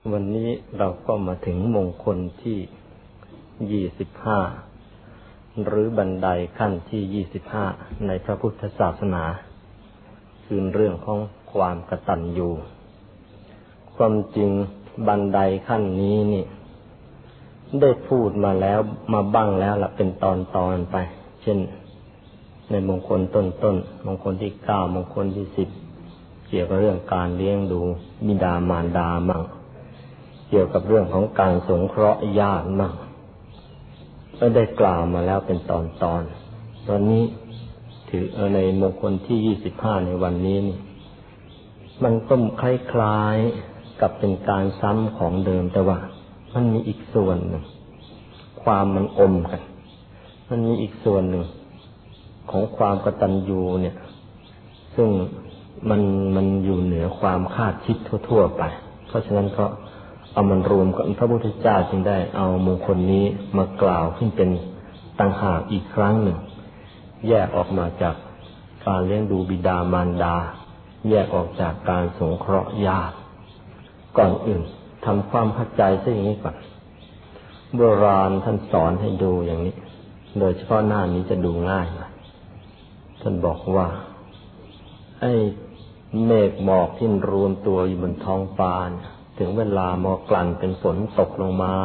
วันนี้เราก็มาถึงมงคลที่25หรือบันไดขั้นที่25ในพระพุทธศาสนาคือเรื่องของความกตัญญูความจริงบันไดขั้นนี้นี่ได้พูดมาแล้วมาบ้างแล้วล่ะเป็นตอนไปเช่นในมงคลต้นมงคลที่9มงคลที่10เกี่ยวกับเรื่องการเลี้ยงดูบิดามารดามั่งเกี่ยวกับเรื่องของการสงเคราะห์ญาติมั่งก็ได้กล่าวมาแล้วเป็นตอนวันนี้ถือในมงคลที่25ในวันนี้นี่มันก็คล้ายๆกับเป็นการซ้ำของเดิมแต่ว่ามันมีอีกส่วนหนึ่งความมันอมกันมันมีอีกส่วนหนึ่งของความกตัญญูเนี่ยซึ่งมันอยู่เหนือความคาดคิดทั่วๆไปเพราะฉะนั้นก็เอามันรวมกันพระพุทธเจ้าจึงได้เอามงคลนี้มากล่าวขึ้นเป็นต่างหากอีกครั้งหนึ่งแยกออกมาจากการเลี้ยงดูบิดามารดาแยกออกจากการสงเคราะห์ญาติก่อนอื่นทำความเข้าใจซะอย่างนี้ก่อนโบราณท่านสอนให้ดูอย่างนี้โดยเฉพาะหน้านี้จะดูง่ายนะท่านบอกว่าไอ้เมฆหมอกที่รวมตัวอยู่บนท้องฟ้าถึงเวลามากลั่นเป็นฝนตกลงมา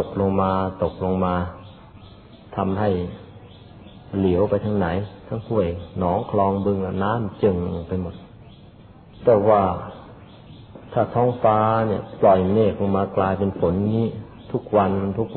ทำให้เหลียวไปทางไหนทั้งห้วยหนองคลองบึงน้ำจึงไปหมดแต่ว่าถ้าท้องฟ้าเนี่ยปล่อยเมฆลงมากลายเป็นฝนนี้ทุกวัน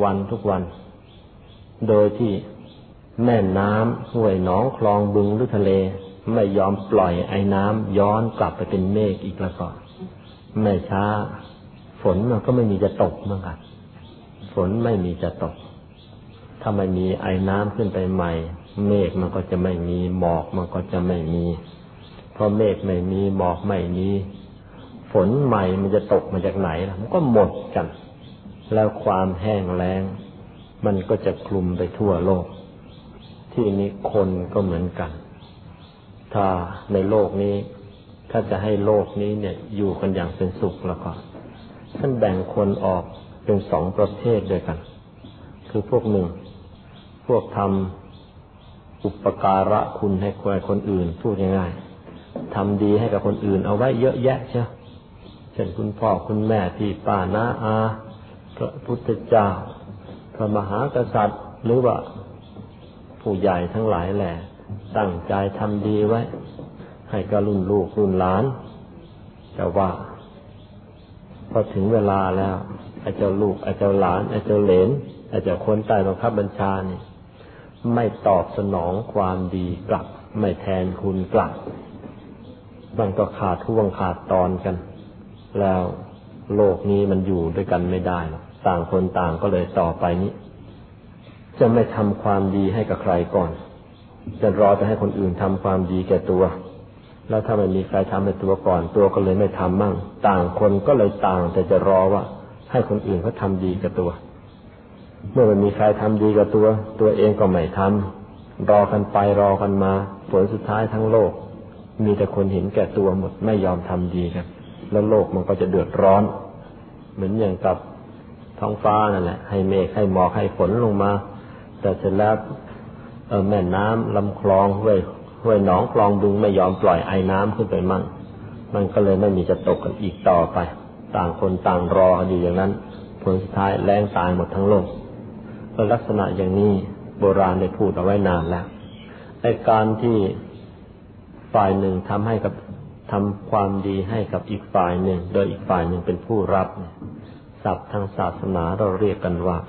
โดยที่แม่น้ำห้วยหนองคลองบึงหรือทะเลไม่ยอมปล่อยไอ้น้ำย้อนกลับไปเป็นเมฆอีกแล้วก็ไม่ช้าฝนมันก็ไม่มีจะตกเหมือนกันฝนไม่มีจะตกถ้าไม่มีไอ้น้ำขึ้นไปใหม่เมฆมันก็จะไม่มีหมอกมันก็จะไม่มีพอเมฆไม่มีหมอกไม่มีฝนใหม่มันจะตกมาจากไหนล่ะมันก็หมดกันแล้วความแห้งแล้งมันก็จะคลุมไปทั่วโลกที่นี้คนก็เหมือนกันถ้าในโลกนี้ถ้าจะให้โลกนี้เนี่ยอยู่กันอย่างเป็นสุขแล้วก็ท่านแบ่งคนออกเป็น2ประเภทด้วยกันคือพวกหนึ่งพวกทำอุปการะคุณให้คนอื่นพูดง่ายๆทำดีให้กับคนอื่นเอาไว้เยอะแยะใช่เช่นคุณพ่อคุณแม่พี่ป้าน้าอาพระพุทธเจ้าพระมหากษัตริย์หรือว่าผู้ใหญ่ทั้งหลายแหละตั้งใจทำดีไว้ให้กับรุ่นลูกรุ่นหลานแต่ว่าพอถึงเวลาแล้วไอ้เจ้าลูกไอ้เจ้าหลานไอ้เจ้าเหลนไอ้เจ้าคนใต้บังคับบัญชานี่ไม่ตอบสนองความดีกลับไม่แทนคุณกลับมันก็ขาดท่วงขาดตอนกันแล้วโลกนี้มันอยู่ด้วยกันไม่ได้หรอกต่างคนต่างก็เลยต่อไปนี้จะไม่ทำความดีให้กับใครก่อนจะรอจะให้คนอื่นทำความดีแก่ตัวแล้วถ้าไม่มีใครทำให้ตัวก่อนตัวก็เลยไม่ทำมั่งต่างคนก็เลยต่างแต่จะรอว่าให้คนอื่นเขาทำดีกับตัวเมื่อไม่มีใครทำดีกับตัวเองก็ไม่ทำรอกันไปรอกันมาผลสุดท้ายทั้งโลกมีแต่คนเห็นแก่ตัวหมดไม่ยอมทำดีกันแล้วโลกมันก็จะเดือดร้อนเหมือนอย่างกับท้องฟ้านั่นแหละให้เมฆให้หมอกให้ฝนลงมาแต่เสร็จแล้วแม่น้ำลำคลองห้วยหนองคลองบึงไม่ยอมปล่อยไอ้น้ำขึ้นไปมั่งมันก็เลยไม่มีจะตกกันอีกต่อไปต่างคนต่างรออยู่อย่างนั้นผลสุดท้ายแล้งตายหมดทั้งโลกลักษณะอย่างนี้โบราณได้พูดเอาไว้นานแล้วในการที่ฝ่ายหนึ่งทำความดีให้กับอีกฝ่ายหนึ่งโดยอีกฝ่ายหนึ่งเป็นผู้รับศัพท์ทางศาสนาเราเรียกกันว่า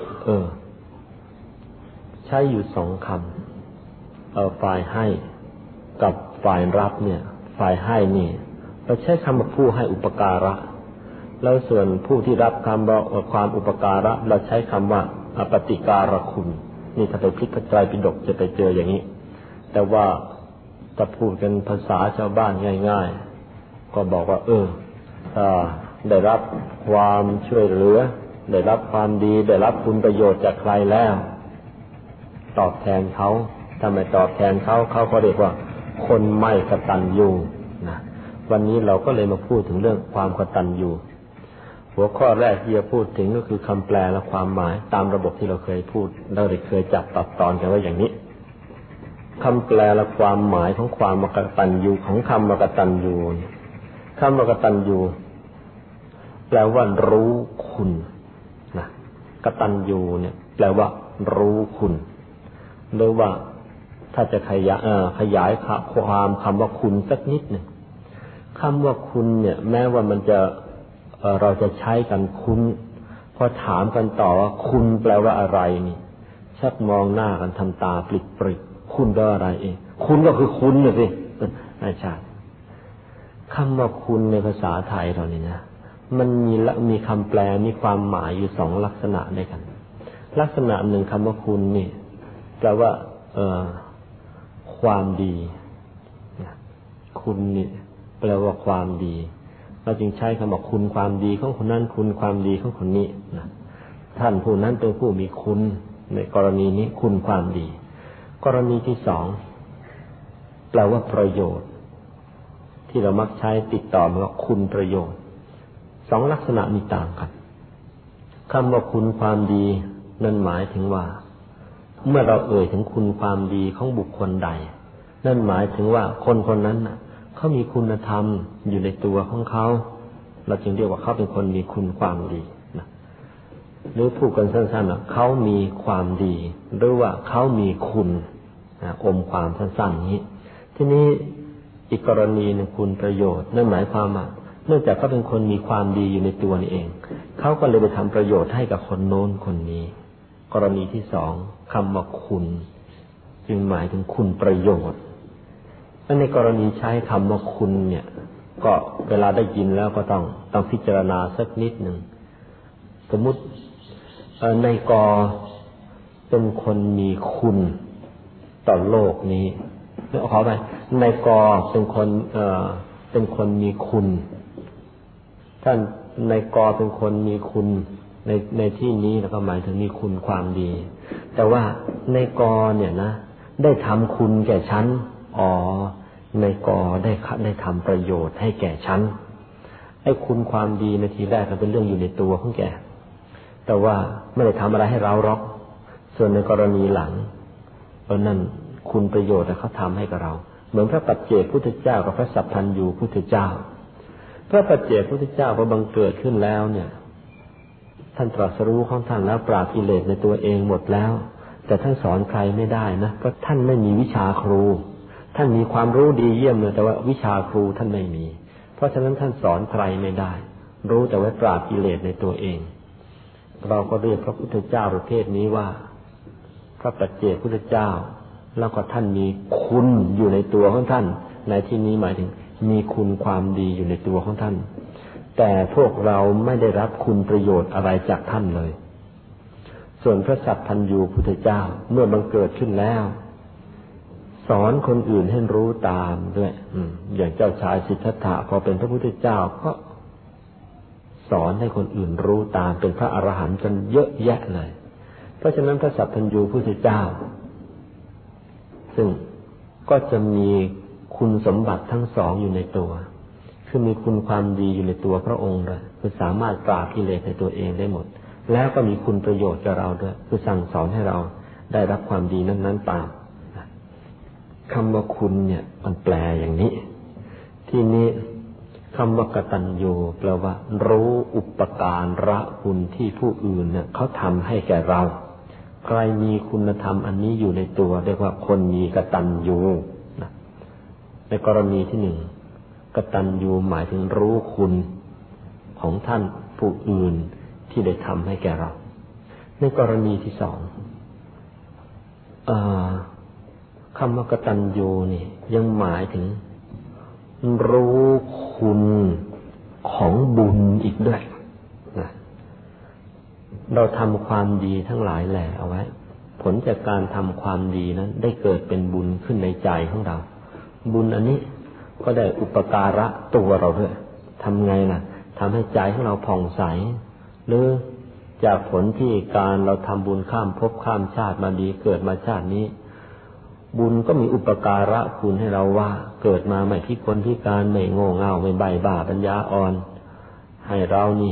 ใช้อยู่2คำฝ่ายให้กับฝ่ายรับเนี่ยฝ่ายให้นี่เราใช้คำว่าผู้ให้อุปการะแล้วส่วนผู้ที่รับคำว่าความอุปการะเราใช้คำว่าอปฏิการคุณนี่ถ้าไปพลิกพระไตรปิฎกจะไปเจออย่างนี้แต่ว่าถ้าพูดกันภาษาชาวบ้านง่ายๆก็บอกว่าได้รับความช่วยเหลือได้รับความดีได้รับคุณประโยชน์จากใครแล้วตอบแทนเขาถ้าไม่ตอบแทนเขาก็เรียกว่าคนไม่กตัญญูนะวันนี้เราก็เลยมาพูดถึงเรื่องความกตัญญูหัวข้อแรกที่จะพูดถึงก็คือคำแปลและความหมายตามระบบที่เราเคยพูดเราได้เคยจัดตัดตอนกันไว้อย่างนี้คำแปลและความหมายของความกตัญญูของคำกตัญญูคำกตัญญูแปลว่ารู้คุณนะกตัญญูเนี่ยแปลว่ารู้คุณหรือว่าถ้าจะขยายความคำว่าคุณสักนิดหนึ่งคำว่าคุณเนี่ยแม้ว่ามันจะเราจะใช้กันคุณพอถามกันต่อว่าคุณแปลว่าอะไรนี่ชักมองหน้ากันทำตาปริบๆคุณแปลว่าอะไรเองคุณก็คือคุณน่ะสิไม่ใช่คำว่าคุณในภาษาไทยเรานี่นะมันมีคำแปลมีความหมายอยู่สองลักษณะด้วยกันลักษณะหนึ่งคำว่าคุณนี่แปลว่าความดีคุณนี่แปลว่าความดีเราจึงใช้คำว่าคุณความดีของคนนั้นคุณความดีของคนนี้นะท่านผู้นั้นเป็นผู้มีคุณในกรณีนี้คุณความดีกรณีที่สองแปลว่าประโยชน์ที่เรามักใช้ติดต่อมาว่าคุณประโยชน์สองลักษณะนี้ต่างกันคำว่าคุณความดีนั่นหมายถึงว่าเมื่อเราเอ่ยถึงคุณความดีของบุคคลใดนั่นหมายถึงว่าคนคนนั้นน่ะเขามีคุณธรรมอยู่ในตัวของเขาเราจึงเรียกว่าเขาเป็นคนมีคุณความดีนะหรือพูดกันสั้นๆว่าเขามีความดีหรือว่าเขามีคุณอมความสั้นๆนี้ทีนี้อีกกรณีหนึ่งคุณประโยชน์นั่นหมายความว่าเนื่องจากเขาเป็นคนมีความดีอยู่ในตัวนี่เองเขาก็เลยไปทำประโยชน์ให้กับคนโน้นคนนี้กรณีที่สองคำว่าคุณจึงหมายถึงคุณประโยชน์และในกรณีใช้คำว่าคุณเนี่ยก็เวลาได้ยินแล้วก็ต้องพิจารณาสักนิดหนึ่งสมมุตินายกเป็นคนมีคุณต่อโลกนี้ขอไปนายกเป็นคนมีคุณท่านนายกเป็นคนมีคุณในที่นี้แล้วก็หมายถึงมีคุณความดีแต่ว่านายกเนี่ยนะได้ทำคุณแก่ฉันนายกได้ทำประโยชน์ให้แก่ฉันไอ้คุณความดีในทีแรกมันเป็นเรื่องอยู่ในตัวของแกแต่ว่าไม่ได้ทำอะไรให้เราหรอกส่วนในกรณีหลังนั่นคุณประโยชน์เขาทำให้กับเราเหมือนพระปัจเจกพุทธเจ้ากับพระสัพพันยูพุทธเจ้าพระปัจเจกพุทธเจ้าพอบังเกิดขึ้นแล้วเนี่ยท่านตรัสรู้ของท่านแล้วปราบกิเลสในตัวเองหมดแล้วแต่ท่านสอนใครไม่ได้นะเพราะท่านไม่มีวิชาครูท่านมีความรู้ดีเยี่ยมเลยแต่ว่าวิชาครูท่านไม่มีเพราะฉะนั้นท่านสอนใครไม่ได้รู้แต่ว่าปราบกิเลสในตัวเองเราก็เรียกพระพุทธเจ้าประเภทนี้ว่าพระปัจเจกพุทธเจ้าแล้วก็ท่านมีคุณอยู่ในตัวของท่านในที่นี้หมายถึงมีคุณความดีอยู่ในตัวของท่านแต่พวกเราไม่ได้รับคุณประโยชน์อะไรจากท่านเลยส่วนพระสัพพันยูพุทธเจ้าเมื่อบังเกิดขึ้นแล้วสอนคนอื่นให้รู้ตามด้วยอย่างเจ้าชายสิทธัตถะพอเป็นพระพุทธเจ้าก็สอนให้คนอื่นรู้ตามเป็นพระอรหันต์กันเยอะแยะเลยเพราะฉะนั้นพระสัพพันยูพุทธเจ้าซึ่งก็จะมีคุณสมบัติทั้งสองอยู่ในตัวคือมีคุณความดีอยู่ในตัวพระองค์เลยคือสามารถปราบกิเลสในตัวเองได้หมดแล้วก็มีคุณประโยชน์กับเราด้วยคือสั่งสอนให้เราได้รับความดีนั้นๆตามคำว่าคุณเนี่ยมันแปลอย่างนี้ที่นี้คำว่ากตัญญูแปลว่ารู้อุปการะคุณที่ผู้อื่นเนี่ยเขาทำให้แก่เราใครมีคุณธรรมอันนี้อยู่ในตัวเรียกว่าคนมีกตัญญูนะในกรณีที่หนึ่งกตัญญูหมายถึงรู้คุณของท่านผู้อื่นที่ได้ทำให้แก่เราในกรณีที่สองคำว่ากตัญญูนี่ยังหมายถึงรู้คุณของบุญอีกด้วยนะเราทำความดีทั้งหลายแหล่เอาไว้ผลจากการทำความดีนั้นได้เกิดเป็นบุญขึ้นในใจของเราบุญอันนี้ก็ได้อุปการะตัวเราด้วยทำไงล่ะทำให้ใจของเราผ่องใสหรือจากผลที่การเราทำบุญข้ามภพข้ามชาติมาดีเกิดมาชาตินี้บุญก็มีอุปการะคุณให้เราว่าเกิดมาไม่พิกลพิการไม่โง่เง่าไม่ใบ้บ้าปัญญาอ่อนให้เรานี่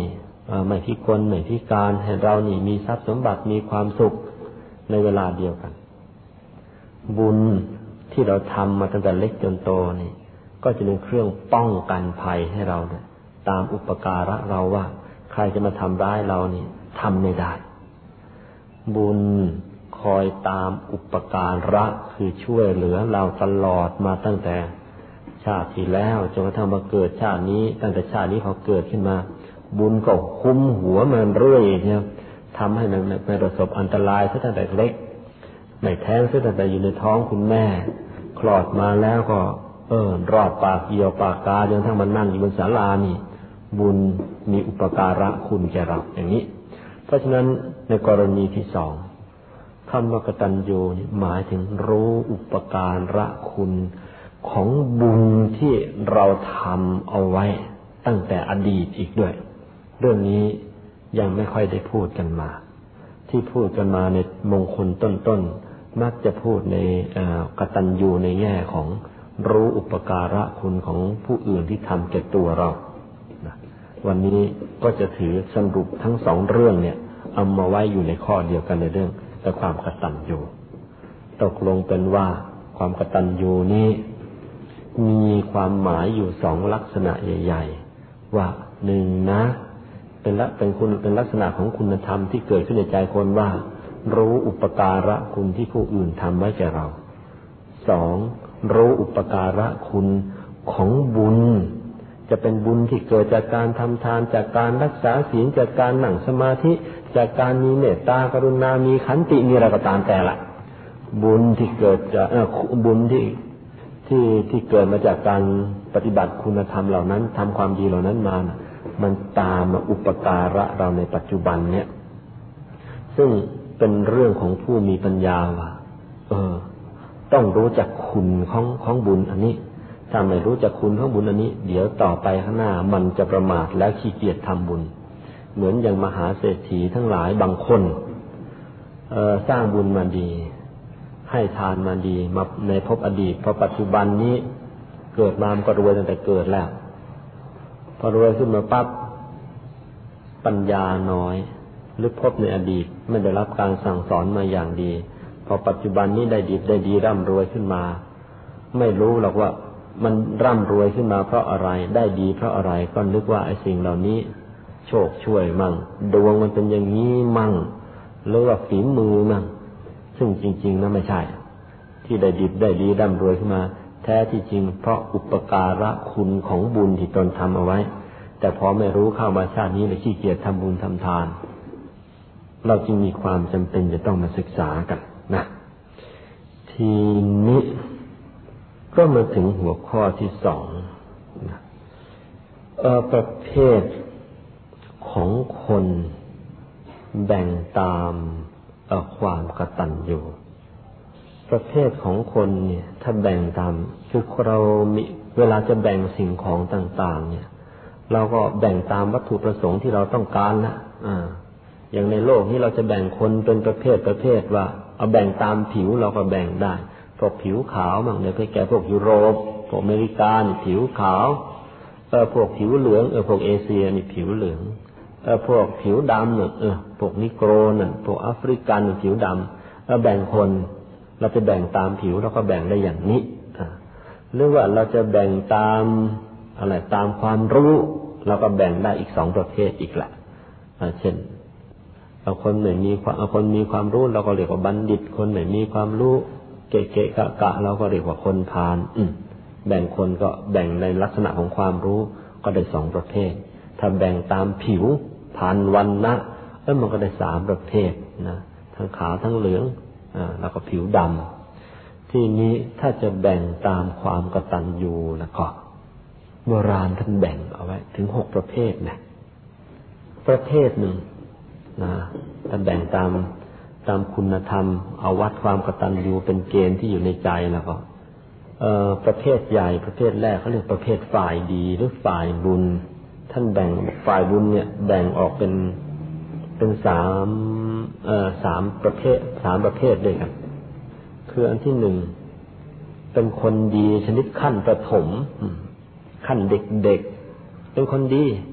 ไม่พิกลไม่พิการให้เรานี่มีทรัพย์สมบัติมีความสุขในเวลาเดียวกันบุญที่เราทำมาตั้งแต่เล็กจนโตนี่ก็จะเป็นเครื่องป้องกันภัยให้เราด้วยตามอุปการะเราว่าใครจะมาทำร้ายเรานี่ทำไม่ได้บุญคอยตามอุปการะคือช่วยเหลือเราตลอดมาตั้งแต่ชาติที่แล้วจนกระทั่งมาเกิดชาตินี้ตั้งแต่ชาตินี้พอเกิดขึ้นมาบุญก็คุ้มหัวมันเรื่อยเนี่ยทำให้มันไม่ประสบอันตรายตั้งแต่เล็กไม่แท้งตั้งแต่อยู่ในท้องคุณแม่คลอดมาแล้วก็รอดปากเกี่ยวปากกาจนทั้งมันนั่งอยู่บนศาลานี่บุญมีอุปการะคุณแก่เราอย่างนี้เพราะฉะนั้นในกรณีที่สองคำว่ากตัญญูหมายถึงรู้อุปการะคุณของบุญที่เราทำเอาไว้ตั้งแต่อดีตอีกด้วยเรื่องนี้ยังไม่ค่อยได้พูดกันมาที่พูดกันมาในมงคลต้นๆมักจะพูดในกตัญญูในแง่ของรู้อุปการะคุณของผู้อื่นที่ทำแก่ตัวเราวันนี้ก็จะถือสรุปทั้งสองเรื่องเนี่ยเอามาไว้อยู่ในข้อเดียวกันในเรื่องแต่ความกตัญญูตกลงเป็นว่าความกตัญญูนี้มีความหมายอยู่สองลักษณะใหญ่ๆว่าหนึ่งนะเป็นลักษณะของคุณธรรมที่เกิดขึ้นในใจคนว่ารู้อุปการะคุณที่ผู้อื่นทำไว้แก่เราสองรู้อุปการะคุณของบุญจะเป็นบุญที่เกิดจากการทำทานจากการรักษาศีลจากการนั่งสมาธิจากการมีเมตตากรุณามีขันติมีอะไรก็ตามแต่ละบุญที่เกิดจากบุญที่เกิดมาจากการปฏิบัติคุณธรรมเหล่านั้นทำความดีเหล่านั้นมามันตามมาอุปการะเราในปัจจุบันเนี่ยซึ่งเป็นเรื่องของผู้มีปัญญาว่าต้องรู้จักคุณของบุญอันนี้ถ้าไม่รู้จักคุณของบุญอันนี้เดี๋ยวต่อไปข้างหน้ามันจะประมาทแล้วขี้เกียจทำบุญเหมือนอย่างมหาเศรษฐีทั้งหลายบางคนสร้างบุญมาดีให้ทานมาดีมาในภพอดีตพอปัจจุบันนี้เกิดมามันก็รวยตั้งแต่เกิดแล้วพอรวยขึ้นมาปั๊บปัญญาน้อยหรือพบในอดีตไม่ได้รับการสั่งสอนมาอย่างดีพอปัจจุบันนี้ได้ดีร่ำรวยขึ้นมาไม่รู้หรอกว่ามันร่ำรวยขึ้นมาเพราะอะไรได้ดีเพราะอะไรก็นึกว่าไอ้สิ่งเหล่านี้โชคช่วยมั่งดวงมันเป็นอย่างนี้มั่งหรือว่าฝีมือมั่งซึ่งจริงๆนะไม่ใช่ที่ได้ดีร่ำรวยขึ้นมาแท้ที่จริงเพราะอุปการะคุณของบุญที่ตนทำเอาไว้แต่พอไม่รู้เข้ามาชาตินี้เลยขี้เกียจทำบุญทำทานเราจึงมีความจำเป็นจะต้องมาศึกษากันนะทีนี้ก็มาถึงหัวข้อที่สองนะประเภทของคนแบ่งตามความกตัญญูประเภทของคนเนี่ยถ้าแบ่งตามคือเรามีเวลาจะแบ่งสิ่งของต่างๆเนี่ยเราก็แบ่งตามวัตถุประสงค์ที่เราต้องการนะอย่างในโลกนี้เราจะแบ่งคนเป็นประเภทว่าเอาแบ่งตามผิวเราก็แบ่งได้พวกผิวขาวมั่งเนี่ยไปแก่พวกยุโรปพวกอเมริกานี่ผิวขาวพวกผิวเหลืองพวกเอเชียนี่ผิวเหลืองพวกผิวดำเนี่ยพวกนิโกรน่ะพวกแอฟริกันผิวดำแบ่งคนเราจะแบ่งตามผิวเราก็แบ่งได้อย่างนี้หรือว่าเราจะแบ่งตามอะไรตามความรู้เราก็แบ่งได้อีกสองประเภทอีกแหละเช่นคนไหนมีความรู้เราก็เรียกว่าบัณฑิตคนไหนมีความรู้เกะกะเราก็เรียกว่าคนพาลแบ่งคนก็แบ่งในลักษณะของความรู้ก็ได้สองประเภทถ้าแบ่งตามผิวพาลวรรณะมันก็ได้สามประเภทนะทั้งขาวทั้งเหลืองแล้วก็ผิวดำที่นี้ถ้าจะแบ่งตามความกตัญญูแล้วก็โบราณท่านแบ่งเอาไว้ถึง6ประเภทนะประเภทหนึ่งนะท่านแบ่งตามคุณธรรมเอาวัดความกตัญญูเป็นเกณฑ์ที่อยู่ในใจแล้วก็ประเภทใหญ่ประเภทแรกเขาเรียกประเภทฝ่ายดีหรือฝ่ายบุญท่านแบ่งฝ่ายบุญเนี่ยแบ่งออกเป็นสามประเภทด้วยกันคืออันที่หนึ่งเป็นคนดีชนิดขั้นประถมขั้นเด็กๆเป็นคนดีแต่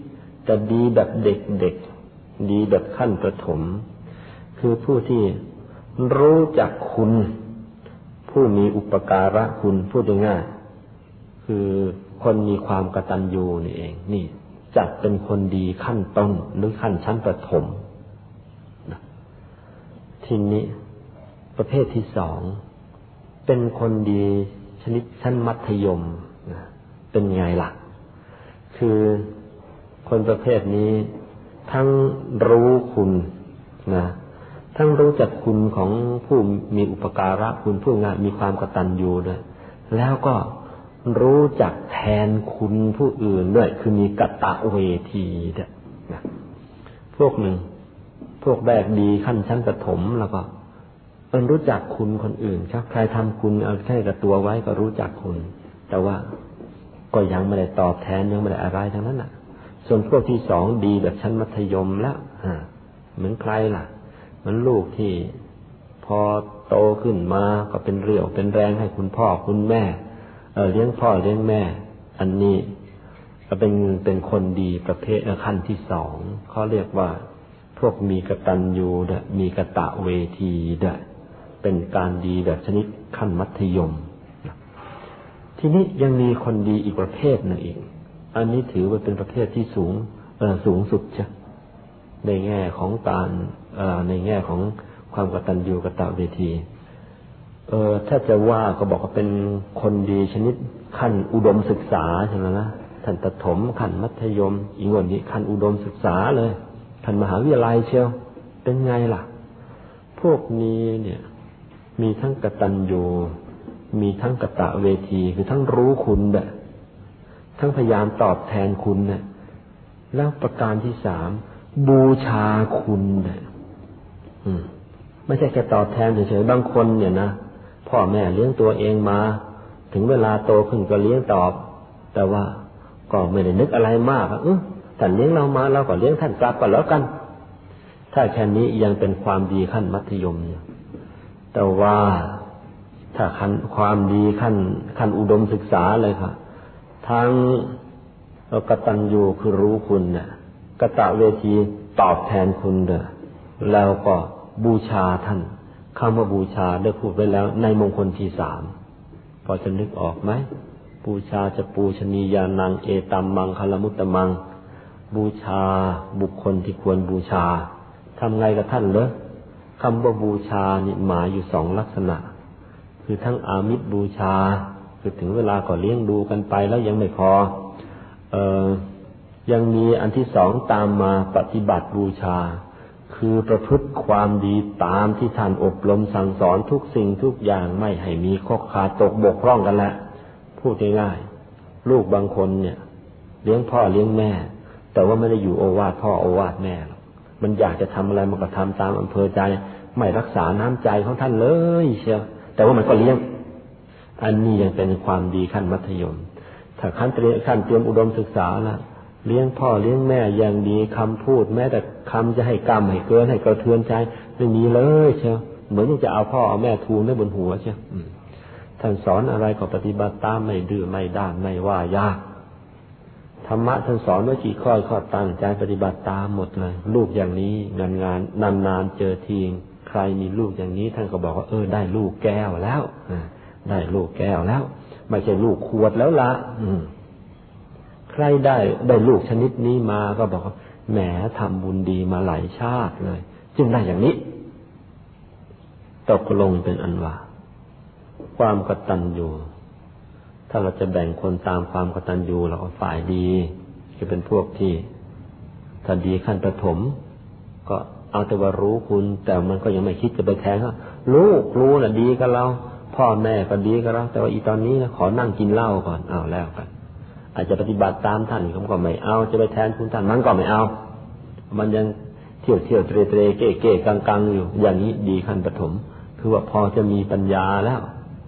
แต่ดีแบบเด็กๆดีแบบขั้นประถมคือผู้ที่รู้จักคุณผู้มีอุปการะคุณพูดง่ายๆคือคนมีความกตัญญูนี่เองนี่จัดเป็นคนดีขั้นต้นหรือขั้นชั้นประถมทีนี้ประเภทที่สองเป็นคนดีชนิดชั้นมัธยมเป็นไงล่ะคือคนประเภทนี้ทั้งรู้คุณนะทั้งรู้จักคุณของผู้มีอุปการะคุณผู้งานมีความกตัญญูด้วยแล้วก็รู้จักแทนคุณผู้อื่นด้วยคือมีกตเวทีด้วยนะพวกหนึ่งพวกแรกดีขั้นชั้นประถมแล้วก็รู้จักคุณคนอื่นครับใครทำคุณเอาแค่กับตัวไว้ก็รู้จักคุณแต่ว่าก็ยังไม่ได้ตอบแทนยังไม่ได้อะไรทั้งนั้นน่ะส่วนพวกที่สองดีแบบชั้นมัธยมแล้วเหมือนใครล่ะเหมือนลูกที่พอโตขึ้นมาก็เป็นเรี่ยวเป็นแรงให้คุณพ่อคุณแม่เลี้ยงพ่อเลี้ยงแม่อันนี้ก็เป็นคนดีประเภทขั้นที่สองเขาเรียกว่าพวกมีกตัญญูด้วยมีกตเวทีด้วยเป็นการดีแบบชนิดขั้นมัธยมทีนี้ยังมีคนดีอีกประเภทหนึ่งอีกอันนี้ถือว่าเป็นประเภทที่สูงสุดใช่ในแง่ของการในแง่ของความกตัญญูกตเวทีถ้าจะว่าก็บอกว่าเป็นคนดีชนิดขั้นอุดมศึกษาใช่ไหมล่ะขั้นประถมขั้นมัธยมอีกคนนี้ขั้นอุดมศึกษาเลยขั้นมหาวิทยาลัยเชียวเป็นไงล่ะพวกนี้เนี่ยมีทั้งกตัญญูมีทั้งกตเวทีคือทั้งรู้คุณแบบทั้งพยายามตอบแทนคุณเนี่ยแล้วประการที่สามบูชาคุณเนี่ยไม่ใช่แค่ตอบแทนเฉยๆบางคนเนี่ยนะพ่อแม่เลี้ยงตัวเองมาถึงเวลาโตขึ้นก็เลี้ยงตอบแต่ว่าก็ไม่ได้นึกอะไรมากท่านเลี้ยงเรามาเราก็เลี้ยงท่านกลับก็แล้วกันถ้าแค่นี้ยังเป็นความดีขั้นมัธยมอยู่แต่ว่าถ้าความดีขั้นอุดมศึกษาเลยค่ะทั้งกตัญญูคือรู้คุณเนี่ยกตเวทีตอบแทนคุณเด้อแล้วก็บูชาท่านคำว่าบูชาได้พูดไว้แล้วในมงคลที่สามพอจะนึกออกไหมบูชาจะปูชนียานังเอตัมมังคลมุตตมังบูชาบุคคลที่ควรบูชาทำไงกับท่านเหรอคำว่าบูชานี่หมายอยู่สองลักษณะคือทั้งอามิสบูชาคือถึงเวลาก็เลี้ยงดูกันไปแล้วยังไม่พอยังมีอันที่สองตามมาปฏิบัติบูชาคือประพฤติความดีตามที่ท่านอบรมสั่งสอนทุกสิ่งทุกอย่างไม่ให้มีข้อขาดตกบกพร่องกันแหละพูดง่ายๆลูกบางคนเนี่ยเลี้ยงพ่อเลี้ยงแม่แต่ว่าไม่ได้อยู่โอวาทพ่อโอวาทแม่หรอกมันอยากจะทำอะไรมันก็ทำตามอำเภอใจไม่รักษาน้ำใจของท่านเลยเชียวแต่ว่ามันก็เลี้ยงอันนี้ยังเป็นความดีขั้นมัธยมถ้าขั้นเตรียมอุดมศึกษาละเลี้ยงพ่อเลี้ยงแม่อย่างดีคำพูดแม้แต่คำจะให้กำให้เกินให้กระเทือนใจไม่มีเลยเชียวเหมือนจะเอาพ่อเอาแม่ทูลไว้บนหัวเชียวท่านสอนอะไรก็ปฏิบัติตามไม่ดื้อไม่ด้านไม่ว่ายากธรรมะท่านสอนไว้กี่ข้อตั้งใจปฏิบัติตามหมดเลยลูกอย่างนี้งานนานๆเจอทีใครมีลูกอย่างนี้ท่านก็บอกว่าได้ลูกแก้วแล้วได้ลูกแก้วแล้วไม่ใช่ลูกขวดแล้วละใครได้ลูกชนิดนี้มาก็บอกว่าแหมทำบุญดีมาหลายชาติเลยจึงได้อย่างนี้ตกลงเป็นอันว่าความกตัญญูถ้าเราจะแบ่งคนตามความกตัญญูเราก็ฝ่ายดีคือเป็นพวกที่ถ้าดีขั้นประถมก็เอาแต่ว่ารู้คุณแต่มันก็ยังไม่คิดจะไปแทงว่าลูกรู้น่ะดีกับเราพ่อแม่ก็ดีกับเราแต่ว่าอีตอนนี้ขอนั่งกินเหล้าก่อนเอาแล้วกันอาจจะปฏิบัติตามท่านเขาก็ไม่เอาจะไปแทนคุณท่านมันก็ไม่เอามันยังเที่ยวเตร่เก้กังอยู่อย่างนี้ดีขั้นประถมคือว่าพอจะมีปัญญาแล้ว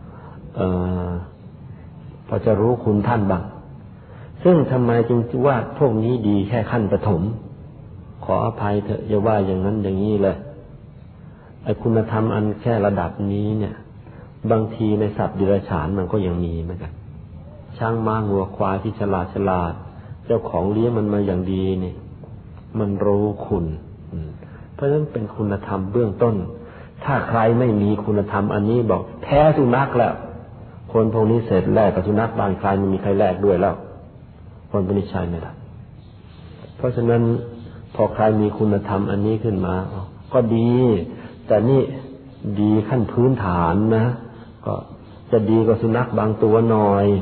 พอจะรู้คุณท่านบ้างซึ่งทำไมจึงว่าพวกนี้ดีแค่ขั้นประถมขออภัยเถอะอย่าว่าอย่างนั้นอย่างนี้เลยไอ้คุณธรรมอันแค่ระดับนี้เนี่ยบางทีในสัตว์เดรัจฉานมันก็ยังมีเหมือนกันช้างม้างัวควายที่ฉลาดเจ้าของเลี้ยงมันมาอย่างดีนี่มันรู้คุณเพราะฉะนั้นเป็นคุณธรรมเบื้องต้นถ้าใครไม่มีคุณธรรมอันนี้บอกแพ้สุนัขแล้วคนพวกนี้เสร็จแลกกับสุนัขบ้านใครไม่มีใครแลกด้วยแล้วคนพวกนี้ใช่ไหมล่ะเพราะฉะนั้นพอใครมีคุณธรรมอันนี้ขึ้นมาก็ดีแต่นี่ดีขั้นพื้นฐานนะก็จะดีกว่าสุนัขบางตัวหน่อย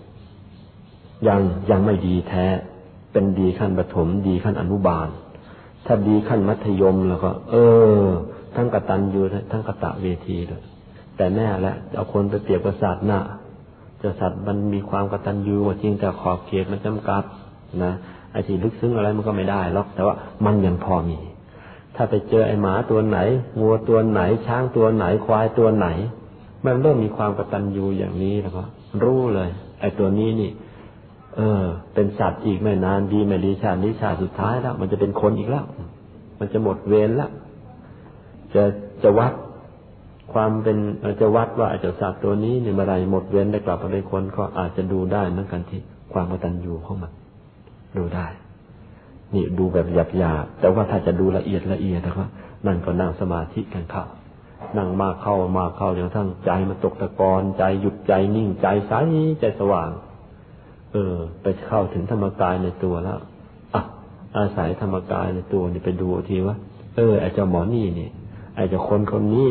ยังไม่ดีแท้เป็นดีขั้นประถมดีขั้นอนุบาลถ้าดีขั้นมัธยมแล้วก็ทั้งกตัญญูทั้งกตเวทีเลยแต่แน่แล้วเอาคนไปเปรียบกับสัตว์น่ะจะสัตว์มันมีความกตัญญูจริงแต่ขอบเขตมันจำกัดนะไอ้ที่ลึกซึ้งอะไรมันก็ไม่ได้หรอกแต่ว่ามันยังพอมีถ้าไปเจอไอ้หมาตัวไหนงัวตัวไหนช้างตัวไหนควายตัวไหนมันเริ่มมีความกตัญญูอย่างนี้แล้วก็รู้เลยไอ้ตัวนี้นี่เป็นสัตว์อีกไม่นานดีไม่ดีชาตินี้ชาติสุดท้ายแล้วมันจะเป็นคนอีกแล้วมันจะหมดเวรแล้วจะวัดความเป็นจะวัดว่าเจ้าสัตว์ตัวนี้เนี่ยเมื่อไรหมดเวรได้กลับมาเป็นคนก็อาจจะดูได้เหมือนกันที่ความกตัญญูของมันดูได้นี่ดูแบบหยาบๆแต่ว่าถ้าจะดูละเอียดนะครับนั่นก็นั่งสมาธิกันเข้านั่งมากเข้าจนกระทั่งใจมันตกตะกอนใจหยุดใจนิ่งใจใสใจสว่างไปเข้าถึงธรรมกายในตัวแล้วอาศัยธรรมกายในตัวนี่ไปดูทีว่าไอ้เจ้าหมอนี่นี่ไอ้เจ้าคนนี้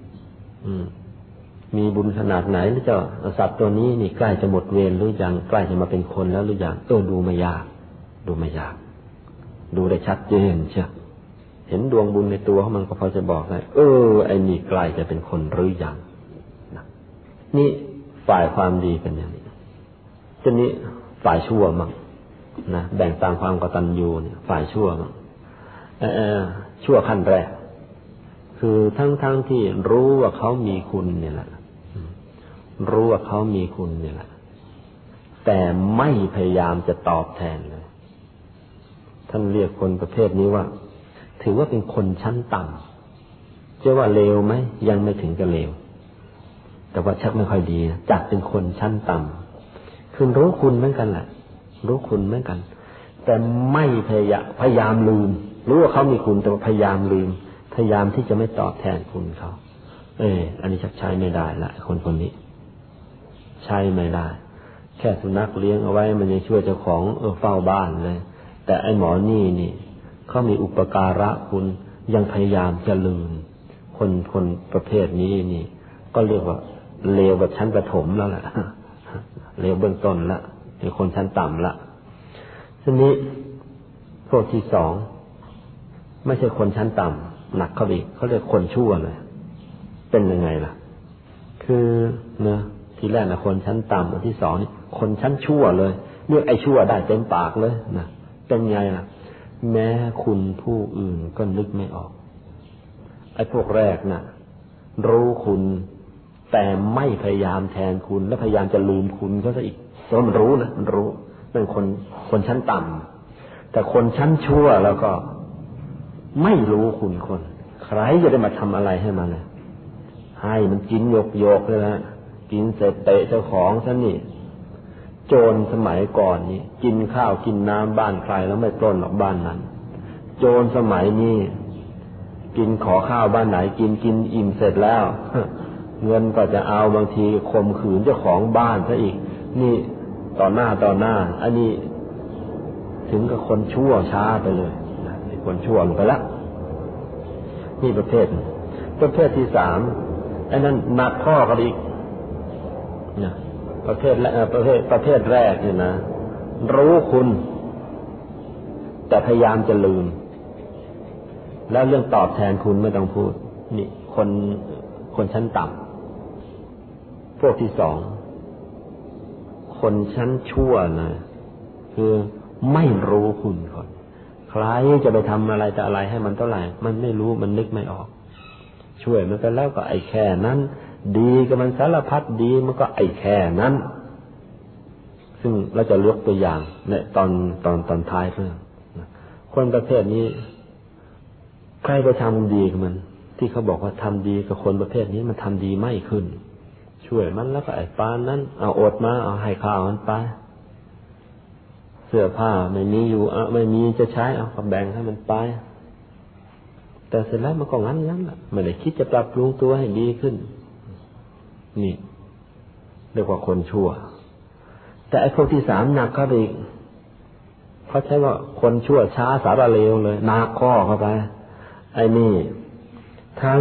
มีบุญขนาดไหนหรือเจ้าสัตว์ตัวนี้นี่ใกล้จะหมดเวรหรือยังใกล้จะมาเป็นคนแล้วหรือยังดูไม่ยากดูได้ชัดเจนเชียวเห็นดวงบุญในตัวของมันก็พอจะบอกได้ไอ้นี่ใกล้จะเป็นคนหรือยังนี่ฝ่ายความดีเป็นอย่างนี้ทีนี้ฝ่ายชั่วมั่งนะแบ่งตามความกตัญญูเนี่ยฝ่ายชั่วมั่งชั่วขั้นแรกคือทั้งที่รู้ว่าเขามีคุณเนี่ยแหละรู้ว่าเขามีคุณเนี่ยแหละแต่ไม่พยายามจะตอบแทนเลยท่านเรียกคนประเภทนี้ว่าถือว่าเป็นคนชั้นต่ำจะว่าเลวไหมยังไม่ถึงกับเลวแต่ว่าชักไม่ค่อยดีนะจัดเป็นคนชั้นต่ำคือรู้คุณเหมือนกันแหละรู้คุณเหมือนกันแต่ไม่พยายามลืมรู้ว่าเขามีคุณแต่ว่าพยายามลืมพยายามที่จะไม่ตอบแทนคุณเขาอันนี้ชักใช้ไม่ได้ละคนนี้ใช้ไม่ได้แค่สุนัขเลี้ยงเอาไว้มันยังช่วยเจ้าของเฝ้าบ้านเลยแต่ไอ้หมอนี่เขามีอุปการะคุณยังพยายามจะลืมคนประเภทนี้นี่ก็เรียกว่าเลวแบบชั้นประถมแล้วแหละเลวเบื้องต้นละเป็นคนชั้นต่ำละทีนี้พวกที่สองไม่ใช่คนชั้นต่ำหนักเข้าไปอีกเขาเรียกคนชั่วเลยเป็นยังไงล่ะคือทีแรกนะคนชั้นต่ำอันที่สองนี่คนชั้นชั่วเลยเรียกไอ้ชั่วได้เต็มปากเลยนะเป็นไงล่ะแม้คุณผู้อื่นก็นึกไม่ออกไอ้พวกแรกน่ะรู้คุณแต่ไม่พยายามแทนคุณและพยายามจะลืมคุณเขาซะอีกเพราะมันรู้นะมันรู้เป็นคนชั้นต่ำแต่คนชั้นชั่วแล้วก็ไม่รู้คุณคนใครจะได้มาทำอะไรให้มันเลยให้มันกินโยกเลยนะกินเสร็จเตะเจ้าของซะนี่โจรสมัยก่อนนี่กินข้าวกินน้ำบ้านใครแล้วไม่ปล้นหรอกบ้านนั้นโจรสมัยนี้กินขอข้าวบ้านไหนกินอิ่มเสร็จแล้วเงินก็จะเอาบางทีข่มขืนเจ้าของบ้านซะอีกนี่ต่อหน้าอันนี้ถึงกับคนชั่วช้าไปเลยคนชั่วลงไปแล้วนี่ประเภทที่สามไอ้นั่นหนักข้อกันอีกนะประเภทแรกนี่นะรู้คุณแต่พยายามจะลืมแล้วเรื่องตอบแทนคุณไม่ต้องพูดนี่คนชั้นต่ำพวกที่สองคนชั้นชั่วนะคือไม่รู้คุณคนใครจะไปทำอะไรจะอะไรให้มันเท่าไหร่มันไม่รู้มันนึกไม่ออกช่วยมันไปแล้วก็ไอ้แค่นั้นดีกับมันสารพัดดีมันก็ไอ้แค่นั้นซึ่งเราจะยกตัวอย่างในตอนท้ายเรื่องคนประเภทนี้ใครไปทำดีกับมันที่เขาบอกว่าทำดีกับคนประเภทนี้มันทำดีไม่ขึ้นช่วยมันแล้วก็ไอ้ปานนั้นเอาอดมาเอาให้ข้าวมันไปสสื้อผ้าไม่มีอยู่ไม่มีจะใช้ก็แบ่งให้มันไปแต่เสร็จแล้วมันก็งั้นแหละไม่ได้คิดจะปรับปรุงตัวให้ดีขึ้นนี่เรียกว่าคนชั่วแต่ไอ้พวกที่สามหนักเข้าไปอีกเขาใช้ว่าคนชั่วช้าสารเลวเลยนาข้อเข้าไปไอ้นี่ทั้ง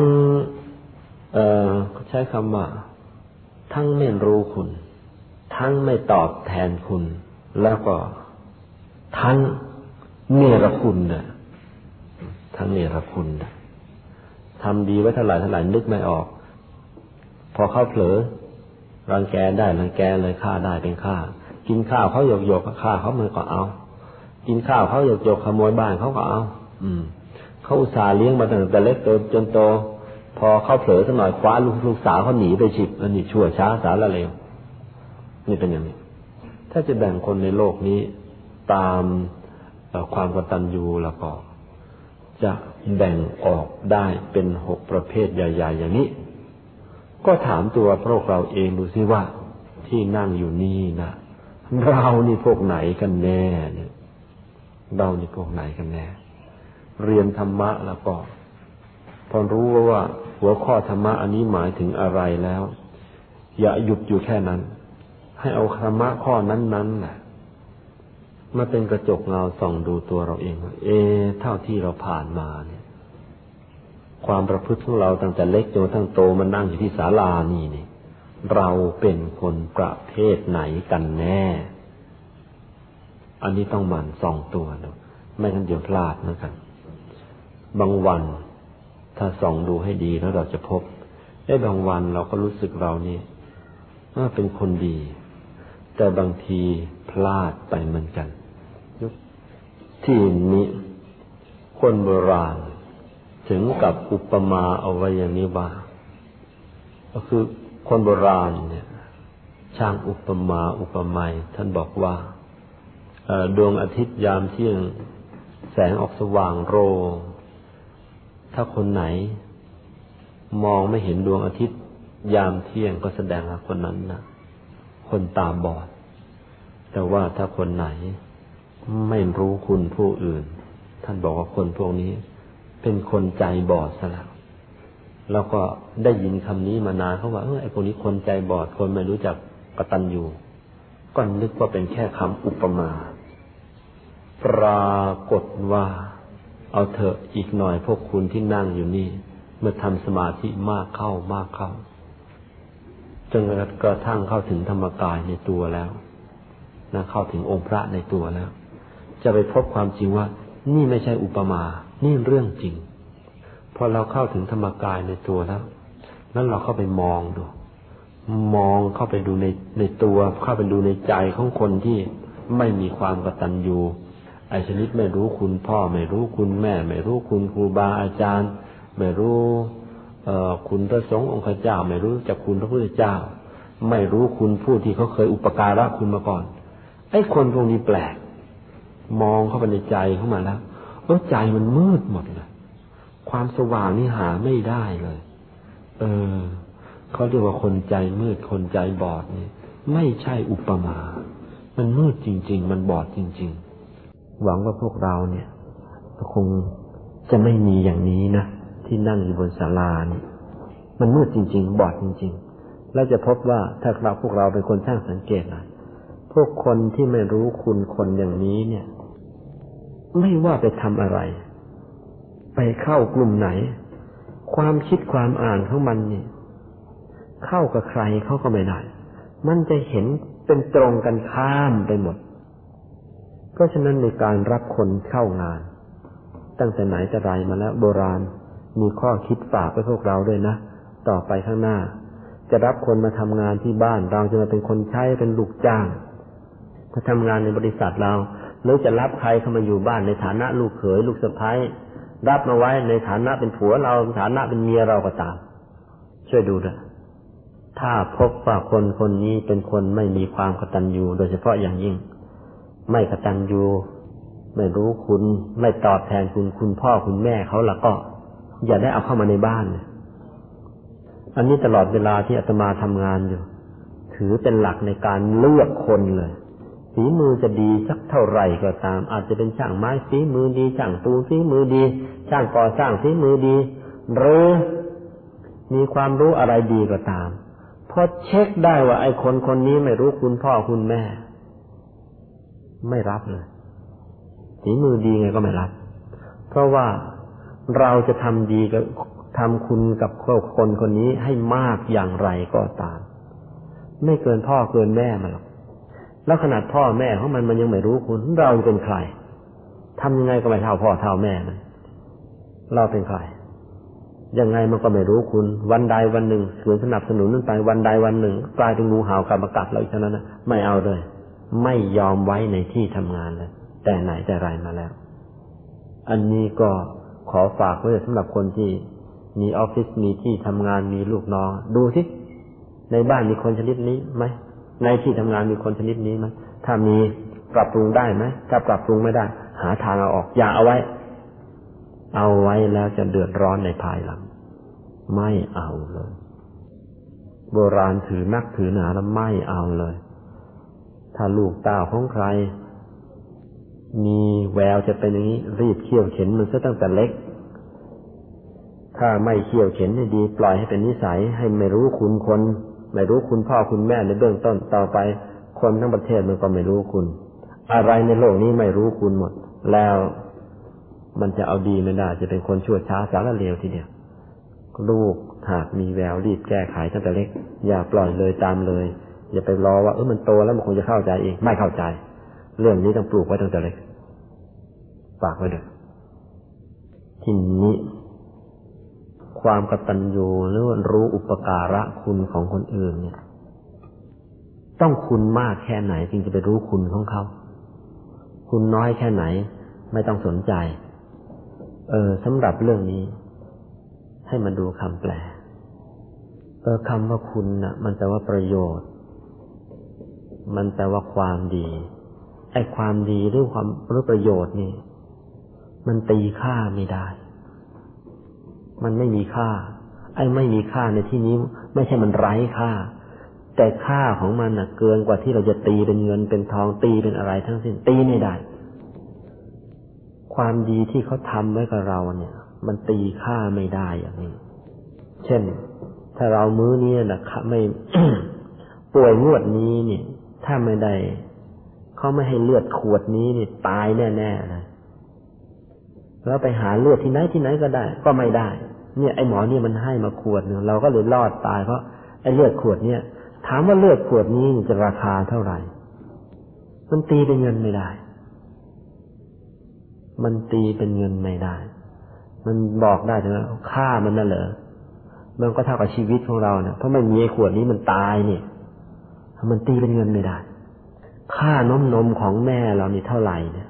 เขาใช้คำว่าทั้งไม่รู้คุณทั้งไม่ตอบแทนคุณแล้วก็ทั้งเนรคุณนะทั้งเนรคุณนะทำดีไว้เท่าไหร่นึกไม่ออกพอเขาเผลอรังแกได้รังแกเลยฆ่าได้เป็นฆ่ากินข้าวเขาหยกฆ่าเขามันก็เอากินข้าวเขาหยกขโมยบ้านเขาก็เอาเขาอุตส่าห์เลี้ยงมาตั้งแต่เล็กจนโตพอเขาเผลอสักหน่อยคว้าลูกสาวเขาหนีไปฉิบอันนี้ชั่วช้าสารเลวนี่เป็นอย่างนี้ถ้าจะแบ่งคนในโลกนี้ตามความกตัญญูแล้วก็จะแบ่งออกได้เป็น6ประเภทใหญ่ๆอย่างนี้ก็ถามตัวพวกเราเองดูสิว่าที่นั่งอยู่นี่นะเรานี่พวกไหนกันแน่เนี่ยเรานี่พวกไหนกันแน่เรียนธรรมะแล้วก็พอรู้ว่าหัวข้อธรรมะอันนี้หมายถึงอะไรแล้วอย่าหยุดอยู่แค่นั้นให้เอาธรรมะข้อนั้นๆแหละมาเป็นกระจกเงาส่องดูตัวเราเองว่าเท่าที่เราผ่านมาเนี่ยความประพฤติของเราตั้งแต่เล็กจนทั้งโตมานั่งอยู่ที่ศาลานี่เราเป็นคนประเภทไหนกันแน่อันนี้ต้องหมั่นส่องตัวดูไม่งั้นเดี๋ยวพลาดนะครับบางวันถ้าส่องดูให้ดีแล้วเราจะพบบางวันเราก็รู้สึกเรานี่เป็นคนดีแต่บางทีพลาดไปเหมือนกันที่นี้คนโบราณถึงกับอุปมาเอาไว้อย่างนี้ว่าก็คือคนโบราณเนี่ยช่างอุปมาอุปไมยท่านบอกว่าดวงอาทิตย์ยามเที่ยงแสงออกสว่างโรถ้าคนไหนมองไม่เห็นดวงอาทิตย์ยามเที่ยงก็แสดงว่าคนนั้นนะคนตาบอดแต่ว่าถ้าคนไหนไม่รู้คุณผู้อื่นท่านบอกว่าคนพวกนี้เป็นคนใจบอดซะแล้วก็ได้ยินคำนี้มานานเขาว่าไอ้พวกนี้คนใจบอดคนไม่รู้จักกตัญญูก็นึกว่าเป็นแค่คำอุปมาปรากฏว่าเอาเถอะอีกหน่อยพวกคุณที่นั่งอยู่นี่เมื่อทำสมาธิมากเข้าจนกระทั่งเข้าถึงธรรมกายในตัวแล้วเข้าถึงองค์พระในตัวแล้วจะไปพบความจริงว่านี่ไม่ใช่อุปมานี่เรื่องจริงพอเราเข้าถึงธรรมกายในตัวแล้วนั้นเราเข้าไปมองเข้าไปดูในตัวเข้าไปดูในใจของคนที่ไม่มีความกตัญญูไอ้ชนิดไม่รู้คุณพ่อไม่รู้คุณแม่ไม่รู้คุณครูบาอาจารย์ไม่รู้คุณพระสงฆ์องค์เจ้าไม่รู้จักคุณพระพุทธเจ้าไม่รู้คุณผู้ที่เขาเคยอุปการะคุณมาก่อนไอ้คนพวกนี้แปลกมองเข้าไปในใจเข้ามาแล้วใจมันมืดหมดเลยความสว่างนี่หาไม่ได้เลยเขาเรียกว่าคนใจมืดคนใจบอดนี่ไม่ใช่อุปมามันมืดจริงๆมันบอดจริงๆหวังว่าพวกเราเนี่ยคงจะไม่มีอย่างนี้นะที่นั่งอยู่บนศาลานี่มันมืดจริงๆบอดจริงๆแล้วจะพบว่าถ้าพวกเราเป็นคนช่างสังเกตนะพวกคนที่ไม่รู้คุณคนอย่างนี้เนี่ยไม่ว่าไปทำอะไรไปเข้ากลุ่มไหนความคิดความอ่านของมันนี่เข้ากับใครเขาก็ไม่ได้มันจะเห็นเป็นตรงกันข้ามไปหมดเพราะฉะนั้นในการรับคนเข้างานตั้งแต่ไหนแต่ไรมาแล้วโบราณมีข้อคิดฝากไว้พวกเราด้วยนะต่อไปข้างหน้าจะรับคนมาทำงานที่บ้านเราจะมาเป็นคนใช้เป็นลูกจ้างมาทำงานในบริษัทเราหรือจะรับใครเข้ามาอยู่บ้านในฐานะลูกเขยลูกสะใภ้รับมาไว้ในฐานะเป็นผัวเราฐานะเป็นเมียเราก็ตามช่วยดูด้วยถ้าพบว่าคนคนนี้เป็นคนไม่มีความกตัญญูโดยเฉพาะอย่างยิ่งไม่กตัญญูไม่รู้คุณไม่ตอบแทนคุณพ่อคุณแม่เขาแล้วก็อย่าได้เอาเข้ามาในบ้านอันนี้ตลอดเวลาที่อาตมาทำงานอยู่ถือเป็นหลักในการเลือกคนเลยฝีมือจะดีสักเท่าไหร่ก็ตามอาจจะเป็นช่างไม้ฝีมือดีช่างปูนฝีมือดีช่างก่อสร้างฝีมือดีหรือมีความรู้อะไรดีก็ตามพอเช็คได้ว่าไอ้คนนี้ไม่รู้คุณพ่อคุณแม่ไม่รับเลยฝีมือดีไงก็ไม่รับเพราะว่าเราจะทำดีกับทำคุณกับคนนี้ให้มากอย่างไรก็ตามไม่เกินพ่อเกินแม่มันหรอกแล้วขนาดพ่อแม่ของมันยังไม่รู้คุณเราเป็นใครทำยังไงก็ไม่เท่าพ่อเท่าแม่มันเราเป็นใครยังไงมันก็ไม่รู้คุณวันใดวันหนึ่งขืนสนับสนุนนั่นไปวันใดวันหนึ่งกลายเป็นงูเห่ากลับมากัดเราอีกเท่านั้นนะไม่เอาเลยไม่ยอมไว้ในที่ทำงานเลยแต่ไหนแต่ไรมาแล้วอันนี้ก็ขอฝากไว้สำหรับคนที่มีออฟฟิศมีที่ทำงานมีลูกน้องดูสิในบ้านมีคนชนิดนี้ไหมในที่ทำงานมีคนชนิดนี้ไหมถ้ามีปรับปรุงได้ไหมถ้าปรับปรุงไม่ได้หาทางเอาออกอย่าเอาไว้แล้วจะเดือดร้อนในภายหลังไม่เอาเลยโบราณถือนักถือหนาแล้วไม่เอาเลยถ้าลูกเต้าของใครมีแววจะเป็นอย่างนี้รีบเขี่ยวเข็นมันซะตั้งแต่เล็กถ้าไม่เขี่ยวเข็นให้ดีปล่อยให้เป็นนิสัยให้ไม่รู้คุณคนไม่รู้คุณพ่อคุณแม่ในเบื้องต้นต่อไปคนทั้งประเทศมันก็ไม่รู้คุณอะไรในโลกนี้ไม่รู้คุณหมดแล้วมันจะเอาดีไม่ได้จะเป็นคนชั่วช้าสารเลวทีเดียวลูกหากมีแววรีบแก้ไขตั้งแต่เล็กอย่าปล่อยเลยตามเลยอย่าไปรอว่ามันโตแล้วมันคงจะเข้าใจเองไม่เข้าใจเรื่องนี้ต้องปลูกไว้ตั้งแต่เล็กฝากไว้ด้วยทีนี้ความกตัญญูหรือรู้อุปการะคุณของคนอื่นเนี่ยต้องคุณมากแค่ไหนจึงจะไปรู้คุณของเขาคุณน้อยแค่ไหนไม่ต้องสนใจสำหรับเรื่องนี้ให้มาดูคำแปลคำว่าคุณน่ะมันแปลว่าประโยชน์มันแปลว่าความดีไอ้ความดีหรือความหรือประโยชน์นี่มันตีค่าไม่ได้มันไม่มีค่าไอ้ไม่มีค่าในที่นี้ไม่ใช่มันไร้ค่าแต่ค่าของมันน่ะเกินกว่าที่เราจะตีเป็นเงินเป็นทองตีเป็นอะไรทั้งสิ้นตีไม่ได้ความดีที่เขาทำไว้กับเราเนี่ยมันตีค่าไม่ได้อย่างนี้เช่นถ้าเรามื้อนี้นะไม่ ป่วยงวดนี้นี่ถ้าไม่ได้เขาไม่ให้เลือดขวดนี้นี่ตายแน่ๆเลยแล้วไปหาเลือดที่ไหนก็ได้ก็ไม่ได้เนี่ยไอ้หมอนี่มันให้มาขวดนึงเราก็เลยรอดตายเพราะไอ้เลือดขวดเนี่ยถามว่าเลือดขวดนี้จะราคาเท่าไหร่มันตีเป็นเงินไม่ได้มันตีเป็นเงินไม่ได้มันบอกได้ถึงว่าค่ามันนั่นเหรอมันก็เท่ากับชีวิตของเราเนี่ยเพราะไม่มีไอ้ขวดนี้มันตายเนี่ยมันตีเป็นเงินไม่ได้ค่านมของแม่เรานี่เท่าไหร่เนี่ย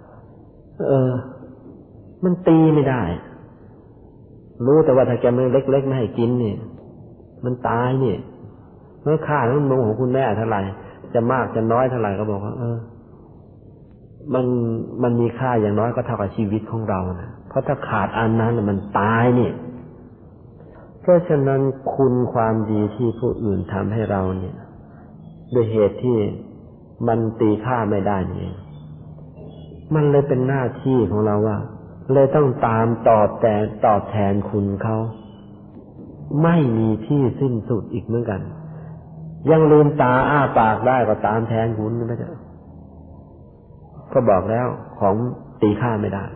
มันตีไม่ได้รู้แต่ว่าถ้าแกมันเล็กๆไม่ให้กินเนี่ยมันตายเนี่ยเมื่อค่านมของคุณแม่เท่าไหร่จะมากจะน้อยเท่าไหร่ก็บอกว่ามันมีค่าอย่างน้อยก็เท่ากับชีวิตของเรานะเพราะถ้าขาดอันนั้นมันตายเนี่ยเพราะฉะนั้นคุณความดีที่ผู้อื่นทำให้เราเนี่ยด้วยเหตุที่มันตีค่าไม่ได้นี่มันเลยเป็นหน้าที่ของเราว่าเลยต้องตามตอบแทนคุณเขาไม่มีที่สิ้นสุดอีกเหมือนกันยังลืมตาอ้าปากได้ก็ตามแทนคุณไม่ใช่ก็บอกแล้วของตีค่าไม่ได้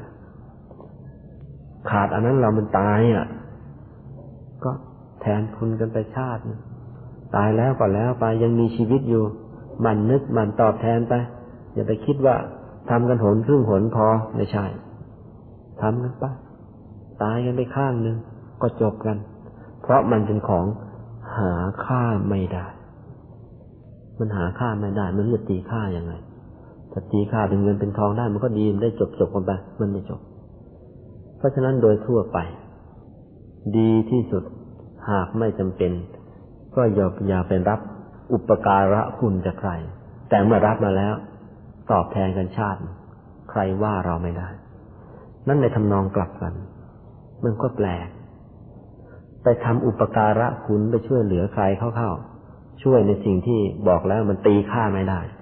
ขาดอันนั้นเรามันตายก็แทนคุณกันไปชาติตายแล้วก็แล้วไปยังมีชีวิตอยู่มันนึกมันตอบแทนไปอย่าไปคิดว่าทำกันหนครึ่งหนพอไม่ใช่ทำกันไปตายกันไปข้างนึงก็จบกันเพราะมันเป็นของหาค่าไม่ได้มันหาค่าไม่ได้มันจะตีค่ายังไงถ้าตีค่าเป็นเงินเป็นทองได้มันก็ดีได้จบกันไปมันไม่จบเพราะฉะนั้นโดยทั่วไปดีที่สุดหากไม่จำเป็นก็อย่าไปรับอุปการะคุณจากใครแต่เมื่อรับมาแล้วตอบแทนกันชาติใครว่าเราไม่ได้นั่นในทำนองกลับกันมันก็แปลกไปทำอุปการะคุณไปช่วยเหลือใครเข้าช่วยในสิ่งที่บอกแล้วมันตีค่าไม่ได้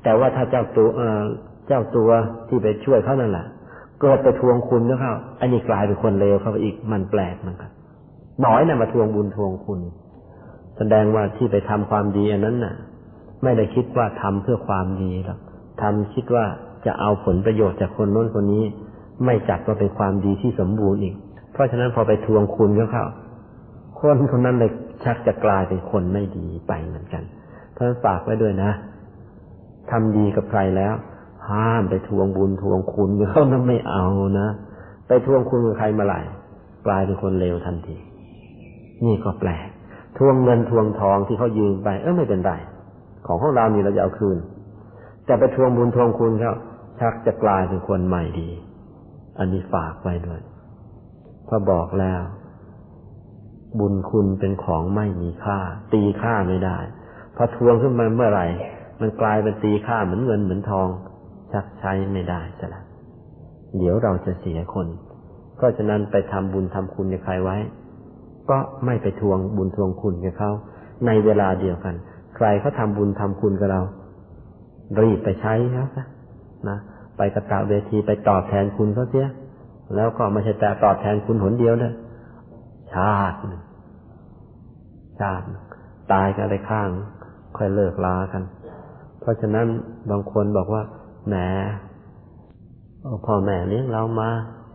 แต่ว่าถ้าเจ้าตัวที่ไปช่วยเขานั่นแหละเกิดไปทวงคุณแล้วเขาอันนี้กลายเป็นคนเลวเข้าไปอีกมันแปลกนะครับน้อยน่ะมาทวงบุญทวงคุณแสดงว่าที่ไปทำความดีอันนั้นน่ะไม่ได้คิดว่าทำเพื่อความดีหรอกทำคิดว่าจะเอาผลประโยชน์จากคนโน้นคนนี้ไม่จัดว่าเป็นความดีที่สมบูรณ์อีกเพราะฉะนั้นพอไปทวงคุณเขาคนนั้นเลยชักจะกลายเป็นคนไม่ดีไปเหมือนกันเพราะฉะนั้นฝากไว้ด้วยนะทำดีกับใครแล้วห้ามไปทวงบุญทวงคุณเขานั้นไม่เอานะไปทวงคุณกับใครมาไหร่กลายเป็นคนเลวทันทีนี่ก็แปลกทวงเงินทวงทองที่เขายืมไปไม่เป็นไรของเรานี่เราจะเอาคืนแต่ไปทวงบุญทวงคุณเขาชักจะกลายเป็นคนใหม่ดีอันนี้ฝากไว้ด้วยพอบอกแล้วบุญคุณเป็นของไม่มีค่าตีค่าไม่ได้พอทวงขึ้นมาเมื่อไหร่มันกลายเป็นตีค่าเหมือนเงินเหมือนทองชักใช้ไม่ได้ซะแล้วเดี๋ยวเราจะเสียคนเพราะฉะนั้นไปทำบุญทำคุณกับใครไว้ก็ไม่ไปทวงบุญทวงคุณกับเขาในเวลาเดียวกันใครเขาทำบุญทำคุณกับเรารีบไปใช้เขาซะนะไปกระตะเวทีไปตอบแทนคุณเขาเสียแล้วก็ไม่ใช่แต่ตอบแทนคุณหนเดียวเลยชาติตายกันไปข้างค่อยเลิกลากันเพราะฉะนั้นบางคนบอกว่าแหมพ่อแม่เลี้ยงเรามา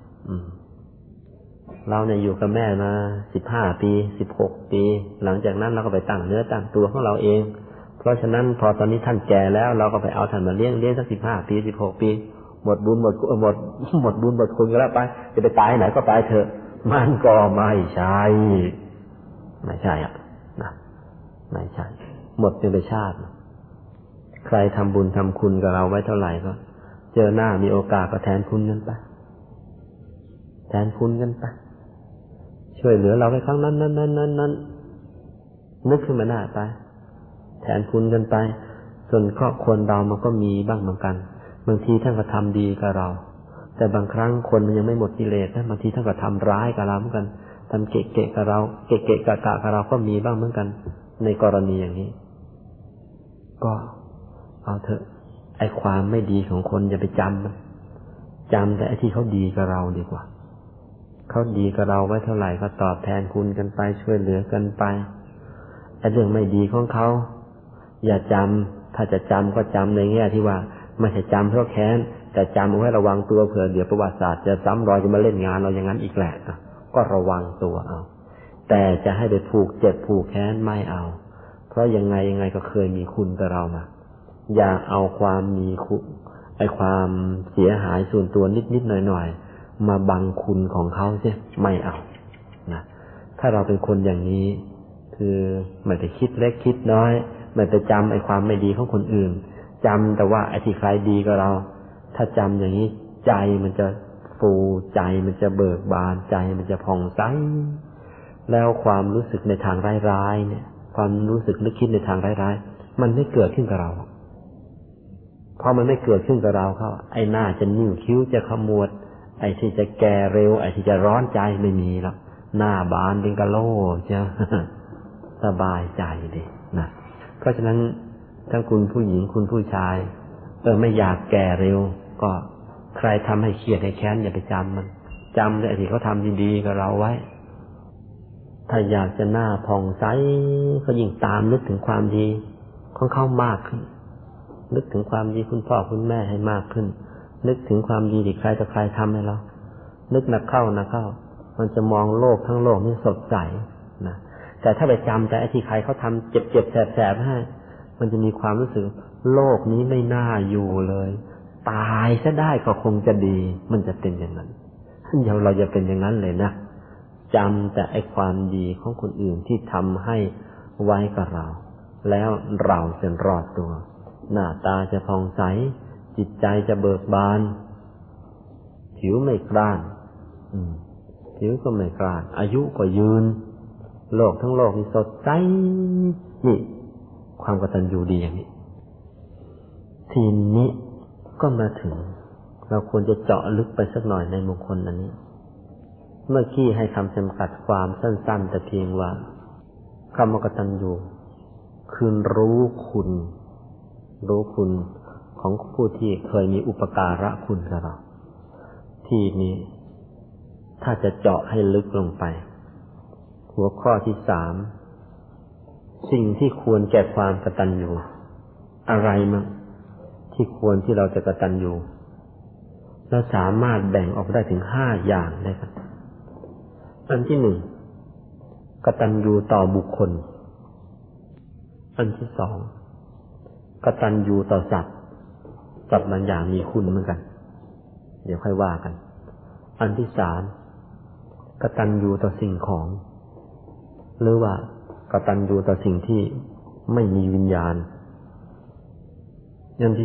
เราเนี่ยอยู่กับแม่มา15 ปี16 ปีหลังจากนั้นเราก็ไปตั้งเนื้อตั้งตัวของเราเองเพราะฉะนั้นพอตอนนี้ท่านแก่แล้วเราก็ไปเอาท่านมาเลี้ยงสัก15 ปี16 ปีหมดบุญหมดบุญหมดคุณก็แล้วไปจะไปตายไหนก็ไปเถอะมันก็ไม่ใช่อ่ะนะไม่ใช่หมดเป็นชาติใครทำบุญทำคุณกับเราไว้เท่าไหร่ก็เจอหน้ามีโอกาสก็แทนคุณกันไปช่วยเหลือเราไปครั้งนั้นนึกขึ้นมาหน้าไปแทนคุณกันไปส่วนก็คนเรามันก็มีบ้างเหมือนกันบางทีท่านก็ทำดีกับเราแต่บางครั้งคนมันยังไม่หมดกิเลสนะบางทีท่านก็ทำร้ายกับเราเหมือนกันทำเกะกับเราเกะกะกับเราก็มีบ้างเหมือนกันในกรณีอย่างนี้ก็เอาเถอะไอ้ความไม่ดีของคนอย่าไปจำแต่ไอ้ที่เขาดีกับเราดีกว่าเขาดีกับเราไว้เท่าไหร่ก็ตอบแทนคุณกันไปช่วยเหลือกันไปไอ้เรื่องไม่ดีของเขาอย่าจำถ้าจะจำก็จำในแง่ที่ว่าไม่ใช่จำเพราะแค้นแต่จำเอาไว้ระวังตัวเผื่อเดี๋ยวประวัติศาสตร์จะซ้ำรอยจะมาเล่นงานเราอย่างนั้นอีกแหละก็ระวังตัวเอาแต่จะให้ไปผูกเจ็บผูกแค้นไม่เอาเพราะยังไงก็เคยมีคุณกับเรามาอย่าเอาความมีคุณไอ้ความเสียหายส่วนตัวนิดๆหน่อยๆมาบังคุณของเขาใช่ไม่เอานะถ้าเราเป็นคนอย่างนี้คือไม่ไปคิดเล็กคิดน้อยไม่ไปจำไอ้ความไม่ดีของคนอื่นจำแต่ว่าไอ้ที่ใครดีกับเราถ้าจำอย่างนี้ใจมันจะฟูใจมันจะเบิกบานใจมันจะผ่องใสแล้วความรู้สึกในทางร้ายๆเนี่ยความรู้สึกนึกคิดในทางร้ายๆมันไม่เกิดขึ้นกับเราพอมันไม่เกิดขึ้นกับเราเขาไอ้หน้าจะนิ้วคิ้วจะขมวดไอ้ที่จะแก่เร็วไอ้ที่จะร้อนใจไม่มีหรอกหน้าบานเป็นกะโหลจะสบายใจดีนะเพราะฉะนั้นทั้งคุณผู้หญิงคุณผู้ชายไม่อยากแก่เร็วก็ใครทำให้เครียดให้แค้นอย่าไปจำมันจำแต่ที่เขาทำดีๆกับเราไว้ถ้าอยากจะหน้าผ่องใสก็ยิ่งตามนึกถึงความดีของเขามากขึ้นนึกถึงความดีคุณพ่อคุณแม่ให้มากขึ้นนึกถึงความดีที่ใครต่อใครทำให้เรานึกหนักเข้ามันจะมองโลกทั้งโลกนี่สดใสนะแต่ถ้าไปจำแต่ไอ้ที่ใครเขาทำเจ็บๆแสบๆให้มันจะมีความรู้สึกโลกนี้ไม่น่าอยู่เลยตายซะได้ก็คงจะดีมันจะเป็นอย่างนั้นเราจะเป็นอย่างนั้นเลยนะจำแต่ไอ้ความดีของคนอื่นที่ทำให้ไว้กับเราแล้วเราจะรอดตัวหน้าตาจะผ่องใสจิตใจจะเบิกบานผิวไม่กร้านผิวก็ไม่กร้านอายุก็ยืนโลกทั้งโลกนี่สดใสนี่ความกตัญญูดีอย่างนี้ทีนี้ก็มาถึงเราควรจะเจาะลึกไปสักหน่อยในมงคลอันนี้เมื่อกี้ให้คำจำกัดความสั้นๆแต่เพียงว่าคำว่ากตัญญูคือรู้คุณของผู้ที่เคยมีอุปการะคุณกับเราที่นี้ถ้าจะเจาะให้ลึกลงไปหัวข้อที่ 3สิ่งที่ควรแก่ความกตัญญูอะไรมั้งที่ควรที่เราจะกตัญญูเราสามารถแบ่งออกได้ถึง5อย่างได้ครับอันที่ 1กตัญญูต่อบุคคลอันที่ 2กตัญญูต่อสัตว์บางอย่างมีคุณเหมือนกันเดี๋ยวค่อยว่ากันอันที่ 3กตัญญูต่อสิ่งของหรือว่ากตัญญูต่อสิ่งที่ไม่มีวิญญาณอันที่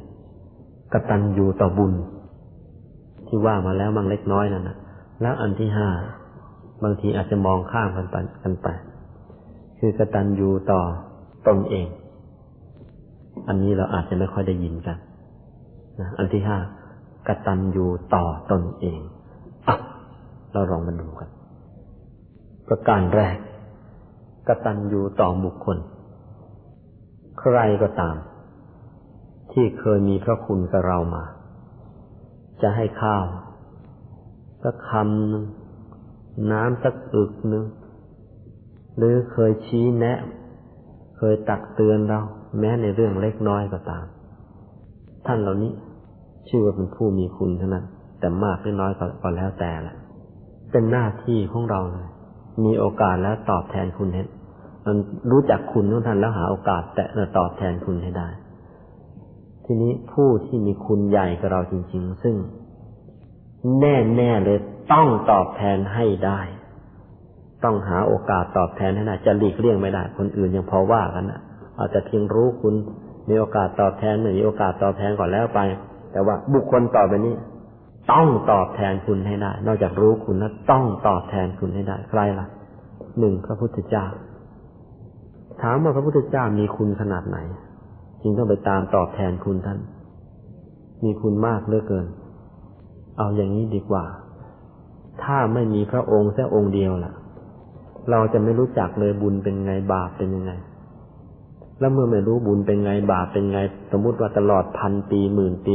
4กตัญญูต่อบุญที่ว่ามาแล้วมั่งเล็กน้อยนั่นนะแล้วอันที่ 5บางทีอาจจะมองข้ามกันไปคือกตัญญูต่อตนเองอันนี้เราอาจจะไม่ค่อยได้ยินกันนะอันที่ 5กตัญญูต่อตนเองเราลองมาดูกันประการแรกกตัญญูต่อบุคคลใครก็ตามที่เคยมีพระคุณกับเรามาจะให้ข้าวสักคำนึงน้ำสักอึกนึงหรือเคยชี้แนะเคยตักเตือนเราแม้ในเรื่องเล็กน้อยก็ตามท่านเหล่านี้ชื่อว่าเป็นผู้มีคุณเท่านั้นแต่มากหรือน้อยก็แล้วแต่ละเป็นหน้าที่ของเราเลยมีโอกาสแล้วตอบแทนคุณให้มันรู้จักคุณของท่านแล้วหาโอกาสแต่ตอบแทนคุณให้ได้ทีนี้ผู้ที่มีคุณใหญ่กับเราจริงๆซึ่งแน่ๆเลยต้องตอบแทนให้ได้ต้องหาโอกาสตอบแทนให้ได้จะหลีกเลี่ยงไม่ได้คนอื่นยังพอว่ากันนะอาจจะเพียงรู้คุณมีโอกาสตอบแทนไม่มีโอกาสตอบแทนก่อนแล้วไปแต่ว่าบุคคลต่อไปนี้ต้องตอบแทนคุณให้ได้นอกจากรู้คุณแล้วต้องตอบแทนคุณให้ได้ใครล่ะ 1พระพุทธเจ้าถามว่าพระพุทธเจ้ามีคุณขนาดไหนจึงต้องไปตามตอบแทนคุณท่านมีคุณมากเหลือเกินเอาอย่างนี้ดีกว่าถ้าไม่มีพระองค์แค่องค์เดียวล่ะเราจะไม่รู้จักเลยบุญเป็นไงบาปเป็นยังไงแล้วเมื่อไม่รู้บุญเป็นไงบาปเป็นไงสมมุติว่าตลอด1,000 ปี10,000 ปี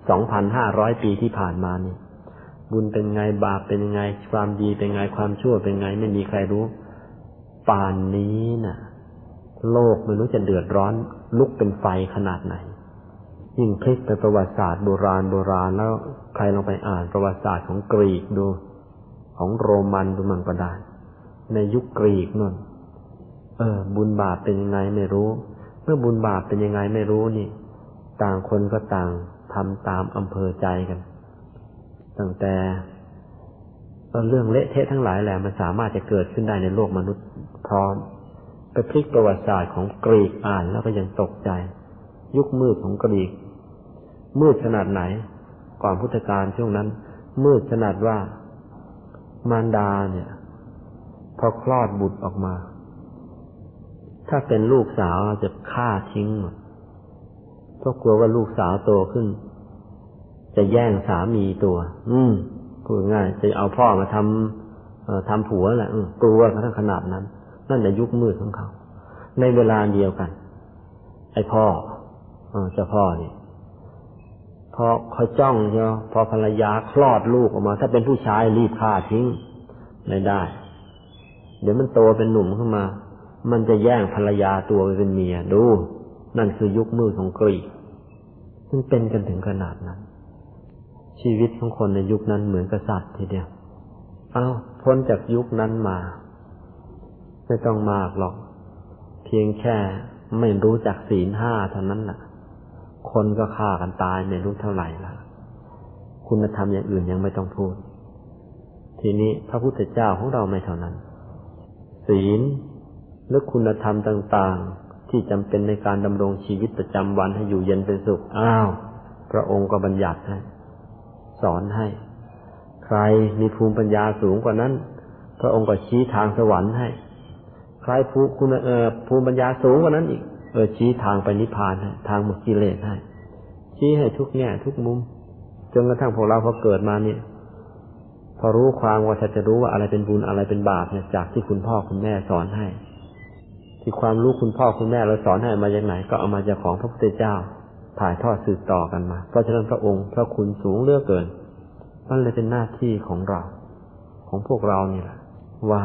2,500 ปีที่ผ่านมานี่บุญเป็นไงบาปเป็นยังไงความดีเป็นไงความชั่วเป็นไงไม่มีใครรู้ป่านนี้น่ะโลกไม่รู้จะเดือดร้อนลุกเป็นไฟขนาดไหนยิ่งพลิกไปประวัติศาสตร์โบราณแล้วใครลองไปอ่านประวัติศาสตร์ของกรีกดูของโรมันดูมันก็ได้ในยุคกรีกนั่นบุญบาปเป็นยังไงไม่รู้เมื่อบุญบาปเป็นยังไงไม่รู้นี่ต่างคนก็ต่างทำตามอำเภอใจกันตั้งแต่เรื่องเละเทะทั้งหลายแหละมันสามารถจะเกิดขึ้นได้ในโลกมนุษย์พร้อมไปพลิกประวัติศาสตร์ของกรีกอ่านแล้วก็ยังตกใจยุคมืดของกรีกมืดขนาดไหนก่อนพุทธกาลช่วงนั้นมืดขนาดว่ามารดาเนี่ยพอคลอดบุตรออกมาถ้าเป็นลูกสาวจะฆ่าทิ้งหมดเพราะกลัวว่าลูกสาวโตขึ้นจะแย่งสามีตัวพูดง่ายจะเอาพ่อมาทำผัวแหละกลัวทั้งขนาดนั้นนั่นในยุคมืดของเขาในเวลาเดียวกันไอ้พ่อเจ้าพ่อนี่พอคอยจ้องใช่ไหมพอภรรยาคลอดลูกออกมาถ้าเป็นผู้ชายรีบฆ่าทิ้งไม่ได้เดี๋ยวมันโตเป็นหนุ่มขึ้นมามันจะแย่งภรรยาตัวไปเป็นเมียดูนั่นคือยุคมืดของกรีกซึ่งเป็นกันถึงขนาดนั้นชีวิตของคนในยุคนั้นเหมือนกษัตริย์ทีเดียวพ้นจากยุคนั้นมาไม่ต้องมากหรอกเพียงแค่ไม่รู้จักศีล 5เท่านั้นแหละคนก็ฆ่ากันตายไม่รู้เท่าไหร่ละคุณธรรมอย่างอื่นยังไม่ต้องพูดทีนี้พระพุทธเจ้าของเราไม่เท่านั้นศีลและคุณธรรมต่างๆที่จำเป็นในการดำรงชีวิตประจำวันให้อยู่เย็นเป็นสุขพระองค์ก็บัญญัติให้สอนให้ใครมีภูมิปัญญาสูงกว่านั้นพระองค์ก็ชี้ทางสวรรค์ให้ใครภูมิปัญญาสูงกว่านั้นอีกชี้ทางไปนิพพานให้ทางหมดกิเลสให้ชี้ให้ทุกแง่ทุกมุมจนกระทั่งพวกเราพอเกิดมาเนี่ยพอรู้ความว่าจะรู้ว่าอะไรเป็นบุญอะไรเป็นบาปเนี่ยจากที่คุณพ่อคุณแม่สอนให้ที่ความรู้คุณพ่อคุณแม่เราสอนให้มาจากไหนก็เอามาจากของพระพุทธเจ้าถ่ายทอดสืบต่อกันมาเพราะฉะนั้นพระองค์พระคุณสูงเหลือเกินนั่นเลยเป็นหน้าที่ของเราของพวกเรานี่แหละว่า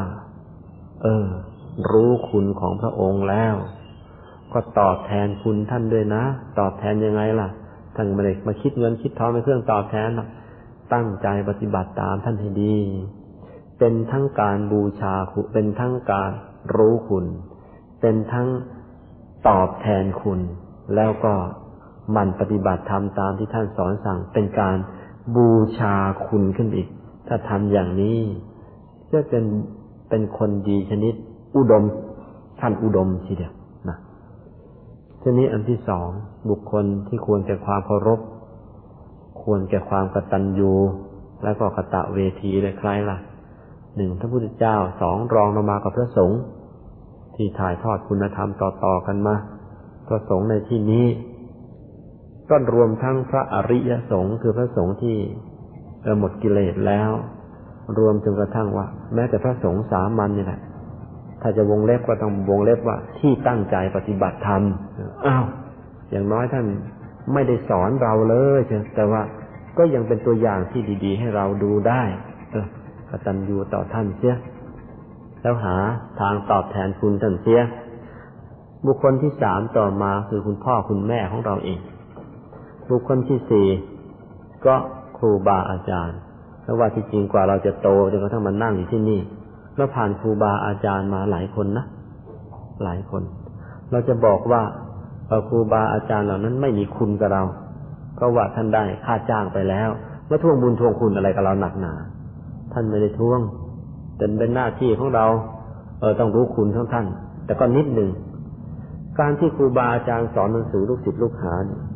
รู้คุณของพระองค์แล้วก็ตอบแทนคุณท่านด้วยนะตอบแทนยังไงล่ะท่านไม่ได้มาคิดเงินคิดทองเป็นเครื่องตอบแทนหรอกตั้งใจปฏิบัติตามท่านให้ดีเป็นทั้งการบูชาคุณเป็นทั้งการรู้คุณเป็นทั้งตอบแทนคุณแล้วก็มันปฏิบัติธรรมตามที่ท่านสอนสั่งเป็นการบูชาคุณขึ้นอีกถ้าทำอย่างนี้จะเป็นคนดีชนิดอุดมท่านอุดมทีเดียวนะทีนี้อันที่สองบุคคลที่ควรแก่ความเคารพควรแก่ความกตัญญูและก็กตเวทีและใครล่ะหนึ่งพระพุทธเจ้าสองรองลงมากับพระสงฆ์ที่ถ่ายทอดคุณธรรมต่อกันมาพระสงฆ์ในที่นี้ก็รวมทั้งพระอริยสงฆ์คือพระสงฆ์ที่หมดกิเลสแล้วรวมจนกระทั่งว่าแม้แต่พระสงฆ์สามัญนี่แหละถ้าจะวงเล็บก็ต้องวงเล็บว่าที่ตั้งใจปฏิบัติธรรมอย่างน้อยท่านไม่ได้สอนเราเลยแต่ว่าก็ยังเป็นตัวอย่างที่ดีๆให้เราดูได้กตัญญูต่อท่านเสียแล้วหาทางตอบแทนคุณท่านเสียบุคคลที่สามต่อมาคือคุณพ่อคุณแม่ของเราเองบุคคลที่สี่ก็ครูบาอาจารย์แล้วว่าที่จริงกว่าเราจะโตจนกระทั่งมานั่งอยู่ที่นี่เราผ่านครูบาอาจารย์มาหลายคนนะหลายคนเราจะบอกว่าครูบาอาจารย์เหล่านั้นไม่มีคุณกับเราเพราะว่าท่านได้ค่าจ้างไปแล้วมาทวงบุญทวงคุณอะไรกับเราหนักหนาท่านไม่ได้ทวงเป็นหน้าที่ของเราต้องรู้คุณของท่านแต่ก็นิดหนึ่งการที่ครูบาอาจารย์สอนหนังสือลูกศิษย์ลูกหา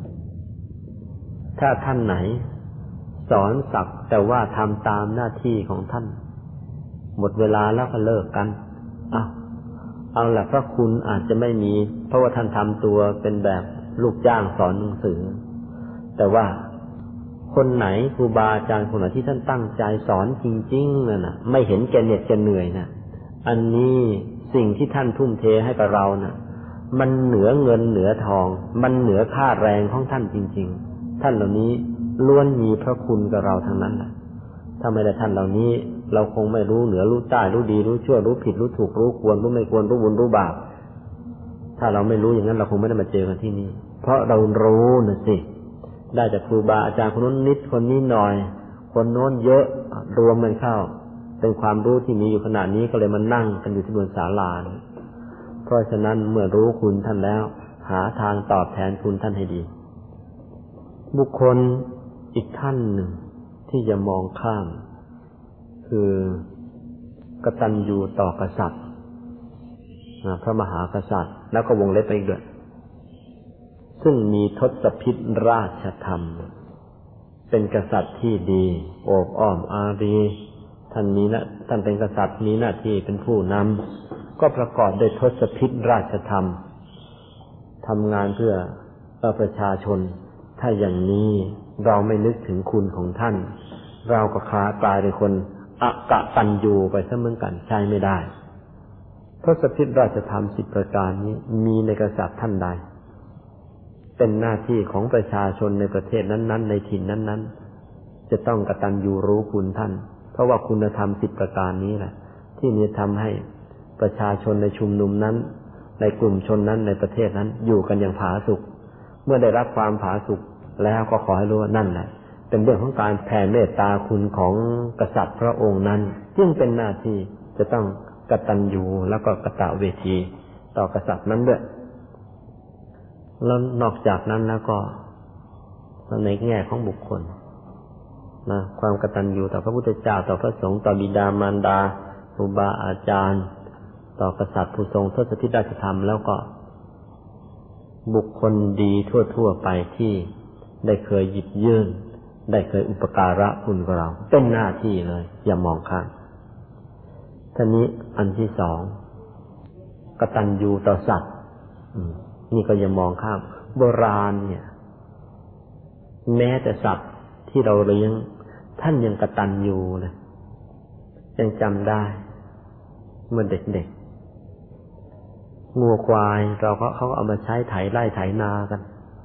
ถ้าท่านไหนสอนสักแต่ว่าทำตามหน้าที่ของท่านหมดเวลาแล้วก็เลิกกันเอาล่ะพระคุณอาจจะไม่มีเพราะว่าท่านทำตัวเป็นแบบลูกจ้างสอนหนังสือแต่ว่าคนไหนครูบาอาจารย์คนไหนที่ท่านตั้งใจสอนจริงๆน่ะไม่เห็นแก่เหน็ดแก่เหนื่อยนะอันนี้สิ่งที่ท่านทุ่มเทให้กับเราน่ะมันเหนือเงินเหนือทองมันเหนือค่าแรงของท่านจริงๆท่านเหล่านี้ล้วนมีพระคุณกับเราทั้งนั้นแหละถ้าไม่ได้ท่านเหล่านี้เราคงไม่รู้เหนือรู้ใต้รู้ดีรู้ชั่วรู้ผิดรู้ถูกรู้ควรรู้ไม่ควรรู้บุญรู้บาปถ้าเราไม่รู้อย่างนั้นเราคงไม่ได้มาเจอกันที่นี่เพราะเรารู้น่ะสิได้จากครูบาอาจารย์คนนู้นนิดคนนี้หน่อยคนโน้นเยอะรวมกันเข้าเป็นความรู้ที่มีอยู่ขนาดนี้ก็เลยมานั่งกันอยู่ที่บนศาลาเพราะฉะนั้นเมื่อรู้คุณท่านแล้วหาทางตอบแทนคุณท่านให้ดีบุคคลอีกท่านหนึ่งที่จะมองข้ามคือกตัญญูต่อกษัตริย์พระมหากษัตริย์แล้วก็วงเล็บไปอีกด้วยซึ่งมีทศพิธราชธรรมเป็นกษัตริย์ที่ดีโอบอ้อมอารีท่านเป็นกษัตริย์มีหน้าที่เป็นผู้นำก็ประกอบด้วยทศพิธราชธรรมทำงานเพื่อประชาชนถ้าอย่างนี้เราไม่นึกถึงคุณของท่านเราก็กลายเป็นคนอกตัญญูไปซะเหมือนกันใช้ไม่ได้ทศพิธราชธรรม10ประการนี้มีในกษัตริย์ท่านใดเป็นหน้าที่ของประชาชนในประเทศนั้นๆในถิ่นนั้นๆจะต้องกตัญญูรู้คุณท่านเพราะว่าคุณธรรม10ประการนี้แหละที่จะทำให้ประชาชนในชุมนุมนั้นในกลุ่มชนนั้นในประเทศนั้นอยู่กันอย่างผาสุกเมื่อได้รับความผาสุกแล้วก็ขอให้รู้ว่านั่นแหละเป็นเรื่องของการแผ่เมตตาคุณของกษัตริย์พระองค์นั้นซึ่งเป็นหน้าที่จะต้องกตัญญูแล้วก็กตเวทีต่อกษัตริย์นั้นด้วยแล้วนอกจากนั้นแล้วก็ในแง่ของบุคคลนะความกตัญญูต่อพระพุทธเจ้าต่อพระสงฆ์ต่อบิดามารดาครูบาอาจารย์ต่อกษัตริย์ผู้ทรงทศพิธราชธรรมแล้วก็บุคคลดีทั่วๆไปที่ได้เคยหยิบยื่นได้เคยอุปการะคุณกับเราเป็นหน้าที่เลยอย่ามองข้ามท่านี้อันที่สองกตัญญูต่อสัตว์นี่ก็อย่ามองข้ามโบราณเนี่ยแม้แต่สัตว์ที่เราเลี้ยงท่านยังกตัญญูเลยยังจำได้เมื่อเด็กๆงัวควายเขาก็เอามาใช้ไถไร่ไถนากัน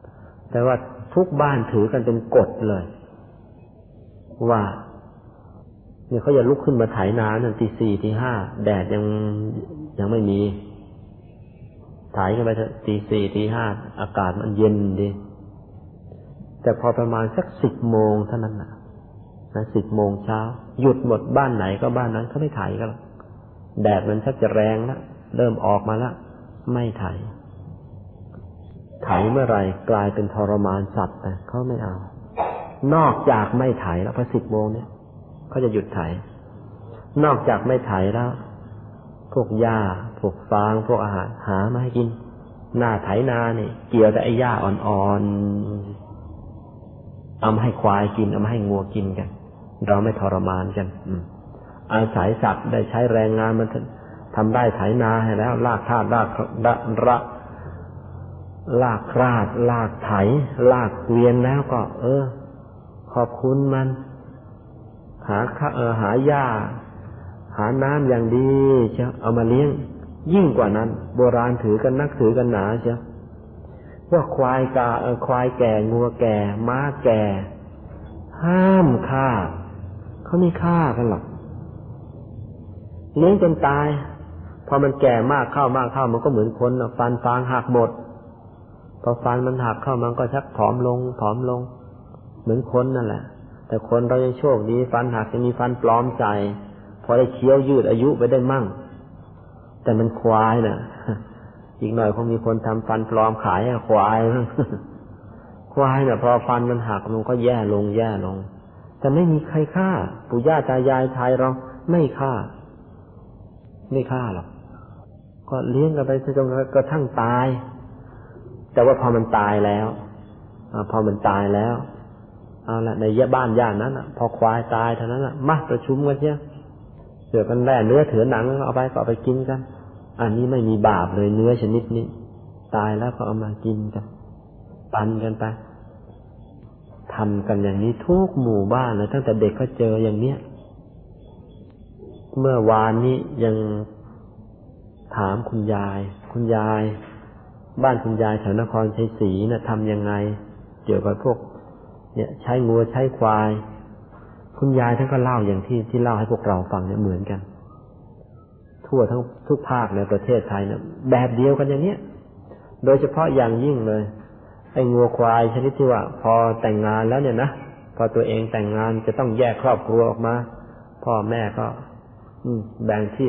แต่ว่าทุกบ้านถือกันเป็นกฎเลยว่าเนี่ยเขาจะลุกขึ้นมาไถนาเนี่ยตี 4 ตี 5แดดยังไม่มีไถกันไปตี 4 ตี 5อากาศมันเย็นดีแต่พอประมาณสัก 10 โมงเท่านั้นนะ 10 โมงเช้าหยุดหมดบ้านไหนก็บ้านนั้นเขาไม่ไถกันหรอกแดดมันชักจะแรงแล้วเริ่มออกมาแล้วไม่ไถเมื่อไรกลายเป็นทรมานสัตว์แต่เขาไม่เอานอกจากไม่ไถแล้วพอ 10 โมงเนี่ยเขาจะหยุดไถนอกจากไม่ไถแล้วพวกหญ้าพวกฟางพวกอาหารหามาให้กินหน้าไถนาเนี่ยเกี่ยวแต่ไอ้หญ้าอ่อนๆเอามาให้ควายกินเอามาให้งัวกินกันเราไม่ทรมานกันอาศัยสัตว์ได้ใช้แรงงานมันทำได้ไถนาให้แล้วลากคราดลากคราดลากไถลากเกวียนแล้วก็ขอบคุณมันหาหญ้าหาน้ำอย่างดีเชียวเอามาเลี้ยงยิ่งกว่านั้นโบราณถือกันนักถือกันหนาเชียวว่าควายแก่งัวแก่ม้าแก่ห้ามฆ่าเขาไม่ฆ่ากันหรอกเลี้ยงจนตายพอมันแก่มากเข้ามันก็เหมือนคนฟันฟางหักหมดพอฟันมันหักเข้ามันก็ชักผอมลงเหมือนคนนั่นแหละแต่คนเรายังโชคดีฟันหักจะมีฟันปลอมใจพอได้เคี้ยวยืดอายุไปได้มั่งแต่มันควายน่ะอีกหน่อยคงมีคนทำฟันปลอมขายให้ควายควายน่ะพอฟันมันหักมันก็แย่ลงแต่ไม่มีใครฆ่าปู่ย่าตายายไทยเราไม่ฆ่าหรอกก็เลี้ยงกันไปจนกระทั่งตายแต่ว่าพอมันตายแล้วเอาละในบ้านย่านนั้นพอควายตายเท่านั้นมาประชุมกันเชียวเสือกันแล่เนื้อเถือหนังเอาไปก็เอาไปกินกันอันนี้ไม่มีบาปเลยเนื้อชนิดนี้ตายแล้วก็เอามากินกันปันกันไปทำกันอย่างนี้ทุกหมู่บ้านเลยตั้งแต่เด็กก็เจออย่างเนี้ยเมื่อวานนี้ยังถามคุณยายบ้านคุณยายแถวนครชัยศรีน่ะทำยังไงเกี่ยวกับพวกเนี่ยใช้งัวใช้ควายคุณยายท่านก็เล่าอย่างที่เล่าให้พวกเราฟังเนี่ยเหมือนกันทั่วทั้งทุกภาคในประเทศไทยเนี่ยแบบเดียวกันอย่างเนี้ยโดยเฉพาะอย่างยิ่งเลยไอ้งัวควายชนิดที่ว่าพอแต่งงานแล้วเนี่ยนะพอตัวเองแต่งงานจะต้องแยกครอบครัวออกมาพ่อแม่ก็แบ่งที่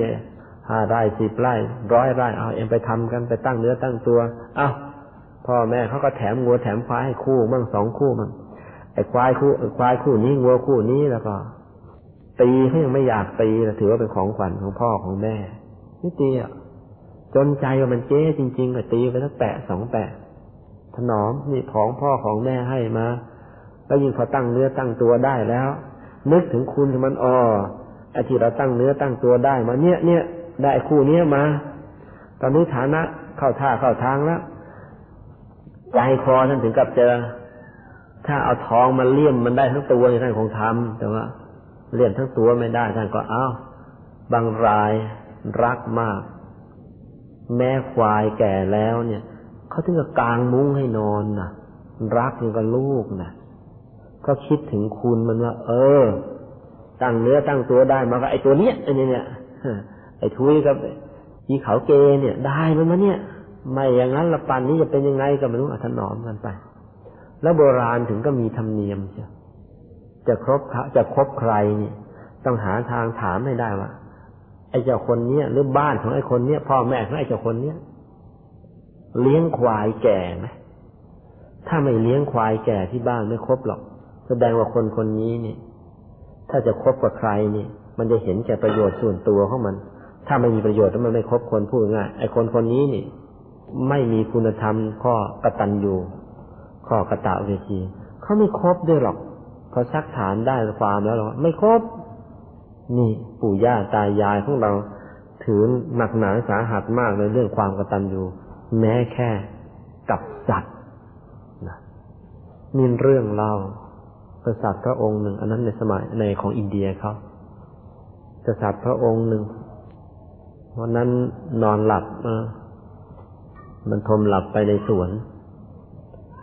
5 ไร่ 10 ไร่ 100 ไร่เอาเองไปทำกันไปตั้งเนื้อตั้งตัวพ่อแม่เขาก็แถมงัวแถมควายให้คู่มั่ง2 คู่มั่งไอ้ควายคู่นี้งัวคู่นี้แล้วก็ตีเขายังไม่อยากตีถือว่าเป็นของขวัญของพ่อของแม่นี่ตีจนใจว่ามันเจ๊จริงๆก็ตีไปสักแปะ2 แปะถนอมนี่ของพ่อของแม่ให้มาแล้วยิ่งพอตั้งเนื้อตั้งตัวได้แล้วนึกถึงคุณมันไอ้ที่เราตั้งเนื้อตั้งตัวได้มาเนี่ยได้คู่นี้มาตอนนี้ฐานะเข้าท่าเข้าทางแล้วใจคอท่านถึงกับเจอถ้าเอาทองมาเลี่ยมมันได้ทั้งตัวท่านคงทำแต่ว่าเลี่ยมทั้งตัวไม่ได้ท่านก็บางรายรักมากแม่ควายแก่แล้วเนี่ยเขาถึงกับกางมุ้งให้นอนน่ะรักอย่างกับลูกน่ะก็คิดถึงคุณมันว่าตั้งเนื้อตั้งตัวได้มาก็ไอ้ตัวเนี้ยเนี่ยไอ้ทุยกับอีเขาเกเนี่ยได้มันมาเนี่ยไม่อย่างนั้นละปันนี้จะเป็นยังไงก็ไม่รู้ถนอมกันไปแล้วโบราณถึงก็มีธรรมเนียมจะคบใครนี่ต้องหาทางถามให้ได้ว่าไอ้เจ้าคนเนี้ยหรือบ้านของไอ้คนเนี้ยพ่อแม่ของไอ้เจ้าคนเนี้ยเลี้ยงควายแก่ไหมถ้าไม่เลี้ยงควายแก่ที่บ้านไม่ครบหรอกแสดงว่าคนนี้นี่ถ้าจะคบกับใครนี่มันจะเห็นแก่ประโยชน์ส่วนตัวของมันถ้าไม่มีประโยชน์แล้วมันไม่คบคนพูดง่ายไอ้คนนี้นี่ไม่มีคุณธรรมข้อกตัญญูข้อกตเวทีเขาไม่คบด้วยหรอกพอซักถามได้ความแล้วหรอไม่คบนี่ปู่ย่าตายายของเราถือหนักหนาสาหัสมากในเรื่องความกตัญญูแม้แค่กับสัตว์นะมีเรื่องเล่ากษัตริย์พระองค์หนึ่งอันนั้นในสมัยในของอินเดียเขากษัตริย์พระองค์หนึ่งวันนั้นนอนหลับมันทมหลับไปในสวน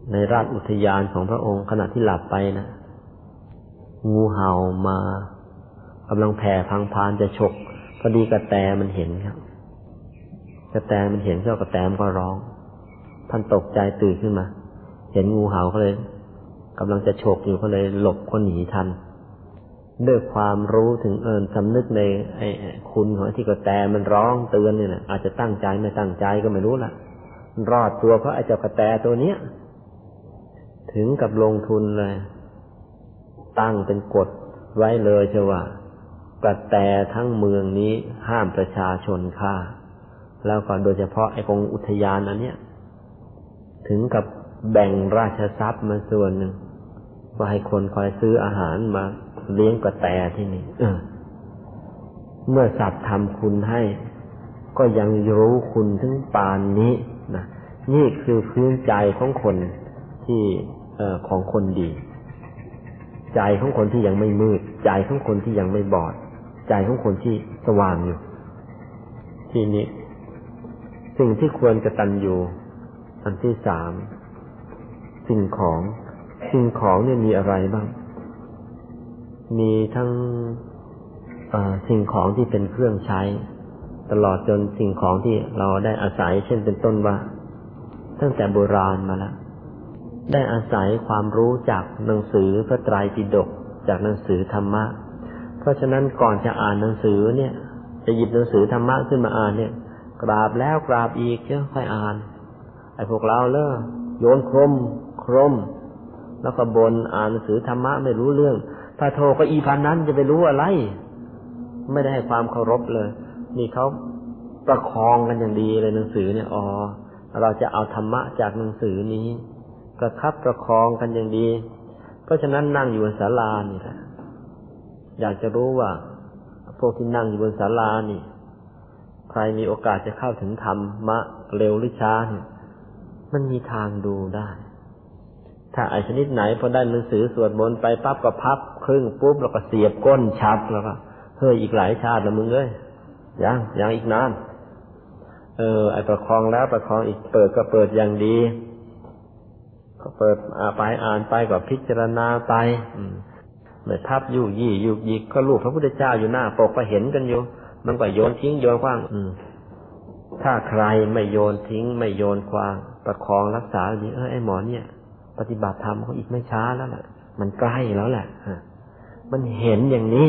ในราชอุทยานของพระองค์ขณะที่หลับไปนะงูเห่ามากำลังแผ่พังพานจะฉกพอดีกระแตมันเห็นครับกระแตมันเห็นเจ้ากระแตมันก็ร้องท่านตกใจตื่นขึ้นมาเห็นงูเห่าก็เลยกำลังจะฉกอยู่ก็เลยหลบคนหนีทันด้วยความรู้ถึงสำนึกในคุณของที่กระแตมันร้องเตือนนี่แหละอาจจะตั้งใจไม่ตั้งใจก็ไม่รู้ล่ะรอดตัวเพราะไอ้เจ้ากระแตตัวเนี้ยถึงกับลงทุนเลยตั้งเป็นกฎไว้เลยเชียวว่ากระแตทั้งเมืองนี้ห้ามประชาชนฆ่าแล้วก็โดยเฉพาะไอ้กองอุทยานอันเนี้ยถึงกับแบ่งราชทรัพย์มาส่วนหนึ่งว่าให้คนคอยซื้ออาหารมาเลี้ยงกระแตที่นี่เมื่อสัตว์ทำคุณให้ก็ยังรู้คุณถึงปานนี้นะนี่คือพื้นใจของคนที่ของคนดีใจของคนที่ยังไม่มืดใจของคนที่ยังไม่บอดใจของคนที่สว่างอยู่ทีนี้สิ่งที่ควรกตัญญูอันที่สามสิ่งของเนี่ยมีอะไรบ้างมีทั้งสิ่งของที่เป็นเครื่องใช้ตลอดจนสิ่งของที่เราได้อาศัยเช่นเป็นต้นว่าตั้งแต่โบราณมาแล้วได้อาศัยความรู้จากหนังสือพระไตรปิฎกจากหนังสือธรรมะเพราะฉะนั้นก่อนจะอ่านหนังสือเนี่ยจะหยิบหนังสือธรรมะขึ้นมาอ่านเนี่ยกราบแล้วกราบอีกเจ้าค่อยอ่านไอ้พวกเราโยนโครมแล้วก็บ่นอ่านหนังสือธรรมะไม่รู้เรื่องถ้าโทก็อีพันนั้นจะไปรู้อะไรไม่ได้ให้ความเคารพเลยนี่เขาประคองกันอย่างดีเลยหนังสือเนี่ยเราจะเอาธรรมะจากหนังสือนี้ประคับประคองกันอย่างดีเพราะฉะนั้นนั่งอยู่บนศาลานี่แหละอยากจะรู้ว่าพวกที่นั่งอยู่บนศาลานี่ใครมีโอกาสจะเข้าถึงธรรมะเร็วหรือช้าเนี่ยมันมีทางดูได้ถ้าไอ้ชนิดไหนพอได้หนังสือสวดมนต์ไปปั๊บก็พับครึ่งปุ๊บแล้วก็เสียบก้นชับแล้วก็เฮ้ยอีกหลายชาติละมึงเอ้ยยังอีกนานไอ้ประคองแล้วประคองอีกเปิดก็เปิดอย่างดีก็เปิดไปอ่านไปก็พิจารณาไปไม่ทับยุยิกก็รูปพระพุทธเจ้าอยู่หน้าปกก็เห็นกันอยู่มันก็โยนทิ้งโยนขว้างถ้าใครไม่โยนทิ้งไม่โยนขว้างประคองรักษาดีไอ้หมอเนี่ยปฏิบัติธรรมเขาอีกไม่ช้าแล้วแหละมันใกล้แล้วแหละมันเห็นอย่างนี้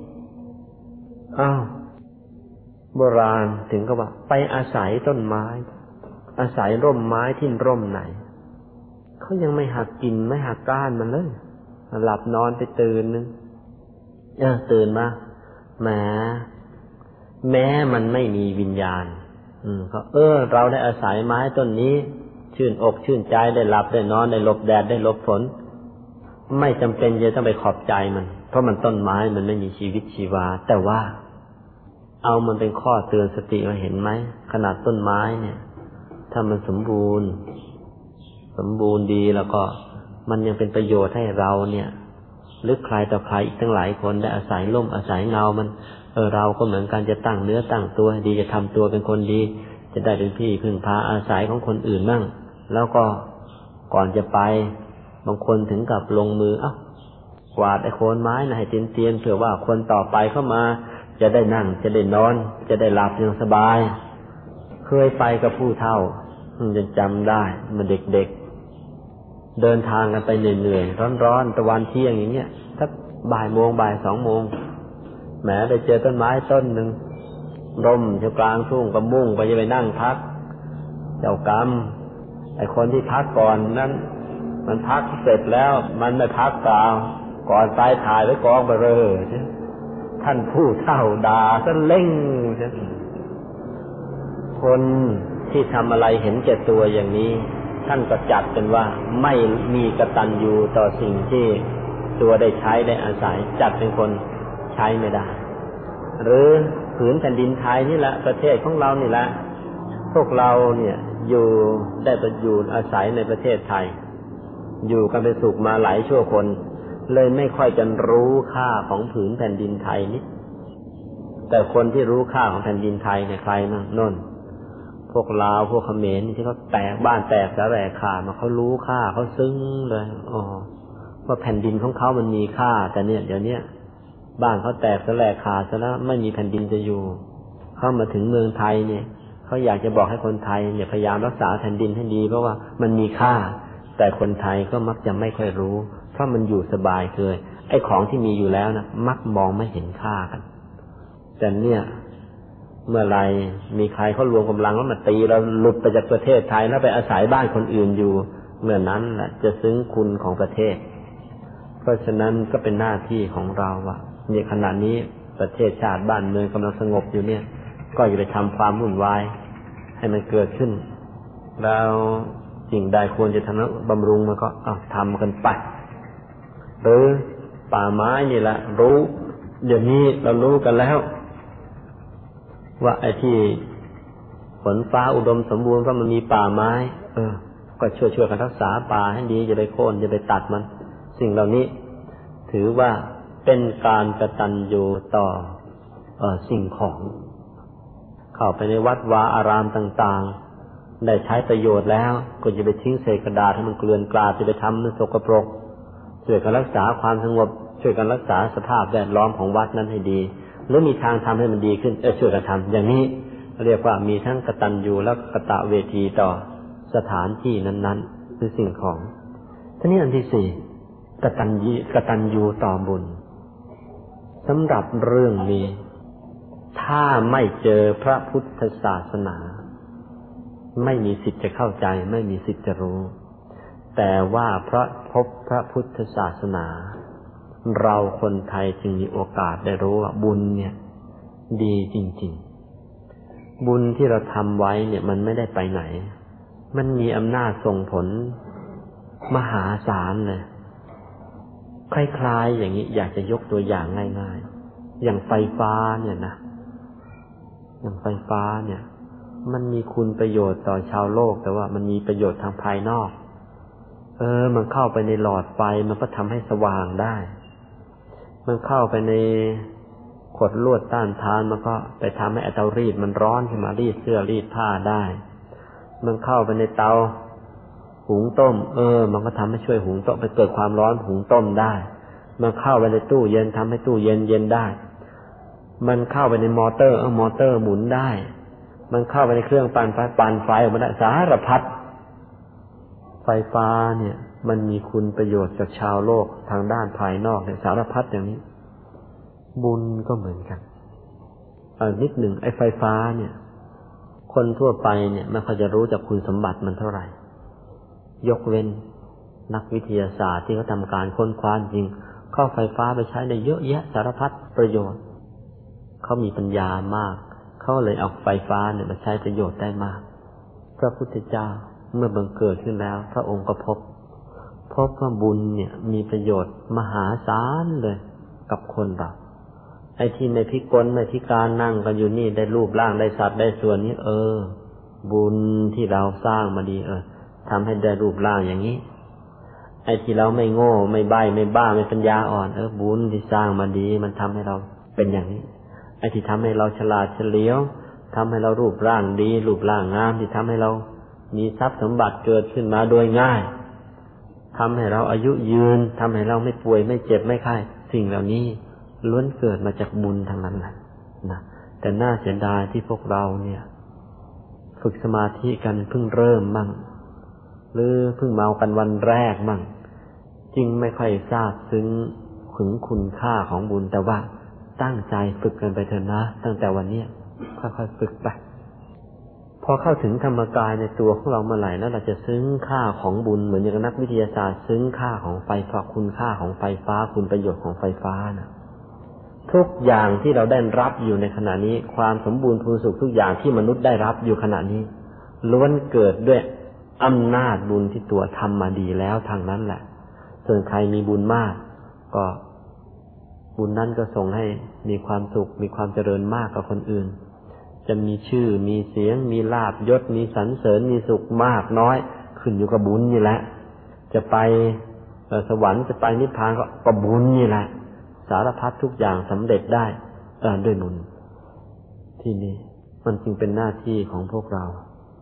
โบราณถึงก็ว่าไปอาศัยต้นไม้อาศัยร่มไม้ที่ร่มไหนเขายังไม่หักกิ่งไม่หักก้านมันเลยหลับนอนไปตื่นนึงตื่นมาแม้มันไม่มีวิญญาณก็เราได้อาศัยไม้ต้นนี้ชื่นอกชื่นใจได้หลับได้นอนได้หลบแดดได้หลบฝนไม่จำเป็นจะต้องไปขอบใจมันเพราะมันต้นไม้มันไม่มีชีวิตชีวาแต่ว่าเอามันเป็นข้อเตือนสติมาเห็นไหมขนาดต้นไม้เนี่ยถ้ามันสมบูรณ์ดีแล้วก็มันยังเป็นประโยชน์ให้เราเนี่ยหรือใครต่อใครอีกตั้งหลายคนได้อาศัยร่มอาศัยเงามันเราก็เหมือนกันจะตั้งเนื้อตั้งตัวดีจะทำตัวเป็นคนดีจะได้เป็นที่พึ่งพาอาศัยของคนอื่นมั่งแล้วก็ก่อนจะไปบางคนถึงกับลงมือกวาดไอ้โคนไม้นะให้เตียนเผื่อว่าคนต่อไปเข้ามาจะได้นั่งจะได้นอนจะได้หลับอย่างสบายเคยไปกับผู้เฒ่าจนจำได้มันเด็กๆเดินทางกันไปเหนื่อยๆร้อนๆตะวันเที่ยงอย่างเงี้ยสักบ่ายโมงบ่าย2 โมงแหมไปเจอต้นไม้ต้นหนึ่งร่มอยู่กลางทุ่งก็มุ่งไปจะไปนั่งพักเจ้ากรรมไอ้คนที่พักก่อนนั้นมันพักเสร็จแล้วมันไม่พักเปล่าก่อนไปถ่ายไว้กองเบลอท่านผู้เฒ่าด่าซะเล่งคนที่ทำอะไรเห็นแก่ตัวอย่างนี้ท่านก็จัดเป็นว่าไม่มีกตัญญูต่อสิ่งที่ตัวได้ใช้ได้อาศัยจัดเป็นคนใช้ไม่ได้หรือผืนแผ่นดินไทยนี่แหละประเทศของเรานี่แหละพวกเราเนี่ยอยู่ได้ประโยชน์อาศัยในประเทศไทยอยู่กันเป็นสุขมาหลายชั่วคนเลยไม่ค่อยจะรู้ค่าของผืนแผ่นดินไทยนิดแต่คนที่รู้ค่าของแผ่นดินไทยเนี่ยใครมั่งโน่นพพวกลาวพวกเขมรที่เขาแตกบ้านแตกสาแหรกขาดมาเขารู้ค่าเขาซึ้งเลยว่าแผ่นดินของเขามันมีค่าแต่เนี่ยเดี๋ยวนี้บ้านเขาแตกสาแหรกขาดซะแล้วไม่มีแผ่นดินจะอยู่เข้ามาถึงเมืองไทยเนี่ยเขาอยากจะบอกให้คนไทยเนี่ยพยายามรักษาแผ่นดินให้ดีเพราะว่ามันมีค่าแต่คนไทยก็มักจะไม่ค่อยรู้เพราะมันอยู่สบายเกินไอ้ของที่มีอยู่แล้วนะมักมองไม่เห็นค่ากันแต่เนี่ยเมื่อไรมีใครเขารวมกำลังแล้วมาตีเราหลุดไปจากประเทศไทยแล้วไปอาศัยบ้านคนอื่นอยู่เมื่อนั้นแหละจะซึ้งคุณของประเทศเพราะฉะนั้นก็เป็นหน้าที่ของเราว่าในขณะนี้ประเทศชาติบ้านเมืองกำลังสงบอยู่เนี่ยก็อย่าไปทำความวุ่นวายให้มันเกิดขึ้นแล้วสิ่งใดควรจะทำบำรุงมันก็ทำกันไปหรือป่าไม้นี่แหละรู้เดี๋ยวนี้เรารู้กันแล้วว่าไอ้ที่ฝนฟ้าอุดมสมบูรณ์เพราะมันมีป่าไม้ก็ช่วยกันรักษาป่าให้ดีอย่าไปโค่นอย่าไปตัดมันสิ่งเหล่านี้ถือว่าเป็นการกตัญญูต่อสิ่งของเข้าไปในวัดวาอารามต่างๆได้ใช้ประโยชน์แล้วก็จะไปทิ้งเศษกระดาษให้มันเกลื่อนกลาดจะไปทำมันสกปรกช่วยกันรักษาความสงบช่วยกันรักษาสภาพแวดล้อมของวัดนั้นให้ดีหรือมีทางทำให้มันดีขึ้นช่วยกันทำอย่างนี้เรียกว่ามีทั้งกตัญญูและกตเวทีต่อสถานที่นั้นๆคือสิ่งของทีนี้อันที่สี่กตัญญูต่อบุญสำหรับเรื่องนี้ถ้าไม่เจอพระพุทธศาสนาไม่มีสิทธิ์จะเข้าใจไม่มีสิทธิ์จะรู้แต่ว่าเพราะพบพระพุทธศาสนาเราคนไทยจึงมีโอกาสได้รู้ว่าบุญเนี่ยดีจริงๆบุญที่เราทำไว้เนี่ยมันไม่ได้ไปไหนมันมีอำนาจส่งผลมหาศาลเลยคล้ายๆอย่างนี้อยากจะยกตัวอย่างง่ายๆอย่างไฟฟ้าเนี่ยนะอย่างไฟฟ้าเนี่ยมันมีคุณประโยชน์ต่อชาวโลกแต่ว่ามันมีประโยชน์ทางภายนอกมันเข้าไปในหลอดไฟมันก็ทำให้สว่างได้มันเข้าไปในขดลวดต้านทานมันก็ไปทำให้เตารีดมันร้อนขึ้นมารีดเสื้อรีดผ้าได้มันเข้าไปในเตาหุงต้มมันก็ทำให้ช่วยหุงต้มไปเกิดความร้อนหุงต้มได้มันเข้าไปในตู้เย็นทำให้ตู้เย็นเย็นได้มันเข้าไปในมอเตอร์มอเตอร์หมุนได้มันเข้าไปในเครื่องปั่นไฟออกมาได้สารพัดไฟฟ้าเนี่ยมันมีคุณประโยชน์กับชาวโลกทางด้านภายนอกเนี่ยสารพัดอย่างนี้บุญก็เหมือนกันนิดหนึ่งไอ้ไฟฟ้าเนี่ยคนทั่วไปเนี่ยไม่ค่อยจะรู้จักคุณสมบัติมันเท่าไหร่ยกเว้นนักวิทยาศาสตร์ที่เขาทำการค้นคว้าจริงเข้าไฟฟ้าไปใช้ได้เยอะแยะสารพัดประโยชน์เขามีปัญญามากเขาเลยเอาไฟฟ้าเนี่ยมาใช้ประโยชน์ได้มากพระพุทธเจ้าเมื่อบังเกิดขึ้นแล้วพระองค์ก็พบว่าบุญเนี่ยมีประโยชน์มหาศาลเลยกับคนเราไอ้ที่ในพิกลในพิการนั่งกันอยู่นี่ได้รูปร่างได้สัตว์ได้ส่วนนี้บุญที่เราสร้างมาดีทำให้ได้รูปร่างอย่างนี้ไอ้ที่เราไม่โง่ไม่ใบ้ไม่บ้าไม่ปัญญาอ่อนบุญที่สร้างมาดีมันทำให้เราเป็นอย่างนี้ไอ้ที่ทำให้เราฉลาดเฉลียวทำให้เรารูปร่างดีรูปร่างงามที่ทำให้เรามีทรัพย์สมบัติเกิดขึ้นมาโดยง่ายทำให้เราอายุยืนทำให้เราไม่ป่วยไม่เจ็บไม่ไข้สิ่งเหล่านี้ล้วนเกิดมาจากบุญทั้งนั้นนะแต่น่าเสียดายที่พวกเราเนี่ยฝึกสมาธิกันเพิ่งเริ่มมั่งหรือเพิ่งเมากันวันแรกมั่งจึงไม่ค่อยทราบซึ้งถึงคุณค่าของบุญแต่ว่าตั้งใจฝึกกันไปเถอะนะตั้งแต่วันนี้ค่อยๆฝึกไปพอเข้าถึงธรรมกายในตัวของเราเมื่อไหร่แล้วเราจะซึ้งค่าของบุญเหมือนอย่างนักวิทยาศาสตร์ซึ้งค่าของไฟฟ้าคุณค่าของไฟฟ้าคุณประโยชน์ของไฟฟ้านะทุกอย่างที่เราได้รับอยู่ในขณะนี้ความสมบูรณ์พูนสุขทุกอย่างที่มนุษย์ได้รับอยู่ขณะนี้ล้วนเกิดด้วยอำนาจบุญที่ตัวทำมาดีแล้วทางนั้นแหละส่วนใครมีบุญมากก็บุญนั้นก็ส่งให้มีความสุขมีความเจริญมากกว่าคนอื่นจะมีชื่อมีเสียงมีลาภยศมีสรรเสริญมีสุขมากน้อยขึ้นอยู่กับบุญนี่แหละจะไปสวรรค์จะไปนิพพานก็บุญนี่แหละสารพัดทุกอย่างสำเร็จได้ด้วยบุญที่นี่มันจึงเป็นหน้าที่ของพวกเรา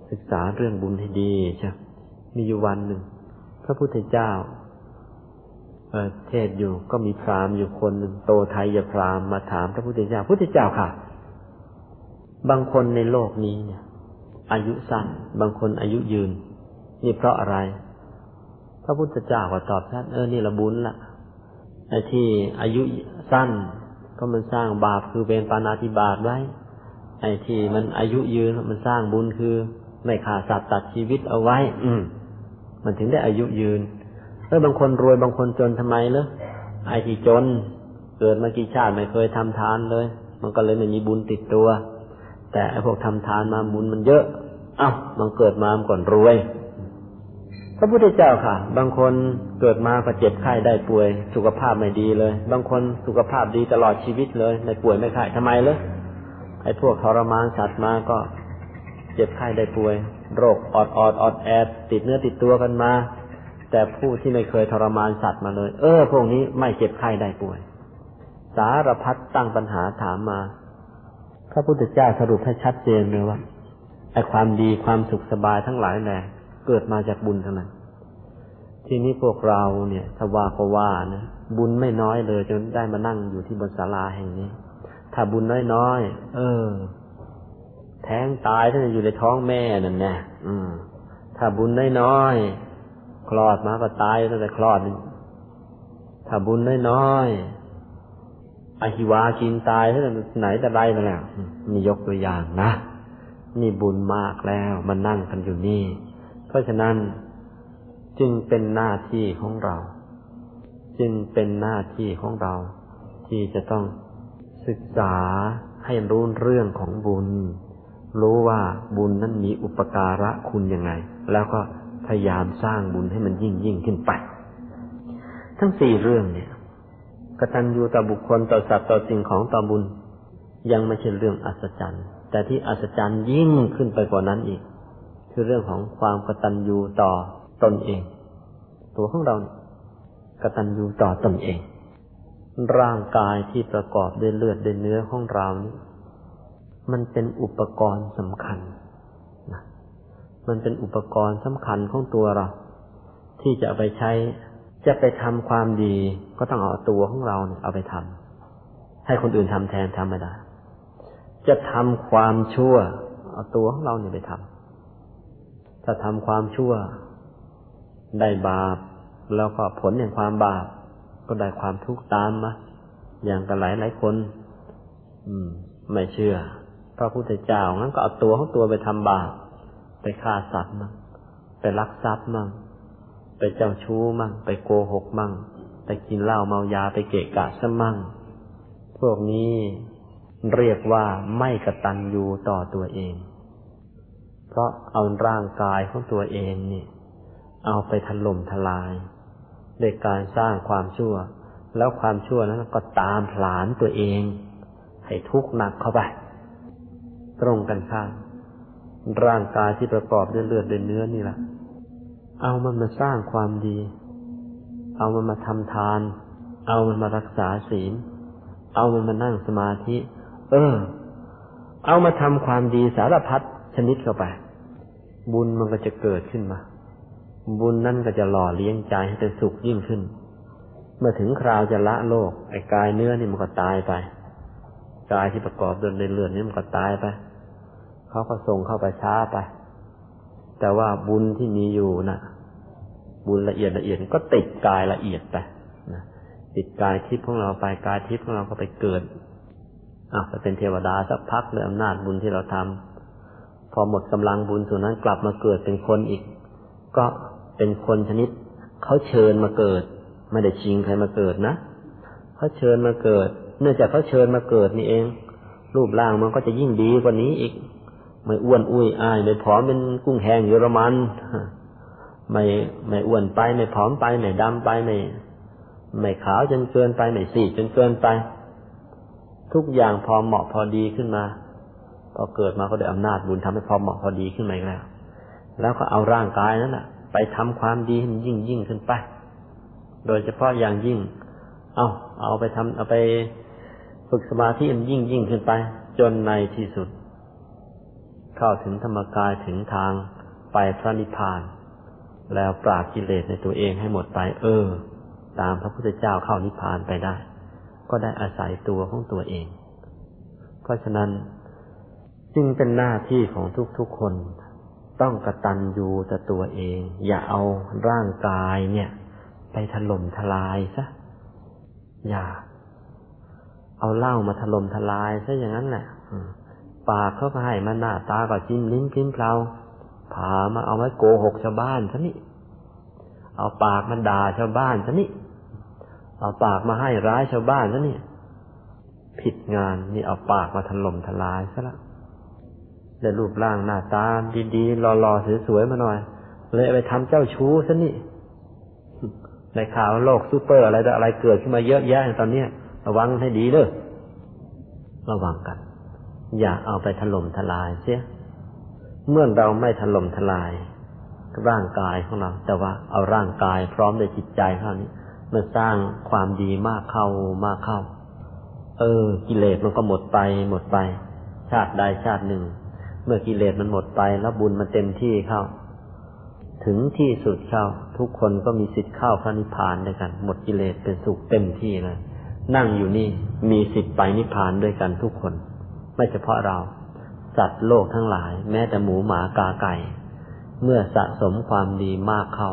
ศึกษาเรื่องบุญให้ดีใช่มีอยู่วันหนึ่งพระพุทธเจ้าเทศอยู่ก็มีพราหมณ์อยู่คนหนึ่งโตไทยพราหมณ์มาถามพระพุทธเจ้าพุทธเจ้าค่ะบางคนในโลกนี้เนี่ยอายุสั้นบางคนอายุยืนนี่เพราะอะไรพระพุทธเจ้าก็ตอบท่านนี่ละบุญละไอ้ที่อายุสั้นก็มันสร้างบาปคือเป็นปาณาติบาตไว้ไอ้ที่มันอายุยืนมันสร้างบุญคือไม่ฆ่าสัตว์ตัดชีวิตเอาไว้มันถึงได้อายุยืนบางคนรวยบางคนจนทำไมเหรอไอ้ที่จนเกิดมากี่ชาติไม่เคยทำทานเลยมันก็เลยไม่มีบุญติดตัวแต่ไอ้พวกทำทานมาบุญมันเยอะมันเกิดมาก่อนรวยพระพุทธเจ้าค่ะบางคนเกิดมาก็เจ็บไข้ได้ป่วยสุขภาพไม่ดีเลยบางคนสุขภาพดีตลอดชีวิตเลยไม่ป่วยไม่ไข้ทำไมเหรอไอ้พวกทรมานสัตว์มาก็เจ็บไข้ได้ป่วยโรคอดแอดติดเนื้อติดตัวกันมาแต่ผู้ที่ไม่เคยทรมานสัตว์มาเลยพวกนี้ไม่เจ็บไข้ได้ป่วยสารพัดตั้งปัญหาถามมาพระพุทธเจ้าสรุปให้ชัดเจนเลยว่าไอ้ความดีความสุขสบายทั้งหลายแหละเกิดมาจากบุญทั้งนั้นทีนี้พวกเราเนี่ยถ้าว่าก็ว่านะบุญไม่น้อยเลยจนได้มานั่งอยู่ที่บนศาลาแห่งนี้ถ้าบุญน้อยแท้งตายถ้าอยู่ในท้องแม่นั่นแน่ถ้าบุญน้อยคลอดมาก็ตายตั้งแต่คลอดถ้าบุญน้อยอหิวากินตายตั้งแต่ไหนแต่ไรมาแล้วนี่ยกตัวอย่างนะนี่บุญมากแล้วมานั่งกันอยู่นี่เพราะฉะนั้นจึงเป็นหน้าที่ของเราที่จะต้องศึกษาให้รู้เรื่องของบุญรู้ว่าบุญนั้นมีอุปการะคุณยังไงแล้วก็พยายามสร้างบุญให้มันยิ่งขึ้นไปทั้ง4เรื่องเนี่ยกตัญญูต่อบุคคลต่อสัตว์ต่อสิ่งของต่อบุญยังไม่ใช่เรื่องอัศจรรย์แต่ที่อัศจรรย์ยิ่งขึ้นไปกว่านั้นอีกคือเรื่องของความกตัญญูต่อตนเองตัวของเรากตัญญูต่อตนเองร่างกายที่ประกอบด้วยเลือดด้วยเนื้อของเรานี่มันเป็นอุปกรณ์สำคัญนะมันเป็นอุปกรณ์สำคัญของตัวเราที่จะเอาไปใช้จะไปทำความดีก็ต้องเอาตัวของเราเนี่ยเอาไปทำให้คนอื่นทำแทนทำไม่ได้จะทำความชั่วเอาตัวของเราเนี่ยไปทำถ้าทำความชั่วได้บาปแล้วก็ผลแห่งความบาปก็ได้ความทุกข์ตามมาอย่างกันหลายคนไม่เชื่อพระพุทธเจ้างั้นก็เอาตัวของตัวไปทำบาปไปฆ่าสัตว์มั่งไปลักทรัพย์มั่งไปเจ้าชู้มั่งไปโกหกมั่งไปกินเหล้าเมายาไปเกะกะซะมั่งพวกนี้เรียกว่าไม่กตัญญูต่อตัวเองเพราะเอาร่างกายของตัวเองนี่เอาไปถล่มทลายด้วยการสร้างความชั่วแล้วความชั่วนั้นก็ตามผลาญตัวเองให้ทุกข์หนักเข้าไปตรงกันข้ามร่างกายที่ประกอบด้วยเลือดด้วยเนื้อนี่แหละเอามันมาสร้างความดีเอามันมาทำทานเอามันมารักษาศีลเอามันมานั่งสมาธิเอามาทำความดีสารพัดชนิดเข้าไปบุญมันก็จะเกิดขึ้นมาบุญนั่นก็จะหล่อเลี้ยงใจให้เป็นสุขยิ่งขึ้นเมื่อถึงคราวจะละโลกไอ้กายเนื้อนี่มันก็ตายไปกายที่ประกอบด้วยเลือดนี่มันก็ตายไปเขาก็ส่งเข้าไปช้าไปแต่ว่าบุญที่มีอยู่นะบุญละเอียดก็ติดกายละเอียดไปนะติดกายทิพย์ของเราไปกายทิพย์ของเราก็ไปเกิดไปเป็นเทวดาสักพักด้วยอำนาจบุญที่เราทำพอหมดกำลังบุญส่วนนั้นกลับมาเกิดเป็นคนอีกก็เป็นคนชนิดเขาเชิญมาเกิดไม่ได้ชิงใครมาเกิดนะเขาเชิญมาเกิดเนื่องจากเขาเชิญมาเกิดนี่เองรูปร่างมันก็จะยิ่งดีกว่านี้อีกไม่อ้วนอุ้ยอ้ายไม่ผอมเป็นกุ้งแห้งเยอรมันไม่อ้วนไปไม่ผอมไปไม่ดำไปไม่ขาวจนเกินไปไม่ซีดจนเกินไปทุกอย่างพอเหมาะพอดีขึ้นมาพอเกิดมาก็ได้อำนาจบุญทำให้พอเหมาะพอดีขึ้นมาอีกแล้วก็เอาร่างกายนั้นน่ะไปทำความดีให้มันยิ่งขึ้นไปโดยเฉพาะอย่างยิ่งเอาไปฝึกสมาธิมันยิ่งขึ้นไปจนในที่สุดเข้าถึงธรรมกายถึงทางไปพระนิพพานแล้วปราบกิเลสในตัวเองให้หมดไปตามพระพุทธเจ้าเข้านิพพานไปได้ก็ได้อาศัยตัวของตัวเองเพราะฉะนั้นจึงเป็นหน้าที่ของทุกๆคนต้องกตัญญูต่อตัวเองอย่าเอาร่างกายเนี่ยไปถล่มทลายซะอย่าเอาเหล้ามาถล่มทลายซะอย่างนั้นแหละปากเขาก็ให้มันหน้าตาก็จิ้มลิ้นพิ้นเพลาผามาเอาไว้โกหกชาวบ้านซะนี่เอาปากมันด่าชาวบ้านซะนี่เอาปากมาให้ร้ายชาวบ้านซะนี่ผิดงานนี่เอาปากมาถล่มทลายซะละได้รูปร่างหน้าตาดีๆหล่อๆสวยๆมาหน่อยเลยเอาไปทำเจ้าชู้ซะนี่ในข่าวโลกซูเปอร์อะไรเกิดขึ้นมาเยอะแยะตอนนี้ระวังให้ดีเด้อระวังกันอย่าเอาไปถล่มทลายเสียเมื่อเราไม่ถล่มทลายร่างกายของเราแต่ว่าเอาร่างกายพร้อมด้วยจิตใจเท่านี้มันสร้างความดีมากเข้ากิเลสมันก็หมดไปชาติใดชาติหนึ่งเมื่อกิเลสมันหมดไปแล้วบุญมันเต็มที่เข้าถึงที่สุดเข้าทุกคนก็มีสิทธิ์เข้าพระนิพพานด้วยกันหมดกิเลสเป็นสุขเต็มที่เลยนั่งอยู่นี่มีสิทธิ์ไปนิพพานด้วยกันทุกคนไม่เฉพาะเราสัตว์โลกทั้งหลายแม้แต่หมูหมากาไก่เมื่อสะสมความดีมากเข้า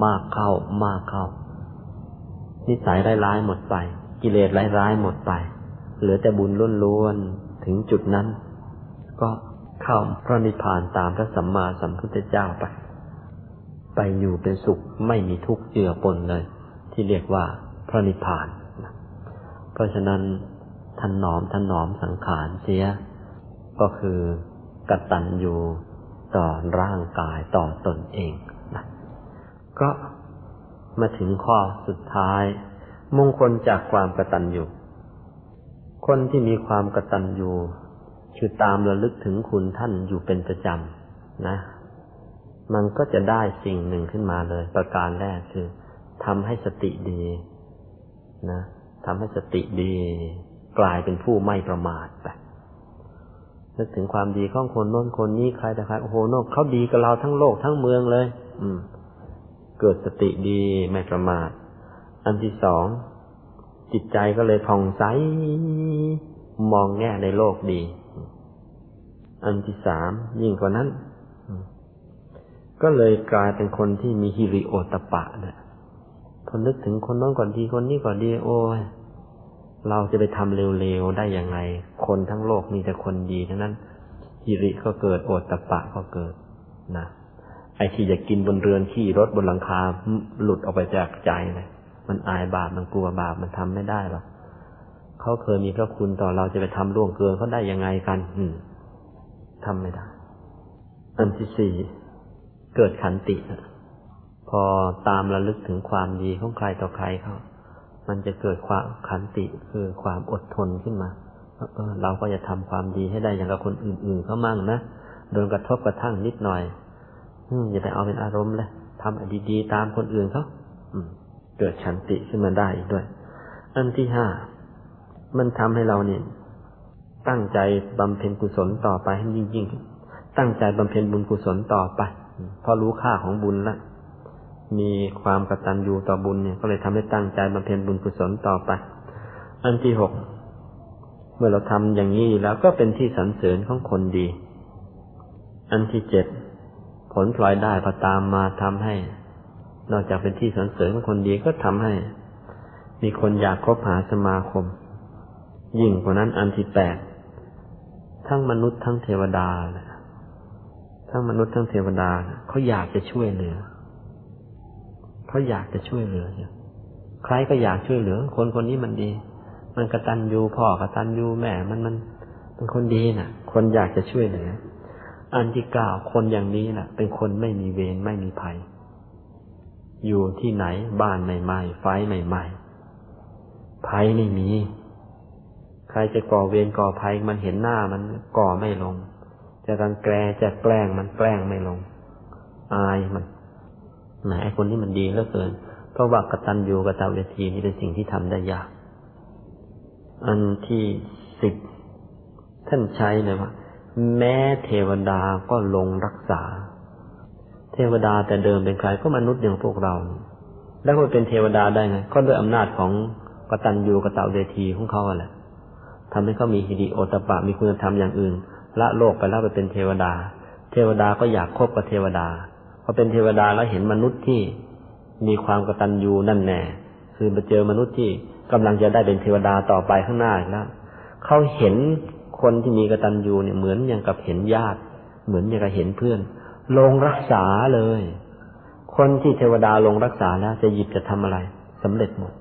นิสัยร้ายๆหมดไปกิเลสร้ายๆหมดไปเหลือแต่บุญล้วนๆถึงจุดนั้นก็เข้าพระนิพพานตามพระสัมมาสัมพุทธเจ้าไปอยู่เป็นสุขไม่มีทุกข์เจือปนเลยที่เรียกว่าพระนิพพานเพราะฉะนั้นถนอมสังขารเสียก็คือกตัญญูต่อร่างกายต่อตนเองนะก็มาถึงข้อสุดท้ายมงคลจากความกตัญญูคนที่มีความกตัญญูคือตามระลึกถึงคุณท่านอยู่เป็นประจำนะมันก็จะได้สิ่งหนึ่งขึ้นมาเลยประการแรกคือทำให้สติดีนะทำให้สติดีกลายเป็นผู้ไม่ประมาทไปนึกถึงความดีของคนโน้นคนนี้ใครแต่ใครโอ้โหโน้นเขาดีกับเราทั้งโลกทั้งเมืองเลยเกิดสติดีไม่ประมาทอันที่สองจิตใจก็เลยผ่องใสมองแง่ในโลกดีอันที่สามยิ่งกว่านั้นก็เลยกลายเป็นคนที่มีหิริโอตตัปปะเนี่ยพอนึกถึงคนโน้นก่อนดีคนนี้ก่อนดีโอ้ยเราจะไปทำเร็วๆได้ยังไงคนทั้งโลกมีแต่คนดีทั้งนั้นหิริก็เกิดโอตตัปปะก็เกิดนะไอ้ที่จะกินบนเรือนขี่รถบนหลังคาหลุดออกไปจากใจเลยมันอายบาปมันกลัวบาปมันทำไม่ได้หรอกเขาเคยมีพระคุณต่อเราจะไปทำล่วงเกินเขาได้ยังไงกันทำไม่ได้อันที่สี่เกิดขันติพอตามระลึกถึงความดีของใครต่อใครเขามันจะเกิดความขันติคือความอดทนขึ้นมาเราก็จะทำความดีให้ได้อย่างกับคนอื่นๆเขามั่งนะโดนกระทบกระทั่งนิดหน่อยอย่าไปเอาเป็นอารมณ์เลยทำดีๆตามคนอื่นเขาเกิดขันติขึ้นมาได้อีกด้วยอันที่ห้ามันทำให้เราเนี่ยตั้งใจบำเพ็ญกุศลต่อไปให้ยิ่งๆตั้งใจบำเพ็ญบุญกุศลต่อไปพอรู้ค่าของบุญแล้วมีความกตัญญูต่อบุญเนี่ยก็เลยทำให้ตั้งใจบำเพ็ญบุญกุศลต่อไปอันที่หกเมื่อเราทำอย่างนี้แล้วก็เป็นที่สรรเสริญของคนดีอันที่เจ็ดผลพลอยได้พอตามมาทำให้นอกจากเป็นที่สรรเสริญของคนดีก็ทำให้มีคนอยากคบหาสมาคมยิ่งกว่านั้นอันที่แปดทั้งมนุษย์ทั้งเทวดาทั้งมนุษย์ทั้งเทวดาเขาอยากจะช่วยเหลือเขาอยากจะช่วยเหลือใครก็อยากช่วยเหลือคนนี้มันดีมันกตัญญูพ่อกตัญญูแม่มันเป็นคนดีน่ะคนอยากจะช่วยเหลืออันที่เก้าคนอย่างนี้น่ะเป็นคนไม่มีเวรไม่มีภัยอยู่ที่ไหนบ้านไม่ไหม้ไฟไม่ไหม้ภัยไม่มีใครจะก่อเวรก่อภัยมันเห็นหน้ามันก่อไม่ลงจะรังแกจะแกล้งมันแกล้งไม่ลงอายมันไหนไอ้คนนี้มันดีเหลือเกินเพราะว่ากตัญญูกตเวทีนี่เป็นสิ่งที่ทำได้ยากอันที่10ท่านใช้เลยว่าแม้เทวดาก็ลงรักษาเทวดาแต่เดิมเป็นใครก็มนุษย์อย่างพวกเราแล้วก็เป็นเทวดาได้ไงก็ด้วยอำนาจของกตัญญูกตเวทีของเขาแหละทำให้เขามีหิริโอตตัปปะมีคุณธรรมอย่างอื่นละโลกไปแล้วไปเป็นเทวดาเทวดาก็อยากคบกับเทวดาพอเป็นเทวดาแล้วเห็นมนุษย์ที่มีความกตัญญูนั่นแน่คือมาเจอมนุษย์ที่กำลังจะได้เป็นเทวดาต่อไปข้างหน้าแล้วเขาเห็นคนที่มีกตัญญูเนี่ยเหมือนอย่างกับเห็นญาติเหมือนอย่างกับเห็นเพื่อนลงรักษาเลยคนที่เทวดาลงรักษาแล้วจะหยิบจะทำอะไรสำเร็จหมด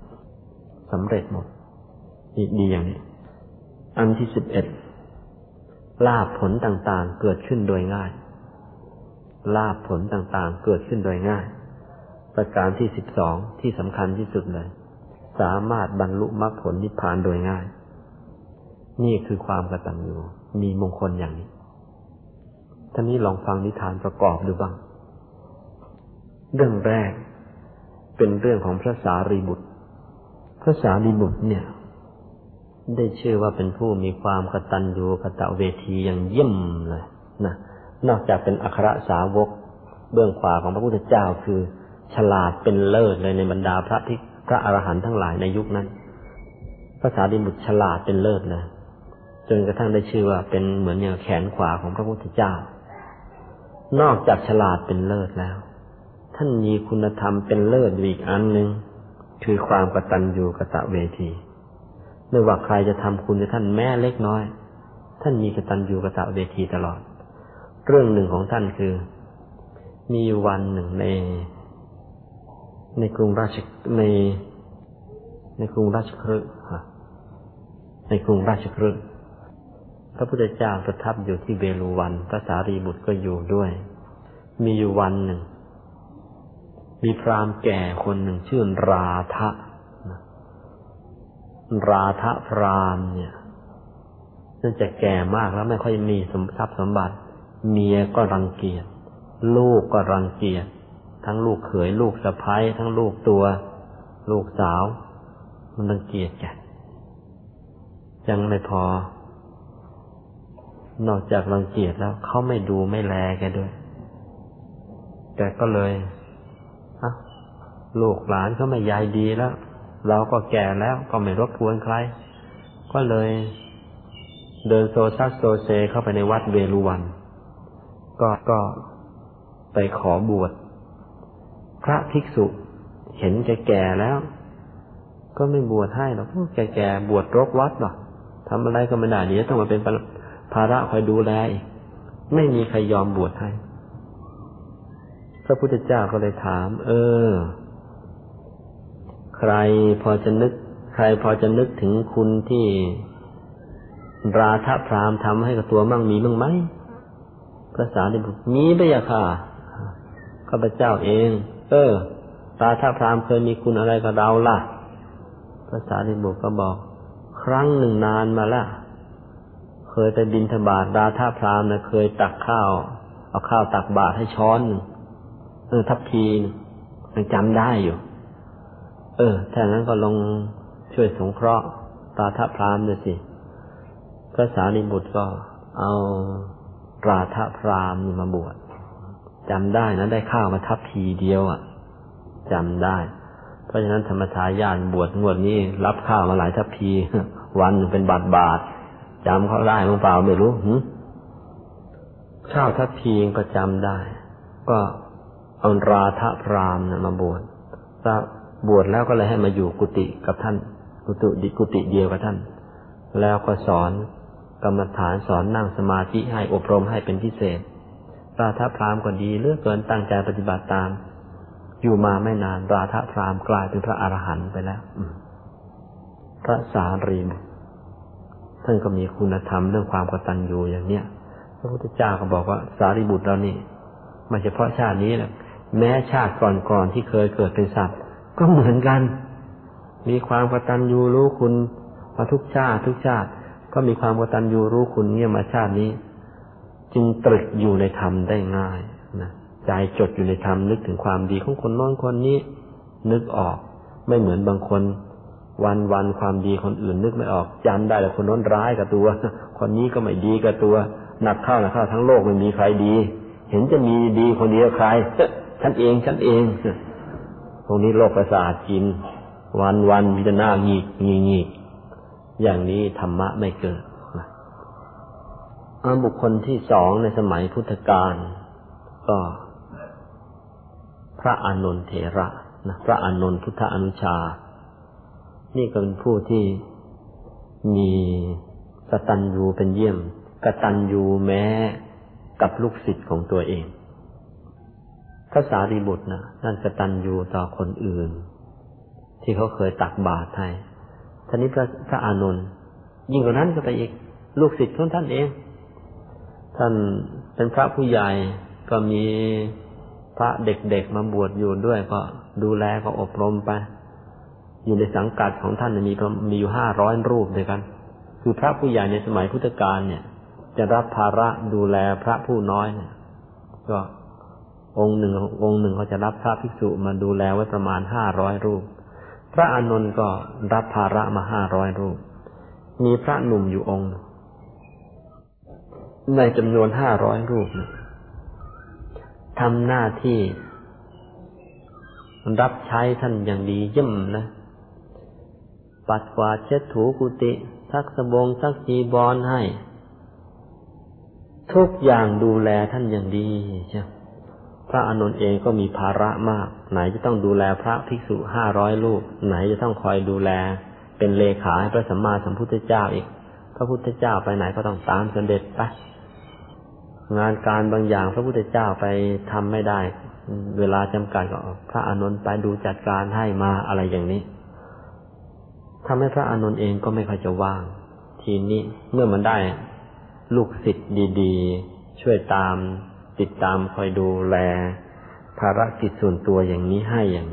ดีอย่างนี้อันที่11ลาภผลต่างๆเกิดขึ้นโดยง่ายลาภผลต่างๆเกิดขึ้นโดยง่ายประการที่12ที่สำคัญที่สุดเลยสามารถบรรลุมรรคผลนิพพานโดยง่ายนี่คือความกตัญญูมีมงคลอย่างนี้ท่านี้ลองฟังนิทานประกอบดูบ้างเรื่องแรกเป็นเรื่องของพระสารีบุตรพระสารีบุตรเนี่ยได้ชื่อว่าเป็นผู้มีความกตัญญูกตเวทีอย่างเยี่ยมเลยนะนอกจากเป็นอัครสาวกเบื้องขวาของพระพุทธเจ้าคือฉลาดเป็นเลิศเลยในบรรดาพระอรหันต์ทั้งหลายในยุคนั้นพระสารีบุตรฉลาดเป็นเลิศเลยจนกระทั่งได้ชื่อว่าเป็นเหมือนอย่างแขนขวาของพระพุทธเจ้านอกจากฉลาดเป็นเลิศแล้วท่านมีคุณธรรมเป็นเลิศอีกอันหนึ่งคือความกตัญญูกตเวทีไม่ว่าใครจะทำคุณกับท่านแม้เล็กน้อยท่านมีกตัญญูกตเวทีตลอดเรื่องหนึ่งของท่านคือมีวันหนึ่งในกรุงราชคฤห์ในกรุงราชคฤห์พระพุทธเจ้าประทับอยู่ที่เวฬุวันพระสารีบุตรก็อยู่ด้วยมีอยู่วันหนึ่งมีพราหมณ์แก่คนหนึ่งชื่อราทะพราหมณ์เนี่ยนั่นจะแก่มากแล้วไม่ค่อยมีทรัพย์สมบัติเมียก็รังเกียจลูกก็รังเกียจทั้งลูกเขยลูกสะใภ้ทั้งลูกตัวลูกสาวมันรังเกียจแกยังไม่พอนอกจากรังเกียจแล้วเขาไม่ดูไม่แลแกด้วยแกก็เลยลูกหลานเขาไม่ใยดีแล้วเราก็แก่แล้วก็ไม่รบกวนใครก็เลยเดินโซซัสโซเซเข้าไปในวัดเวฬุวันก็ไปขอบวชพระภิกษุเห็นแกแก่แล้วก็ไม่บวชให้หรอกแก่บวชรกวัดหรอกทำอะไรก็ไม่ได้เดี๋ยวต้องมาเป็นภาระคอยดูแลอีกไม่มีใครยอมบวชให้พระพุทธเจ้าก็เลยถามใครพอจะนึกถึงคุณที่ราทะพราหมณ์ทำให้กับตัวมั่งมีบ้างไหมพระสารีบุตรมีพะยะค่ะข้าพเจ้าเองราทะพราหมณ์เคยมีคุณอะไรกับเราล่ะพระสารีบุตรก็บอกครั้งหนึ่งนานมาละเคยไปบิณฑบาตราทะพราหมณ์เคยตักข้าวเอาข้าวตักบาตรให้ช้อนหนึ่งทัพพียังจำได้อยู่ถ้างั้นก็ลงช่วยสงเคราะห์ราทะพราหมณ์ด้วยสิพระสารีบุตรก็เอาราทะพราหมณ์มาบวชจำได้นะได้ข้าวมาทัพพีเดียวจำได้เพราะฉะนั้นธรรมทายาทบวชงวดนี้รับข้าวมาหลายทัพพีวันหนึ่งเป็นบาทจำเขาได้หรือเปล่าไม่รู้ข้าวทัพพีก็จำได้ก็เอาราทะพราหมณ์มาบวชบวชแล้วก็เลยให้มาอยู่กุฏิกับท่านกุฏิเดียวกับท่านแล้วก็สอนกรรมฐานสอนนั่งสมาธิให้อบรมให้เป็นพิเศษราทะพราหมณ์ก็ดีเหลือเกินตั้งใจปฏิบัติตามอยู่มาไม่นานราทะพราหมณ์กลายเป็นพระอรหันต์ไปแล้วพระสารีบุตรท่านก็มีคุณธรรมเรื่องความกตัญญูอย่างเนี้ยพระพุทธเจ้าก็บอกว่าสารีบุตรเรานี่ไม่เฉพาะชาตินี้แหละแม้ชาติก่อนๆที่เคยเกิดเป็นสัตว์ก็เหมือนกันมีความกตัญญูรู้คุณมาทุกชาติก็มีความกตัญญูรู้คุณเนี่ยมาชาตินี้จึงตรึกอยู่ในธรรมได้ง่ายนะใจจดอยู่ในธรรมนึกถึงความดีของคนโน้นคนนี้นึกออกไม่เหมือนบางคนวันความดีคนอื่นนึกไม่ออกจำได้แต่คนโน้นร้ายกับตัวคนนี้ก็ไม่ดีกับตัวหนักเข้าทั้งโลกไม่มีใครดีเห็นจะมีดีคนเดียวใครฉันเองตรงนี้โลกประสาทกินวันมีแต่หน้างีกอย่างนี้ธรรมะไม่เกิดบุคคลที่สองในสมัยพุทธกาลก็พระอานนท์เถระนะพระอานนท์พุทธอนุชานี่ก็เป็นผู้ที่มีกตัญญูเป็นเยี่ยมกตัญญูแม้กับลูกศิษย์ของตัวเองพระสารีบุตรนะนั่นกตัญญูต่อคนอื่นที่เขาเคยตักบาตรให้ท่านี้พระอานนท์ยิ่งกว่านั้นก็ไปอีกลูกศิษย์ของท่านเองท่านเป็นพระผู้ใหญ่ก็มีพระเด็กๆมาบวชอยู่ด้วยก็ดูแลก็อบรมไปอยู่ในสังกัดของท่านมีอยู่500 รูปด้วยกันคือพระผู้ใหญ่ในสมัยพุทธกาลเนี่ยจะรับภาระดูแลพระผู้น้อยเนี่ยก็องค์หนึ่งเขาจะรับพระภิกษุมาดูแลไว้ประมาณ500 รูปพระอานนท์ก็รับภาระมา500 รูปมีพระหนุ่มอยู่องค์ในจำนวน500 รูปนะทำหน้าที่รับใช้ท่านอย่างดีเยี่ยมนะปัดกวาดเช็ดถูกุฏิซักสบงซักจีวรให้ทุกอย่างดูแลท่านอย่างดีใช่พระอานนท์เองก็มีภาระมากไหนจะต้องดูแลพระภิกษุ500 รูปไหนจะต้องคอยดูแลเป็นเลขาให้พระสัมมาสัมพุทธเจ้าอีกพระพุทธเจ้าไปไหนก็ต้องตามเสด็จไปงานการบางอย่างพระพุทธเจ้าไปทำไม่ได้เวลาจำกัดก็พระอานนท์ไปดูจัดการให้มาอะไรอย่างนี้ทำให้พระอานนท์เองก็ไม่ค่อยจะว่างทีนี้เมื่อมันได้ลูกศิษย์ดีๆช่วยติดตามคอยดูแลภารกิจส่วนตัวอย่างนี้ให้อย่าง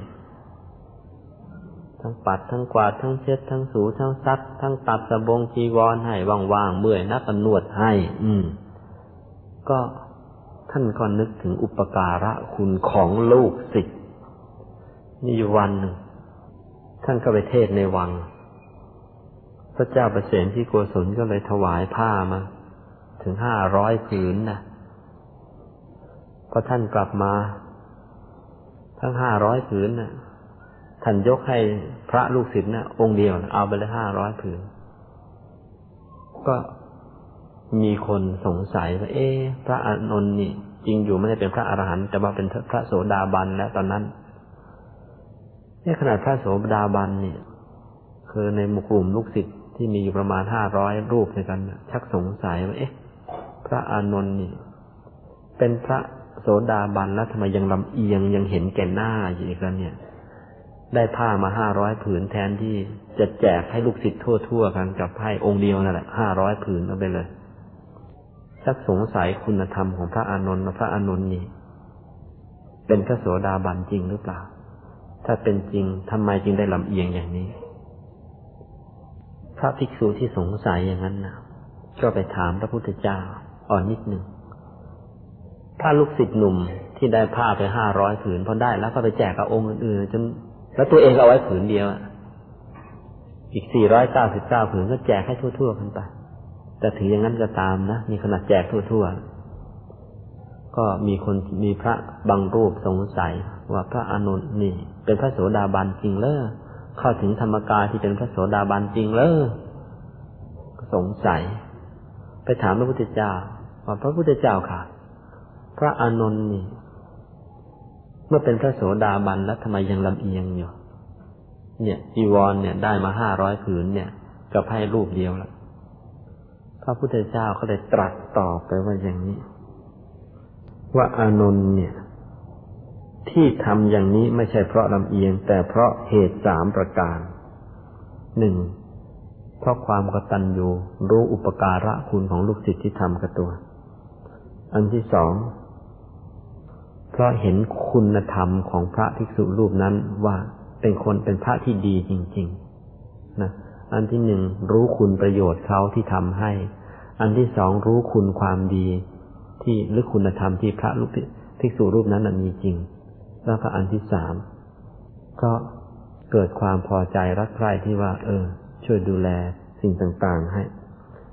ทั้งปัดทั้งกวาดทั้งเช็ดทั้งถูทั้งซักทั้งตัดสบงจีวรให้ว่างๆเมื่อยนักก็นวดให้ก็ท่านก็นึกถึงอุปการะคุณของลูกศิษย์นี่อยู่วันหนึ่งท่านก็ไปเทศในวังพระเจ้าประเสนที่โกศลก็เลยถวายผ้ามาถึง500 ผืนนะพอท่านกลับมาทั้ง500 ผืนนะท่านยกให้พระลูกศิษย์นะองค์เดียวนะเอาไปเลย500 ผืนก็มีคนสงสัยว่าพระอานนท์นี่จริงอยู่ไม่ได้เป็นพระอรหันต์แต่ว่าเป็นพระโสดาบันแล้วตอนนั้นขนาดพระโสดาบันนี่คือในหมู่กลุ่มลูกศิษย์ที่มีอยู่ประมาณ500 รูปในกันชักสงสัยว่าพระอานนท์นี่เป็นพระโสดาบันแล้วทำไมยังลำเอียงยังเห็นแก่หน้าอยู่อีกแล้วเนี่ยได้ผ้ามา500 ผืนแทนที่จะแจกให้ลูกศิษย์ทั่วๆกันกับให้องค์เดียวนั่นแหละ500 ผืนเอาไปเลยชักสงสัยคุณธรรมของพระอานนท์ว่าพระอานนท์นี่เป็นพระโสดาบันจริงหรือเปล่าถ้าเป็นจริงทำไมจึงได้ลำเอียงอย่างนี้พระภิกษุที่สงสัยอย่างนั้นนะก็ไปถามพระพุทธเจ้านิดหนึ่งถ้าลูกศิษย์หนุ่มที่ได้ผ้าไป500 ผืนพอได้แล้วก็ไปแจกกับองค์อื่นๆจนแล้วตัวเองเอาไว้ผืนเดียวอีก499 ผืนก็แจกให้ทั่วๆกันไปแต่ถึงอย่างนั้นก็ตามนะมีขนาดแจกทั่วๆก็มีพระบางรูปสงสัยว่าพระอานนท์นี่เป็นพระโสดาบันจริงเหรอเข้าถึงธรรมกายที่เป็นพระโสดาบันจริงเหรอสงสัยไปถามพระพุทธเจ้าว่าพระพุทธเจ้าค่ะพระอานนท์นี่เมื่อเป็นพระโสดาบันแล้วทำไมยังลำเอียงอยู่เนี่ยจีวรเนี่ยได้มา500 ผืนเนี่ยกับให้รูปเดียวละพระพุทธเจ้าก็เลยตรัสตอบไปว่าอย่างนี้ว่าอานนท์เนี่ยที่ทำอย่างนี้ไม่ใช่เพราะลำเอียงแต่เพราะเหตุ3 ประการ 1. เพราะความกตัญญูรู้อุปการะคุณของลูกศิษย์ที่ทำกับตัวอันที่ 2เพราะเห็นคุณธรรมของพระภิกษุรูปนั้นว่าเป็นพระที่ดีจริงๆนะอันที่ 1รู้คุณประโยชน์เขาที่ทำให้อันที่ 2รู้คุณความดีที่หรือคุณธรรมที่พระภิกษุรูปนั้นมีจริงแล้วก็อันที่ 3ก็เกิดความพอใจรักใคร่ที่ว่าช่วยดูแลสิ่งต่างๆให้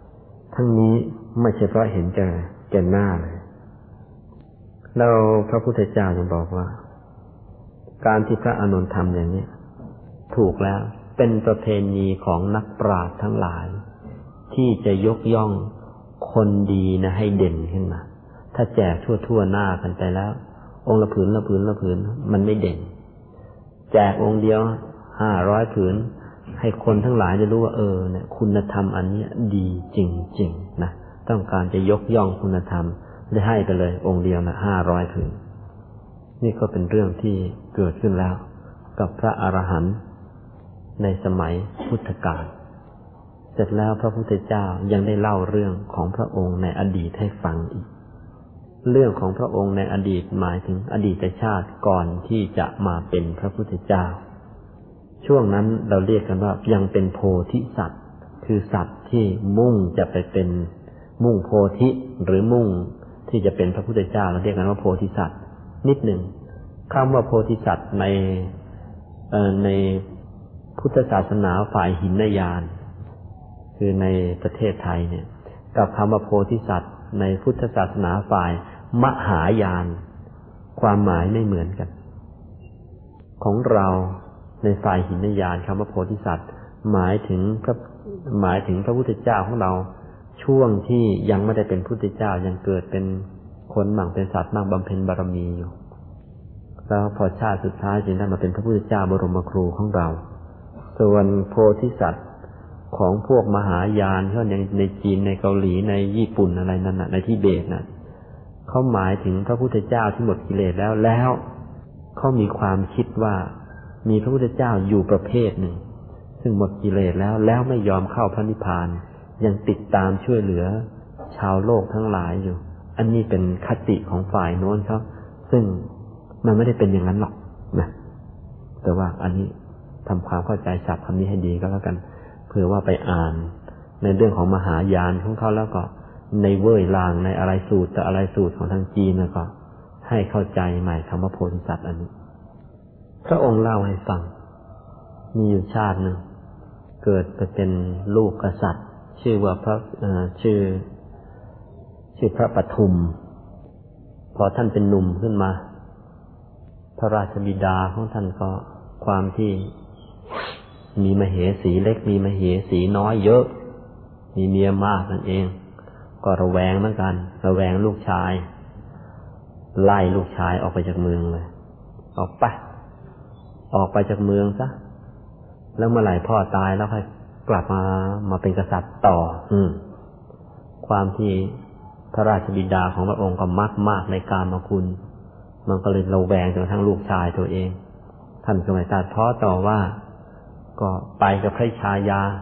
ทั้งนี้ไม่ใช่เพราะเห็นแก่หน้าเลยแล้วพระพุทธเจ้ายังบอกว่าการที่พระอานนท์ทำอย่างนี้ถูกแล้วเป็นประเพณีของนักปราชญ์ทั้งหลายที่จะยกย่องคนดีนะให้เด่นขึ้นมาถ้าแจกทั่วหน้ากันไปแล้วองค์ละผืนมันไม่เด่นแจกองค์เดียว500 ผืนให้คนทั้งหลายจะรู้ว่าเนี่ยคุณธรรมอันนี้ดีจริงๆนะต้องการจะยกย่องคุณธรรมได้ให้ไปเลยองค์เดียวนะ500 ผืนนี่ก็เป็นเรื่องที่เกิดขึ้นแล้วกับพระอรหันต์ในสมัยพุทธกาลเสร็จแล้วพระพุทธเจ้ายังได้เล่าเรื่องของพระองค์ในอดีตให้ฟังอีกเรื่องของพระองค์ในอดีตหมายถึงอดีตชาติก่อนที่จะมาเป็นพระพุทธเจ้าช่วงนั้นเราเรียกกันว่ายังเป็นโพธิสัตว์คือสัตว์ที่มุ่งจะไปเป็นมุ่งโพธิหรือมุ่งที่จะเป็นพระพุทธเจ้าเราเรียกกันว่าโพธิสัตว์นิดหนึ่งคำว่าโพธิสัตว์ในพุทธศาสนาฝ่ายหินยานคือในประเทศไทยเนี่ยกับคำว่าโพธิสัตว์ในพุทธศาสนาฝ่ายมหายานความหมายไม่เหมือนกันของเราในฝ่ายหินยานคำว่าโพธิสัตว์หมายถึงพระพุทธเจ้าของเราช่วงที่ยังไม่ได้เป็นพุทธเจ้ายังเกิดเป็นคนมั่งเป็นสัตว์มั่งบำเพ็ญบารมีอยู่แล้วพอชาติสุดท้ายจึงได้มาเป็นพระพุทธเจ้าบรมครูของเราส่วนโพธิสัตว์ของพวกมหายานเขาในจีนในเกาหลีในญี่ปุ่นอะไรนั่นน่ะในทิเบตน่ะเขาหมายถึงพระพุทธเจ้าที่หมดกิเลสแล้วเขามีความคิดว่ามีพระพุทธเจ้าอยู่ประเภทหนึ่งซึ่งหมดกิเลสแล้วไม่ยอมเข้าพระนิพพานยังติดตามช่วยเหลือชาวโลกทั้งหลายอยู่อันนี้เป็นคติของฝ่ายโน้นครับซึ่งมันไม่ได้เป็นอย่างนั้นหรอกนะแต่ว่าอันนี้ทำความเข้าใจศัพท์คำนี้ให้ดีก็แล้วกันเผื่อว่าไปอ่านในเรื่องของมหายานของเขาแล้วก็ในเว่ยลางในอะไรสูตรแต่อะไรสูตรของทางจีนแล้วก็ให้เข้าใจใหม่คำว่าโพธิสัตว์อันนี้พระองค์เล่าให้ฟังมีอยู่ชาติหนึ่งเกิดไปเป็นลูกกษัตริย์ชื่อว่าชื่อพระปทุมพอท่านเป็นหนุ่มขึ้นมาพระราชบิดาของท่านก็ความที่มีมเหสีเล็กมีมเหสีน้อยเยอะมีเมียมากนั่นเองก็ระแวงเหมือนกันระแวงลูกชายไล่ลูกชายออกไปจากเมืองเลยออกไปจากเมืองซะแล้วเมื่อไหร่พ่อตายแล้วค่อยกลับมาเป็นกษัตริย์ต่อความที่พระราชบิดาของพระองค์ก็มากในกามคุณมันก็เลยระแวงจนทั้งลูกชายตัวเองท่านก็ไม่ตัดพ้อต่อว่าก็ไปกับพระชายา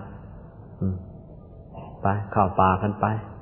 ไปเข้าป่ากันไป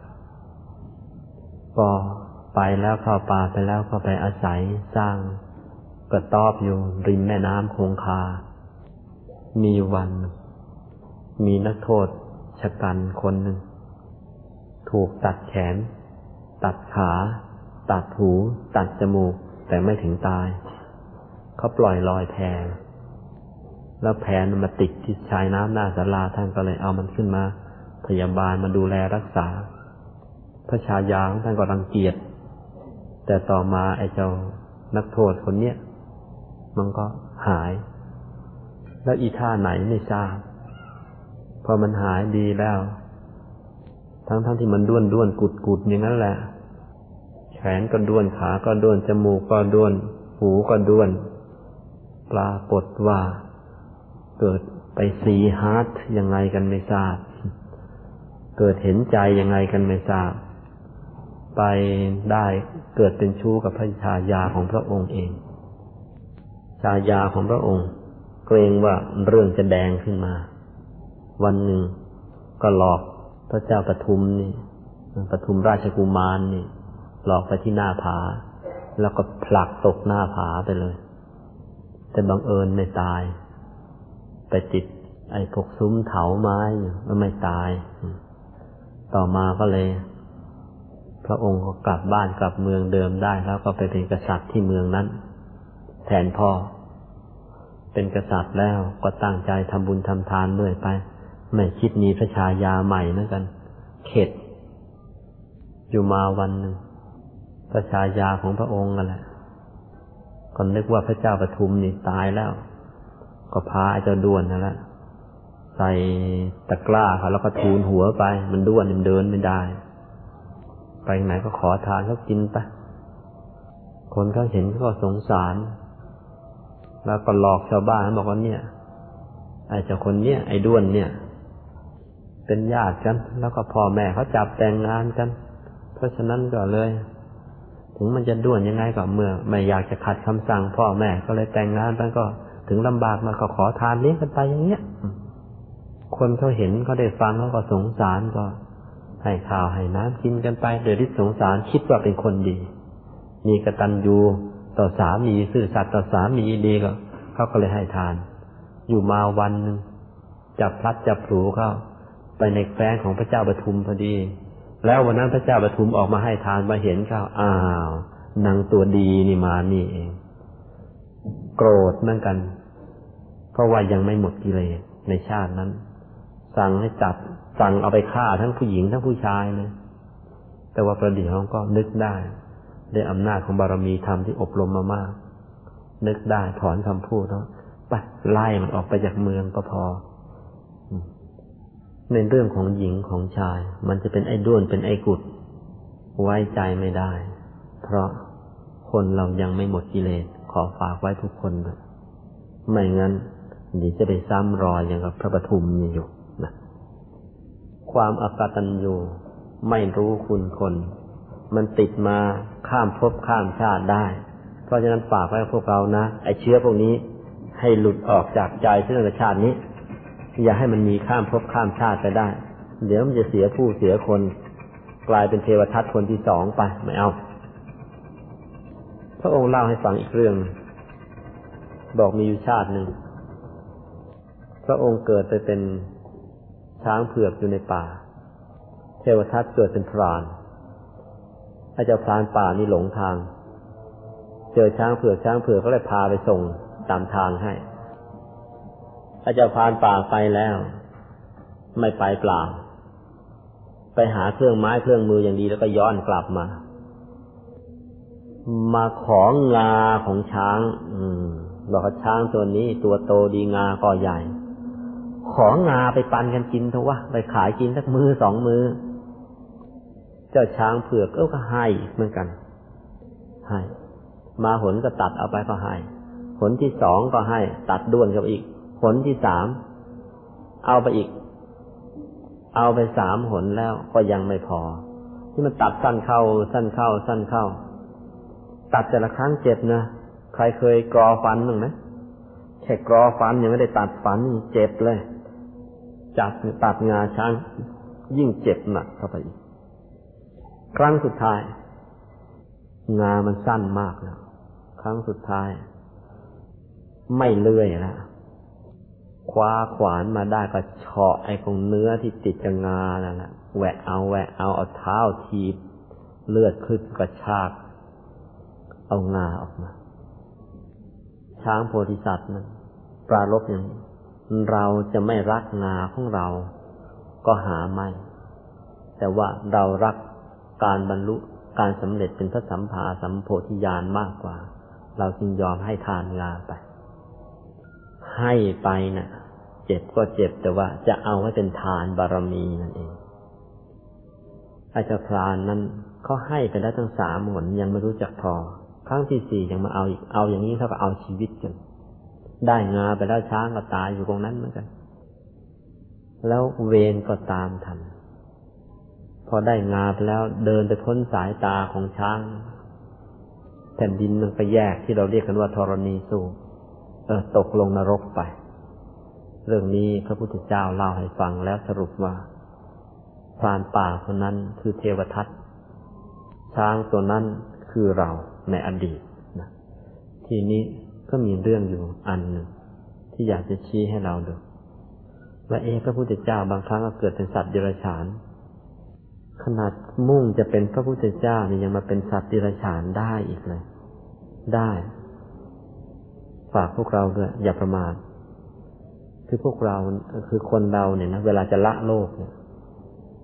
ก็ไปแล้วเข้าป่าไปแล้วก็ไปอาศัยสร้างกระต๊อบอยู่ริมแม่น้ำคงคามีวันมีนักโทษชะกันคนหนึ่งถูกตัดแขนตัดขาตัดหูตัดจมูกแต่ไม่ถึงตายเขาปล่อยลอยแพแล้วแพมันมาติดที่ชายน้ำหน้าศาลาท่านก็เลยเอามันขึ้นมาพยาบาลมาดูแลรักษาพระชายาของท่านก็รังเกียจแต่ต่อมาไอ้เจ้านักโทษคนเนี้ยมันก็หายแล้วอีท่าไหนไม่ทราบพอมันหายดีแล้วทั้งที่มันด้วนกุดอย่างนั้นแหละแขนก็ด้วนขาก็ด้วนจมูกก็ด้วนหูก็ด้วนปรากฏว่าเกิดไปซีฮาร์ทยังไงกันไม่ทราบเกิดเห็นใจยังไงกันไม่ทราบไปได้เกิดเป็นชู้กับพระชายาของพระองค์เองชายาของพระองค์เกรงว่าเรื่องจะแดงขึ้นมาวันหนึ่งก็หลอกพระเจ้าปทุมนี่ปทุมราชกุมารนี่หลอกไปที่หน้าผาแล้วก็ผลักตกหน้าผาไปเลยแต่บังเอิญไม่ตายไปติดไอ้พวกซุ้มเถาไม้อยู่ไม่ตายต่อมาก็เลยพระองค์ก็กลับบ้านกลับเมืองเดิมได้แล้วก็ไปเป็นกษัตริย์ที่เมืองนั้นแทนพ่อเป็นกษัตริย์แล้วก็ตั้งใจทำบุญทำทานเรื่อยไปไม่คิดมีพระชายาใหม่เหมือนกันเข็ดอยู่มาวันหนึ่งพระชายาของพระองค์นั่นแหละก็นึกว่าพระเจ้าปทุมนี่ตายแล้วก็พาไอ้เจ้าด้วนนั่นแหละใส่ตะกร้าเขาแล้วก็ทูลหัวไปมันด้วนมันเดินไม่ได้ไปไหนก็ขอทานเขากินไปคนเขาเห็นเขาก็สงสารแล้วก็หลอกชาวบ้านบอกว่าเนี่ยไอ้เจ้าคนเนี้ยไอ้ด้วนเนี่ยเป็นญาติกันแล้วก็พ่อแม่เขาจับแต่งงานกันเพราะฉะนั้นก็เลยถึงมันจะด้วนยังไงก็เมื่อไม่อยากจะขัดคำสั่งพ่อแม่ก็เลยแต่งงานกันก็ถึงลำบากมาก็ขอทานเลี้ยงกันไปอย่างเงี้ยคนเขาเห็นเขาได้ฟังเขาก็สงสารก็ให้ข้าวให้น้ำกินกันไปโดยที่สงสารคิดว่าเป็นคนดีมีกตัญญูต่อสามีซื่อสัตย์ต่อสามีดีก็เขาก็เลยให้ทานอยู่มาวันนึงจับพลัดจับผลูเข้าไปในแคว้นของพระเจ้าปทุมพอดีแล้ววันนั้นพระเจ้าปทุมออกมาให้ทานมาเห็นเขาอ้าวนางตัวดีนี่มานี่เองโกรธเหมือนกันเพราะว่ายังไม่หมดกิเลสในชาตินั้นสั่งให้จับสั่งเอาไปฆ่าทั้งผู้หญิงทั้งผู้ชายเลยแต่ว่าประเดี๋ยวก็นึกได้ด้วยอำนาจของบารมีธรรมที่อบรมมามากนึกได้ถอนคำพูดแล้วไปไล่มันออกไปจากเมืองก็พอในเรื่องของหญิงของชายมันจะเป็นไอ้ด้วนเป็นไอ้กุดไว้ใจไม่ได้เพราะคนเรายังไม่หมดกิเลสขอฝากไว้ทุกคนด้วยไม่งั้นเดี๋ยวจะไปซ้ำรอยอย่างกับพระปทุมนี่อยู่นะความอกตัญญูไม่รู้คุณคนมันติดมาข้ามภพข้ามชาติได้เพราะฉะนั้นฝากไว้กับพวกเรานะไอ้เชื้อพวกนี้ให้หลุดออกจากใจเรื่องชาตินี้อย่าให้มันมีข้ามภพข้ามชาติไปได้เดี๋ยวมันจะเสียผู้เสียคนกลายเป็นเทวทัตคนที่สองไปไม่เอาพระองค์เล่าให้ฟังอีกเรื่องบอกมีอยู่ชาติหนึ่งพระองค์เกิดไปเป็นช้างเผือกอยู่ในป่าเทวทัตเกิดเป็นพรานไอ้เจ้าพรานป่านี่หลงทางเจอช้างเผือกก็เลยพาไปส่งตามทางให้ไอ้เจ้าพรานป่าไปแล้วไม่ไปเปล่าไปหาเครื่องไม้เครื่องมืออย่างดีแล้วก็ย้อนกลับมาของงาของช้างบอกว่าช้างตัวนี้ตัวโตดีงาก็ใหญ่ของงาไปปันกันกินเถอะวะไปขายกินสักมือสองมือเจ้าช้างเผือกก็ให้เหมือนกันให้มาหนก็ตัดเอาไปก็ให้หนที่สองก็ให้ตัดด้วนกับอีกหนที่สามเอาไปอีกเอาไปสามหนแล้วก็ยังไม่พอที่มันตัดสั้นเข้าตัดแต่ละครั้งเจ็บนะใครเคยกรอฟันบ้างไหมแค่กรอฟันยังไม่ได้ตัดฟันเจ็บเลยจับตัดงาช้างยิ่งเจ็บหนักเข้าไปอีกครั้งสุดท้ายงามันสั้นมากแล้วครั้งสุดท้ายไม่เลื่อยแล้วคว้าขวานมาได้ก็เฉาะไอ้ของเนื้อที่ติดกับงานั่นแหละแหวะเอาเท้าถีบเลือดขึ้นกระชากเอางาออกมาช้างโพธิสัตว์นั้นปรารภอย่างนี้เราจะไม่รักงาของเราก็หาไม่แต่ว่าเรารักการบรรลุการสำเร็จเป็นพระสัมมาสัมโพธิญาณมากกว่าเราจึงยอมให้ทานงาไปให้ไปนะเจ็บก็เจ็บแต่ว่าจะเอาไว้เป็นทานบารมีนั่นเองอาจารย์พรานนั้นเขาให้ไปได้ทั้ง3 หนยังไม่รู้จักพอครั้งที่4ยังมาเอาอีกเอาอย่างนี้เท่ากับเอาชีวิตกันได้งาไปแล้วช้างก็ตายอยู่ตรงนั้นเหมือนกันแล้วเวรก็ตามทันพอได้งาไปแล้วเดินไปพ้นสายตาของช้างแผ่นดินมันไปแยกที่เราเรียกกันว่าธรณีสูบตกลงนรกไปเรื่องนี้พระพุทธเจ้าเล่าให้ฟังแล้วสรุปว่าพรานป่าคนนั้นคือเทวทัตช้างตัวนั้นคือเราในอดีตนะทีนี้ก็มีเรื่องอยู่อันหนึ่งที่อยากจะชี้ให้เราดูว่าพระพุทธเจ้าบางครั้งก็เกิดเป็นสัตว์เดรัจฉานขนาดมุ่งจะเป็นพระพุทธเจ้านี่ยังมาเป็นสัตว์เดรัจฉานได้อีกเลยได้ฝากพวกเราด้วยอย่าประมาทคือพวกเราคือคนเราเนี่ยนะเวลาจะละโลกเนี่ย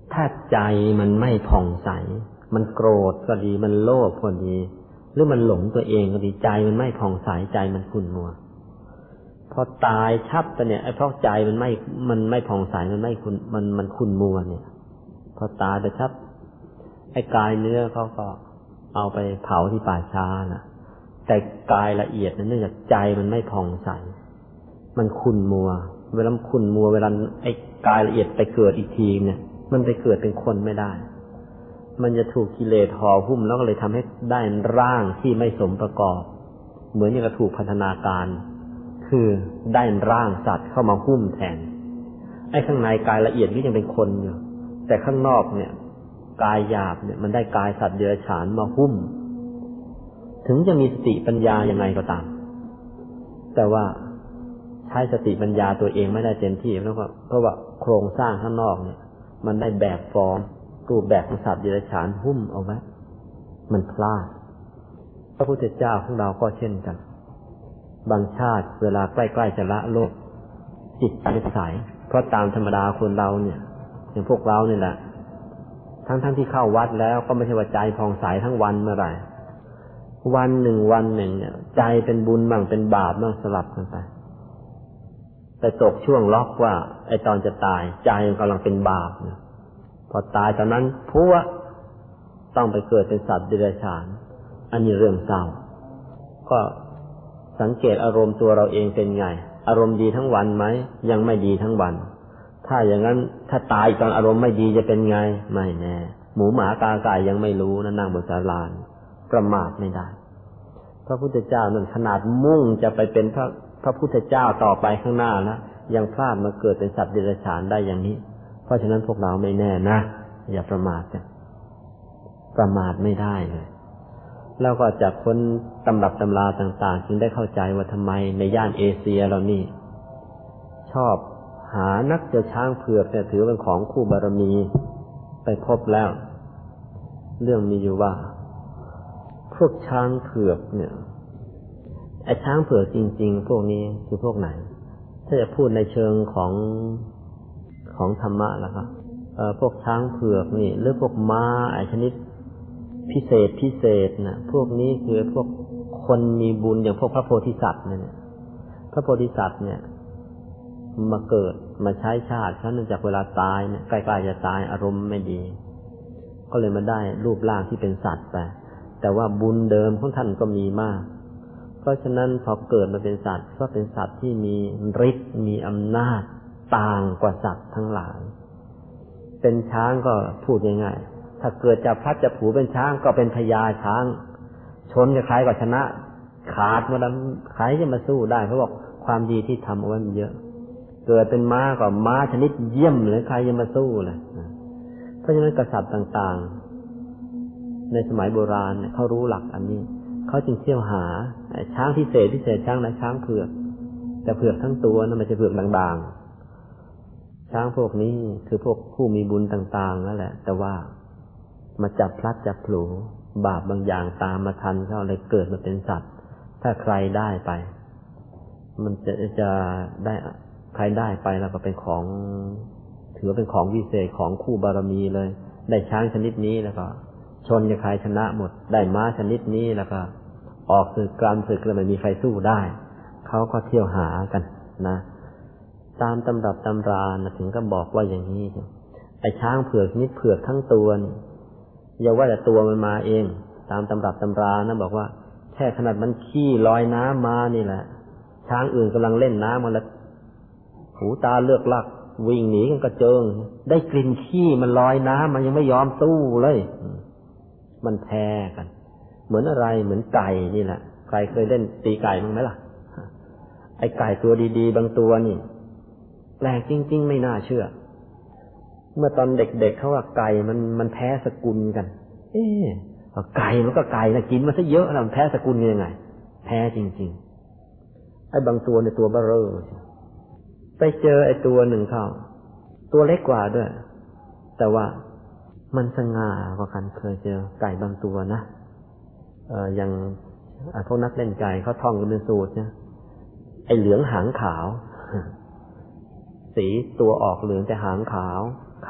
ถ้าใจมันไม่ผ่องใสมันโกรธก็ดีมันโลภก็ดีหรือมันหลงตัวเองก็ดีใจมันไม่ผ่องใสใจมันขุ่นมัวพอตายชับไปเนี่ยไอ้เพราะใจมันไม่ผ่องใสมันไม่มันขุ่นมัวเนี่ยพอตายไปชับไอ้กายเนื้อเขาก็เอาไปเผาที่ป่าช้าน่ะแต่กายละเอียดนั้นเนื่องจากใจมันไม่ผ่องใสมันขุ่นมัวเวลาขุ่นมัวเวลาไอ้กายละเอียดไปเกิดอีกทีเนี่ยมันไปเกิดเป็นคนไม่ได้มันจะถูกกิเลสห่อหุ้มแล้วก็เลยทำให้ได้ร่างที่ไม่สมประกอบเหมือนอย่างกับถูกพันธนาการคือได้ร่างสัตว์เข้ามาหุ้มแทนไอ้ข้างในกายละเอียดนี่ยังเป็นคนอยู่แต่ข้างนอกเนี่ยกายหยาบเนี่ยมันได้กายสัตว์เดรัจฉานมาหุ้มถึงจะมีสติปัญญายังไงก็ตามแต่ว่าใช้สติปัญญาตัวเองไม่ได้เต็มที่เพราะว่าโครงสร้างข้างนอกเนี่ยมันได้แบบฟอร์มรูปแบบของสัตว์เดรัจฉานหุ้มเอาไว้มันพลาดพระพุทธเจ้าของเราก็เช่นกันบางชาติเวลาใกล้ๆจะละโลกจิตนิสัยเพราะตามธรรมดาคนเราเนี่ยอย่างพวกเราเนี่ยแหละทั้งที่เข้าวัดแล้วก็ไม่ใช่ว่าใจผ่องใสทั้งวันเมื่อไหร่วันหนึ่งเนี่ยใจเป็นบุญบ้างเป็นบาปบ้างสลับกันไปแต่ตกช่วงล็อกว่าไอ้ตอนจะตายใจมันกำลังเป็นบาปเนี่ยพอตายตอนนั้นพัวต้องไปเกิดเป็นสัตว์เดรัจฉานอันนี้เรื่องเศร้าก็สังเกตอารมณ์ตัวเราเองเป็นไงอารมณ์ดีทั้งวันไหมยังไม่ดีทั้งวันถ้าอย่างนั้นถ้าตายตอนอารมณ์ไม่ดีจะเป็นไงไม่แน่หมูหมากาไก่ยังไม่รู้นะนั่งบนศาลาประมาทไม่ได้พระพุทธเจ้านั่นขนาดมุ่งจะไปเป็นพระพุทธเจ้าต่อไปข้างหน้าแล้วยังพลาดมาเกิดเป็นสัตว์เดรัจฉานได้อย่างนี้เพราะฉะนั้นพวกเราไม่แน่นะอย่าประมาทกันประมาทไม่ได้เลยแล้วก็จากคนตำรับตำราต่างๆจึงได้เข้าใจว่าทำไมในย่านเอเชียเรานี่ชอบหานักเจ้าช้างเผือกเนี่ยถือเป็นของคู่บารมีไปพบแล้วเรื่องมีอยู่ว่าพวกช้างเผือกเนี่ยไอ้ช้างเผือกจริงๆพวกนี้คือพวกไหนถ้าจะพูดในเชิงของธรรมะแล้วครับพวกช้างเผือกนี่หรือพวกม้าไอ้ชนิดพิเศษนะพวกนี้คือพวกคนมีบุญอย่างพวกพระโพธิสัตว์เนี่ยพระโพธิสัตว์เนี่ยมาเกิดมาใช้ชาติเนื่องจากเวลาตายเนี่ยใกล้ๆจะตายอารมณ์ไม่ดีก็เลยมาได้รูปร่างที่เป็นสัตว์ไปแต่ว่าบุญเดิมของท่านก็มีมากเพราะฉะนั้นพอเกิดมาเป็นสัตว์ก็เป็นสัตว์ที่มีฤทธิ์มีอำนาจต่างกว่าสัตว์ทั้งหลายเป็นช้างก็พูดง่ายๆถ้าเกิดจะพลัดจะผูเป็นช้างก็เป็นพญาช้างชนกับใครก็ชนะขาดมาแล้วใครจะมาสู้ได้เพราะบอกความดีที่ทำเอาไว้มันเยอะเกิดเป็นม้าก็ม้าชนิดเยี่ยมเลยใครจะมาสู้เลยเพราะฉะนั้นกษัตริย์ต่างๆในสมัยโบราณเขารู้หลักอันนี้เขาจึงเที่ยวหาช้างพิเศษช้างและช้างเผือกแต่เผือกทั้งตัวนั่นไม่ใช่เผือกด่างๆช้างพวกนี้คือพวกผู้มีบุญต่างๆนั่นแหละแต่ว่ามาจับพลัดจับผลูบาปบางอย่างตามมาทันเขาเลยเกิดมาเป็นสัตว์ถ้าใครได้ไปมันจะได้ใครได้ไปแล้วก็เป็นของถือเป็นของวิเศษของคู่บารมีเลยได้ช้างชนิดนี้แล้วก็ชนกับใครชนะหมดได้ม้าชนิดนี้แล้วก็ออกศึกกลางศึกแล้วไม่มีใครสู้ได้เขาก็เที่ยวหากันนะตามตำรับตำรานะถึงก็บอกว่าอย่างนี้ไอ้ช้างเผือกนิดเผือกทั้งตัวนี่อย่าว่าแต่ตัวมันมาเองตามตำรับตำรานะบอกว่าแค่ขนาดมันขี้ลอยน้ำมานี่แหละช้างอื่นกำลังเล่นน้ำมันแล้วหูตาเลือกลักวิ่งหนีกันกระเจิงได้กลิ่นขี้มันลอยน้ำมันยังไม่ยอมสู้เลยมันแพ้กันเหมือนอะไรเหมือนไก่นี่แหละใครเคยเล่นตีไก่มั้งไหมล่ะไอ้ไก่ตัวดีๆบางตัวนี่แปลกจริงๆไม่น่าเชื่อเมื่อตอนเด็กๆเขาว่าไก่มันแพ้สกุลกันไก่มันก็ไก่นะกินมาซะเยอะแล้วมันแพ้สกุลยังไงแพ้จริงๆไอ้บางตัวในตัวเบ้อเร่อไปเจอไอ้ตัวหนึ่งเข้าตัวเล็กกว่าด้วยแต่ว่ามันสง่ากว่ากันเคยเจอไก่บางตัวนะอย่างพวกนักเล่นไก่เขาท่องกันเป็นสูตรนะไอ้เหลืองหางขาวสีตัวออกเหลืองแต่หางขาวข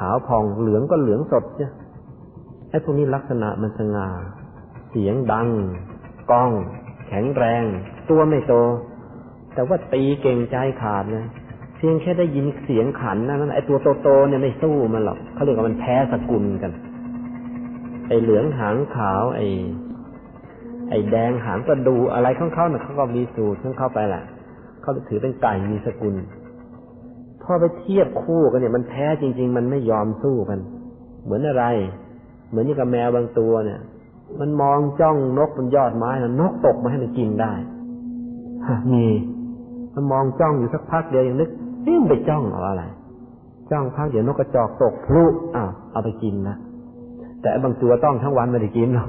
ขาวผ่องเหลืองก็เหลืองสดเนี่ยไอ้พวกนี้ลักษณะมันสง่าเสียงดังก้องแข็งแรงตัวไม่โตแต่ว่าตีเก่งใจขาดเลยเพียงแค่ได้ยินเสียงขันนั้นไอ้ตัวโตๆเนี่ยไม่สู้มันหรอกเขาเรียกว่ามันแพ้สกุลกันไอ้เหลืองหางขาวไอ้แดงหางกระดูอะไรของเขาเนี่ยเขาก็มีสูตรของเขาไปแหละเขาถือเป็นไก่มีสกุลพอไปเทียบคู่กันเนี่ยมันแพ้จริงๆมันไม่ยอมสู้กันเหมือนอะไรเหมือนนี่กับแมวบางตัวเนี่ยมันมองจ้องนกบนยอดไม้นะนกตกมาให้มันกินได้มีมันมองจ้องอยู่สักพักเดียวยังนึกมันไปจ้องเอาอะไรจ้องพักเดี๋ยวนกกระจอกตกพลุเอาไปกินนะแต่บางตัวต้องทั้งวันไม่ได้กินหรอก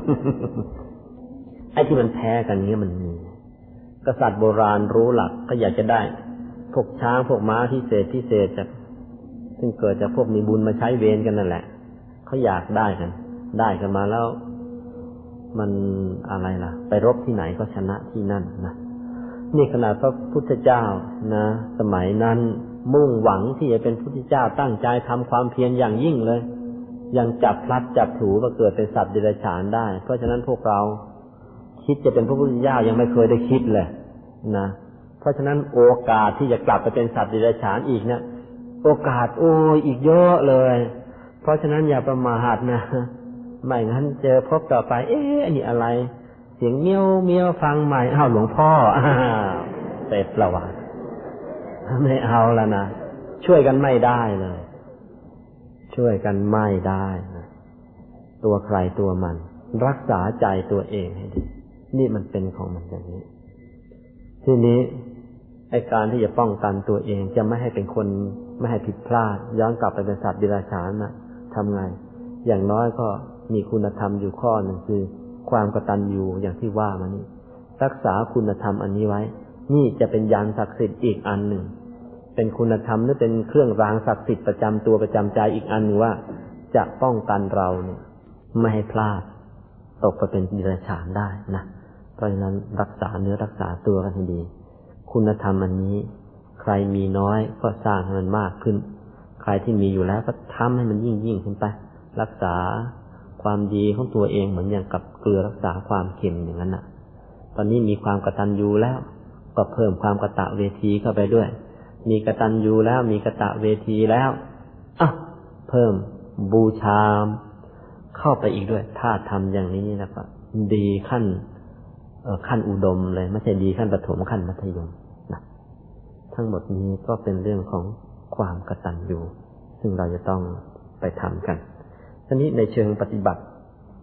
ไอ้ที่มันแพ้กันนี้มันมีกษัตริย์โบราณรู้หลักก็อยากจะได้พวกช้างพวกม้าพิเศษจากซึ่งเกิดจากพวกมีบุญมาใช้เวรกันนั่นแหละเขาอยากได้กันมาแล้วมันอะไรล่ะไปรบที่ไหนก็ชนะที่นั่นนะนี่ขนาดพระพุทธเจ้านะสมัยนั้นมุ่งหวังที่จะเป็นพุทธเจ้าตั้งใจทำความเพียรอย่างยิ่งเลยยังจับพลัดจับผลูมาเกิดเป็นสัตว์เดรัจฉานได้เพราะฉะนั้นพวกเราคิดจะเป็นพระพุทธเจ้ายังไม่เคยได้คิดเลยนะเพราะฉะนั้นโอกาสที่จะกลับไปเป็นสัตว์เดรัจฉานอีกเนี่ยโอกาสอีกเยอะเลยเพราะฉะนั้นอย่าประมาทนะไม่งั้นเจอพบต่อไปอันนี้อะไรเสียงเมียวเมียวฟังใหม่หลวงพ่อเสร็จละวะไม่เอาแล้วนะช่วยกันไม่ได้เลยช่วยกันไม่ได้นะตัวใครตัวมันรักษาใจตัวเองให้ดีนี่มันเป็นของมันอย่างนี้ทีนี้ไอ้การที่จะป้องกันตัวเองจะไม่ให้เป็นคนไม่ให้ผิดพลาดย้อนกลับไปเป็นสัตว์เดรัจฉานนะทำไงอย่างน้อยก็มีคุณธรรมอยู่ข้อหนึ่งคือความกตัญญูอย่างที่ว่ามานี่รักษาคุณธรรมอันนี้ไว้นี่จะเป็นยานศักดิ์สิทธิ์อีกอันหนึ่งเป็นคุณธรรมหรือเป็นเครื่องรางศักดิ์สิทธิ์ประจำตัวประจำใจอีกอันหนึ่งว่าจะป้องกันเราเนี่ยไม่ให้พลาดตกไปเป็นเดรัจฉานได้นะเพราะฉะนั้นรักษาเนื้อรักษาตัวกันให้ดีคุณธรรมอันนี้ใครมีน้อยก็สร้างให้มันมากขึ้นใครที่มีอยู่แล้วก็ทำให้มันยิ่งขึ้นไปรักษาความดีของตัวเองเหมือนอย่างกับเกลือรักษาความเค็มอย่างนั้นน่ะตอนนี้มีความกตัญญูแล้วก็เพิ่มความกตเวทีเข้าไปด้วยมีกตัญญูแล้วมีกตเวทีแล้วเพิ่มบูชาเข้าไปอีกด้วยถ้าทำอย่างนี้นะครับดีขั้นอุดมเลยไม่ใช่ดีขั้นประถมขั้นมัธยมนะทั้งหมดนี้ก็เป็นเรื่องของความกตัญญูซึ่งเราจะต้องไปทำกันทีนี้ในเชิงปฏิบัติ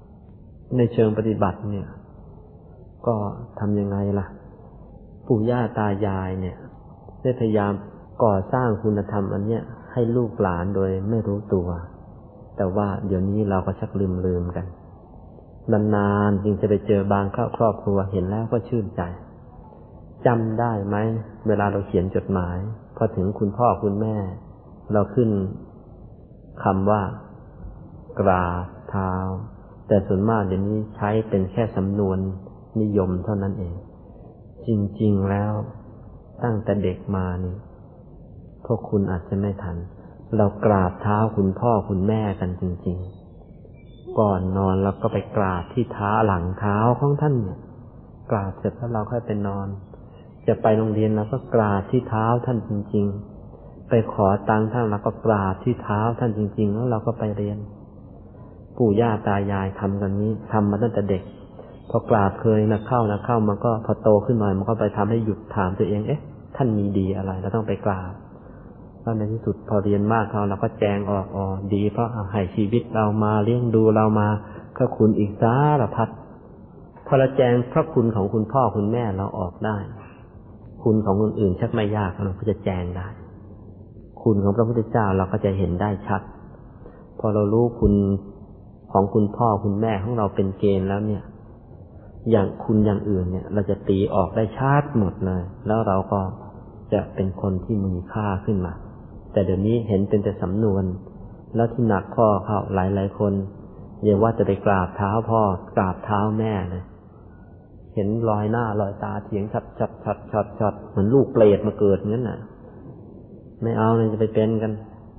เนี่ยก็ทำยังไงล่ะปู่ย่าตายายเนี่ยได้พยายามก่อสร้างคุณธรรมอันเนี้ยให้ลูกหลานโดยไม่รู้ตัวแต่ว่าเดี๋ยวนี้เราก็ชักลืมกันนานๆจึงจะไปเจอบางครอบครัวเห็นแล้วก็ชื่นใจจำได้ไหมเวลาเราเขียนจดหมายพอถึงคุณพ่อคุณแม่เราขึ้นคำว่ากราบเท้าแต่ส่วนมากเดี๋ยวนี้ใช้เป็นแค่สำนวนนิยมเท่านั้นเองจริงๆแล้วตั้งแต่เด็กมานี่พวกคุณอาจจะไม่ทันเรากราบเท้าคุณพ่อคุณแม่กันจริงๆก่อนนอนเราก็ไปกราบที่เท้าหลังเท้าของท่านเนี่ยกราบเสร็จแล้วเราค่อยไปนอนจะไปโรงเรียนเราก็กราบที่เท้าท่านจริงๆไปขอตังค์ท่านเราก็กราบที่เท้าท่านจริงๆแล้วเราก็ไปเรียนปู่ย่าตายายทำกันนี้ทำมาตั้งแต่เด็กพอกราบเคยเข้ามันก็พอโตขึ้นหน่อยมันก็ไปทำให้หยุดถามตัวเองท่านมีดีอะไรเราต้องไปกราบแล้วในที่สุดพอเรียนมากเราก็แจงออกดีเพราะให้ชีวิตเรามาเลี้ยงดูเรามาก็คุณอีกสารพัดพอเราแจงพระคุณของคุณพ่อคุณแม่เราออกได้คุณของคนอื่นชักไม่ยากเราก็จะแจงได้คุณของพระพุทธเจ้าเราก็จะเห็นได้ชัดพอเรารู้คุณของคุณพ่อคุณแม่ของเราเป็นเกณฑ์แล้วเนี่ยอย่างคุณอย่างอื่นเนี่ยเราจะตีออกได้ชัดหมดเลยแล้วเราก็จะเป็นคนที่มีค่าขึ้นมาแต่เดี๋ยวนี้เห็นเป็นแต่สำนวนแล้วที่หนักข้อเข้าหลายๆคนอย่าว่าจะไปกราบเท้าพ่อกราบเท้าแม่เลยเห็นรอยหน้ารอยตาเถียงชัดเหมือนลูกเปรตมาเกิดงั้นน่ะไม่เอาเลยจะไปเป็นกันไอ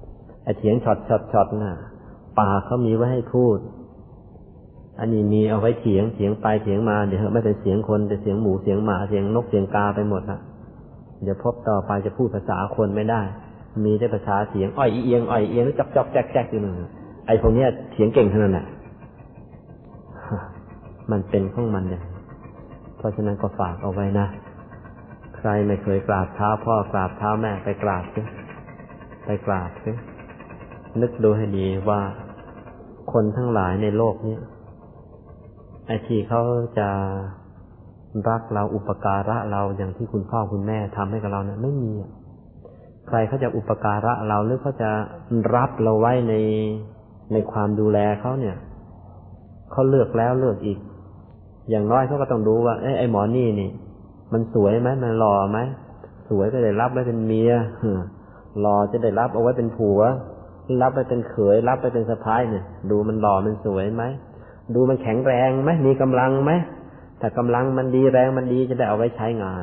เถียงช็อตน่ะปากเขามีไว้ให้พูดอันนี้มีเอาไว้เถียงไปเถียงมาเดี๋ยวไม่เป็นเสียงคนแต่เสียงหมูเสียงหมาเสียงนกเสียงกาไปหมดละเดี๋ยวพบต่อไปจะพูดภาษาคนไม่ได้มีได้ภาษาเสียงอ้อยเอียงแล้วจอกแจ๊กอยู่นั่นไอ้พวกเนี้ยเถียงเก่งเท่านั้นแหละมันเป็นของมันอย่างเพราะฉะนั้นก็ฝากเอาไว้นะใครไม่เคยกราบเท้าพ่อกราบเท้าแม่ไปกราบสินึกดูให้ดีว่าคนทั้งหลายในโลกนี้ไอ้ที่เขาจะรักเราอุปการะเราอย่างที่คุณพ่อคุณแม่ทำให้กับเราเนี่ยไม่มีใครเขาจะอุปการะเราหรือเขาจะรับเราไว้ในความดูแลเขาเนี่ยเขาเลือกแล้วเลือกอีกอย่างน้อยเขาก็ต้องดูว่าไอ้หมอนี่มันสวยไหมมันหล่อไหมสวยก็ได้รับไว้เป็นเมียหล่อจะได้รับเอาไว้เป็นผัวรับไปเป็นเขยรับไปเป็นสะพ้ายเนี่ยดูมันหล่อมันสวยไหมดูมันแข็งแรงไหมมีกำลังไหมถ้ากำลังมันดีแรงมันดีจะได้เอาไว้ใช้งาน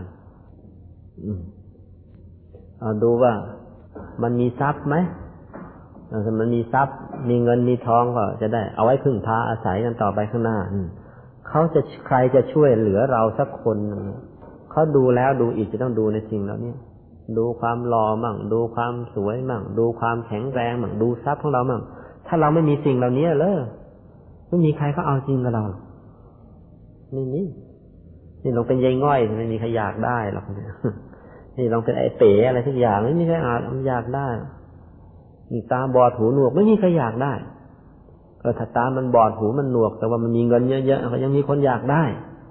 ดูว่ามันมีทรัพย์ไหมถ้ามันมีทรัพย์มีเงินมีทองก็จะได้เอาไว้พึ่งพาอาศัยกันต่อไปข้างหน้าใครจะช่วยเหลือเราสักคนเขาดูแล้วดูอีกจะต้องดูในสิ่งเหล่านี้ดูความหล่อมั่งดูความสวยมั่งดูความแข็งแรงมั่งดูทรัพย์ของเรามั่งถ้าเราไม่มีสิ่งเหล่านี้เลยไม่มีใครเขาเอาจริงกับเราไม่มีนี่ลองเป็นยายง่อยไม่มีใครอยากได้หรอกนี่ลองเป็นไอ้เป๋อะไรทุกอย่างไม่มีใครอยากได้นี่ตาบอดหูหนวกไม่มีใครอยากได้ถ้าตามันบอดหูมันหนวกแต่ว่ามันมีเงินเยอะๆก็ยังมีคนอยากได้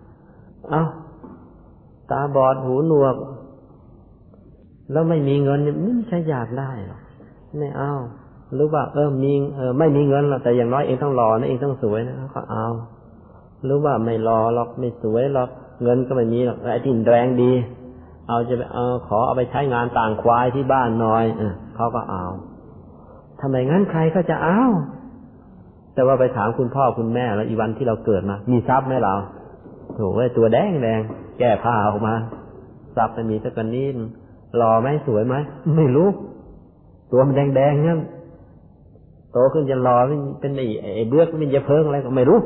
ตาบอดหูหนวกแล้วไม่มีเงินไม่มีใครอยากได้หรอกไม่เอาหรือว่าไม่มีเงินหรอกแต่อย่างน้อยเองต้องหล่อนะเองต้องสวยนะก็เอาหรือว่าไม่หล่อหรอกไม่สวยหรอกเงินก็ไม่มีหรอกไอ้ที่แรงดีขอเอาไปใช้งานต่างควายที่บ้านหน่อยเขาก็เอาทำไมงั้นใครก็จะเอาแต่ว่าไปถามคุณพ่อคุณแม่แล้วอีวันที่เราเกิดมามีทรัพย์ไหมเราโถ่ตัวแดงแก้ผ้าออกมาทรัพย์มันมีสักนิดหล่อไหมสวยไหมไม่รู้ตัวมันแดงงั้นโตขึ้นจะหล่อเป็นไอ้เบื้อกเป็นจะเพิงอะไรก็ไม่รู้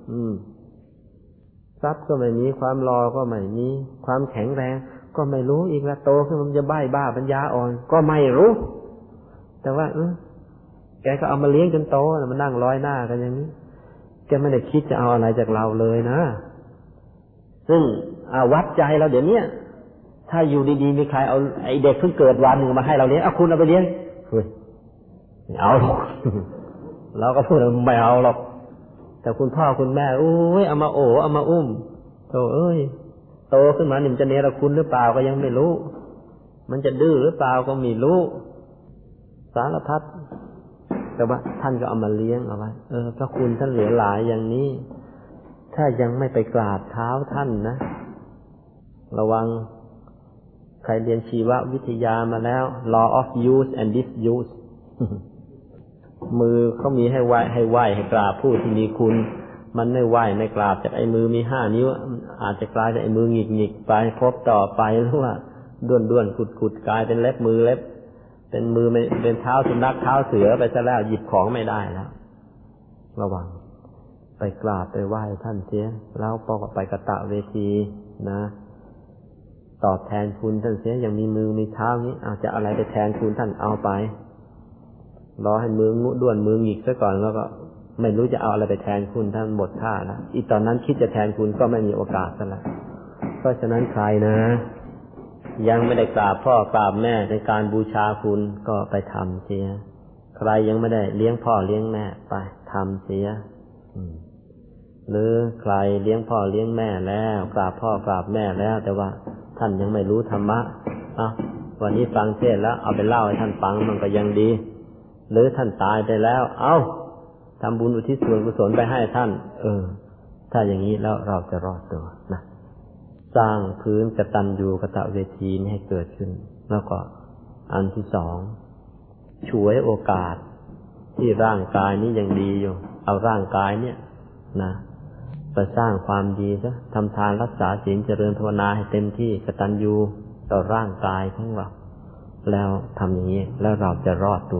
ทรัพย์ก็ไม่มีความหล่อก็ไม่มีความแข็งแรงก็ไม่รู้อีกแล้วโตขึ้นมันจะบ้าปัญญาอ่อนก็ไม่รู้แต่ว่าแกก็เอามาเลี้ยงจนโตแล้วมันนั่งร้อยหน้ากันอย่างนี้แกไม่ได้คิดจะเอาอะไรจากเราเลยนะซึ่งวัดใจเราเดี๋ยวนี้ถ้าอยู่ดีๆมีใครเอาไอ้เด็กเพิ่งเกิดวันหนึ่งมาให้เราเลี้ยงคุณเอาไปเลี้ยงเฮ้ยไม่เอาหรอกเราก็พูดไม่เอาหรอกแต่คุณพ่อคุณแม่เอามาเอามาอุ้มโธ่โตขึ้นมามันจะเนรคุณหรือเปล่าก็ยังไม่รู้มันจะดื้อหรือเปล่าก็ไม่รู้สารพัดแต่ว่าท่านก็เอามาเลี้ยงเอาไว้พระคุณท่านเหลือหลายอย่างนี้ถ้ายังไม่ไปกราบเท้าท่านนะระวังใครเรียนชีววิทยามาแล้ว law of use and disuse มือเขามีให้ไหว้ให้กราบผู้ที่มีคุณมันไม่ไหว้ไม่กราบจากไอ้มือมี5 นิ้วอาจจะกลายเป็นไอ้มือหงิกๆไปพบต่อไปหรือว่าด้วนขุดกลายเป็นเล็บมือเล็บเป็นมือเป็นเท้าสุนัขเท้าเสือไปซะแล้วหยิบของไม่ได้แล้วระวังไปกราบไปไหว้ท่านเสียแล้วพอไปกตเวทีนะตอบแทนคุณท่านเสียอย่างมีมือมีเท้านี้จะอะไรไปแทนคุณท่านเอาไปรอให้มือด้วนมือหงิกซะก่อนแล้วก็ไม่รู้จะเอาอะไรไปแทนคุณท่านหมดท่าแล้วอีตอนนั้นคิดจะแทนคุณก็ไม่มีโอกาสซะแล้วเพราะฉะนั้นใครนะยังไม่ได้กราบพ่อกราบแม่ในการบูชาคุณก็ไปทำเสียใครยังไม่ได้เลี้ยงพ่อเลี้ยงแม่ไปทำเสียหรือใครเลี้ยงพ่อเลี้ยงแม่แล้วกราบพ่อกราบแม่แล้วแต่ว่าท่านยังไม่รู้ธรรมะวันนี้ฟังเทศน์แล้วเอาไปเล่าให้ท่านฟังมันก็ยังดีหรือท่านตายไปแล้วทำบุญอุทิศส่วนกุศลไปให้ท่านถ้าอย่างนี้แล้วเราจะรอดตัวนะสร้างพื้นกตัญญูกตเวทีนี้ให้เกิดขึ้นแล้วก็อันที่2ฉวยโอกาสที่ร่างกายนี้ยังดีอยู่เอาร่างกายเนี่ยนะไปสร้างความดีซะทำทานรักษาศีลเจริญภาวนาให้เต็มที่กตัญญูต่อร่างกายของเราแล้วทำอย่างนี้แล้วเราจะรอดตัว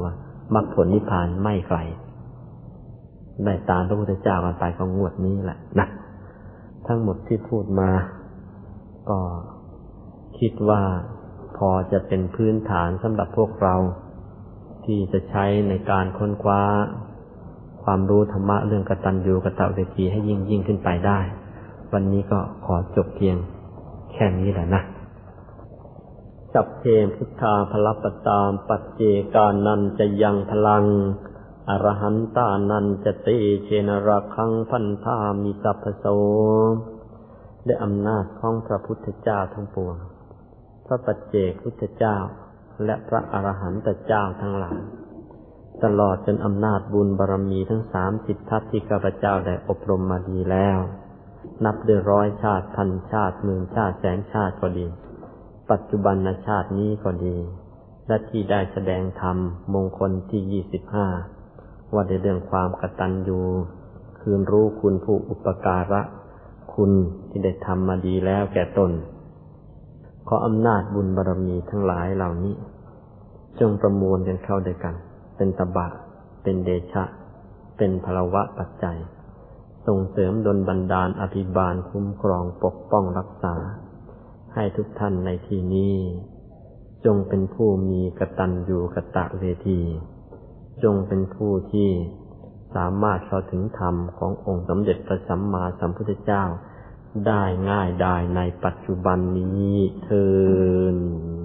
มรรคผลนิพพานไม่ไกลได้ตามพระพุทธเจ้ากันไปของงวดนี้แหละนะทั้งหมดที่พูดมาก็คิดว่าพอจะเป็นพื้นฐานสำหรับพวกเราที่จะใช้ในการค้นคว้าความรู้ธรรมะเรื่องกตัญญูกตเวทีให้ยิ่งขึ้นไปได้วันนี้ก็ขอจบเพียงแค่นี้แหละนะสัพเพพุทธาภลปตามปัจเจกานันจะยังพลังอรหันตานันจะเตเจนรักขังพันธามิสัพพโสด้วยอำนาจของพระพุทธเจ้าทั้งปวงพระปัจเจกพุทธเจ้าและพระอรหันตเจ้าทั้งหลายตลอดจนอำนาจบุญบารมีทั้ง30ทัศที่ข้าพเจ้าได้อบรมมาดีแล้วนับด้วย100ชาติพันชาติหมื่นชาติแสนชาติก็ดีปัจจุบันชาตินี้ก็ดีและที่ได้แสดงธรรมมงคลที่25ว่าในเรื่องความกตัญญูคืนรู้คุณผู้อุปการะคุณที่ได้ทำมาดีแล้วแก่ตนขออำนาจบุญบารมีทั้งหลายเหล่านี้จงประมวลกันเข้าด้วยกันเป็นตบะเป็นเดชะเป็นพลวะปัจจัยส่งเสริมดลบันดาลอภิบาลคุ้มครองปกป้องรักษาให้ทุกท่านในที่นี้จงเป็นผู้มีกตัญญูกตเวทีจงเป็นผู้ที่สามารถเข้าถึงธรรมขององค์สมเด็จพระสัมมาสัมพุทธเจ้าได้ง่ายดายในปัจจุบันนี้เทอญ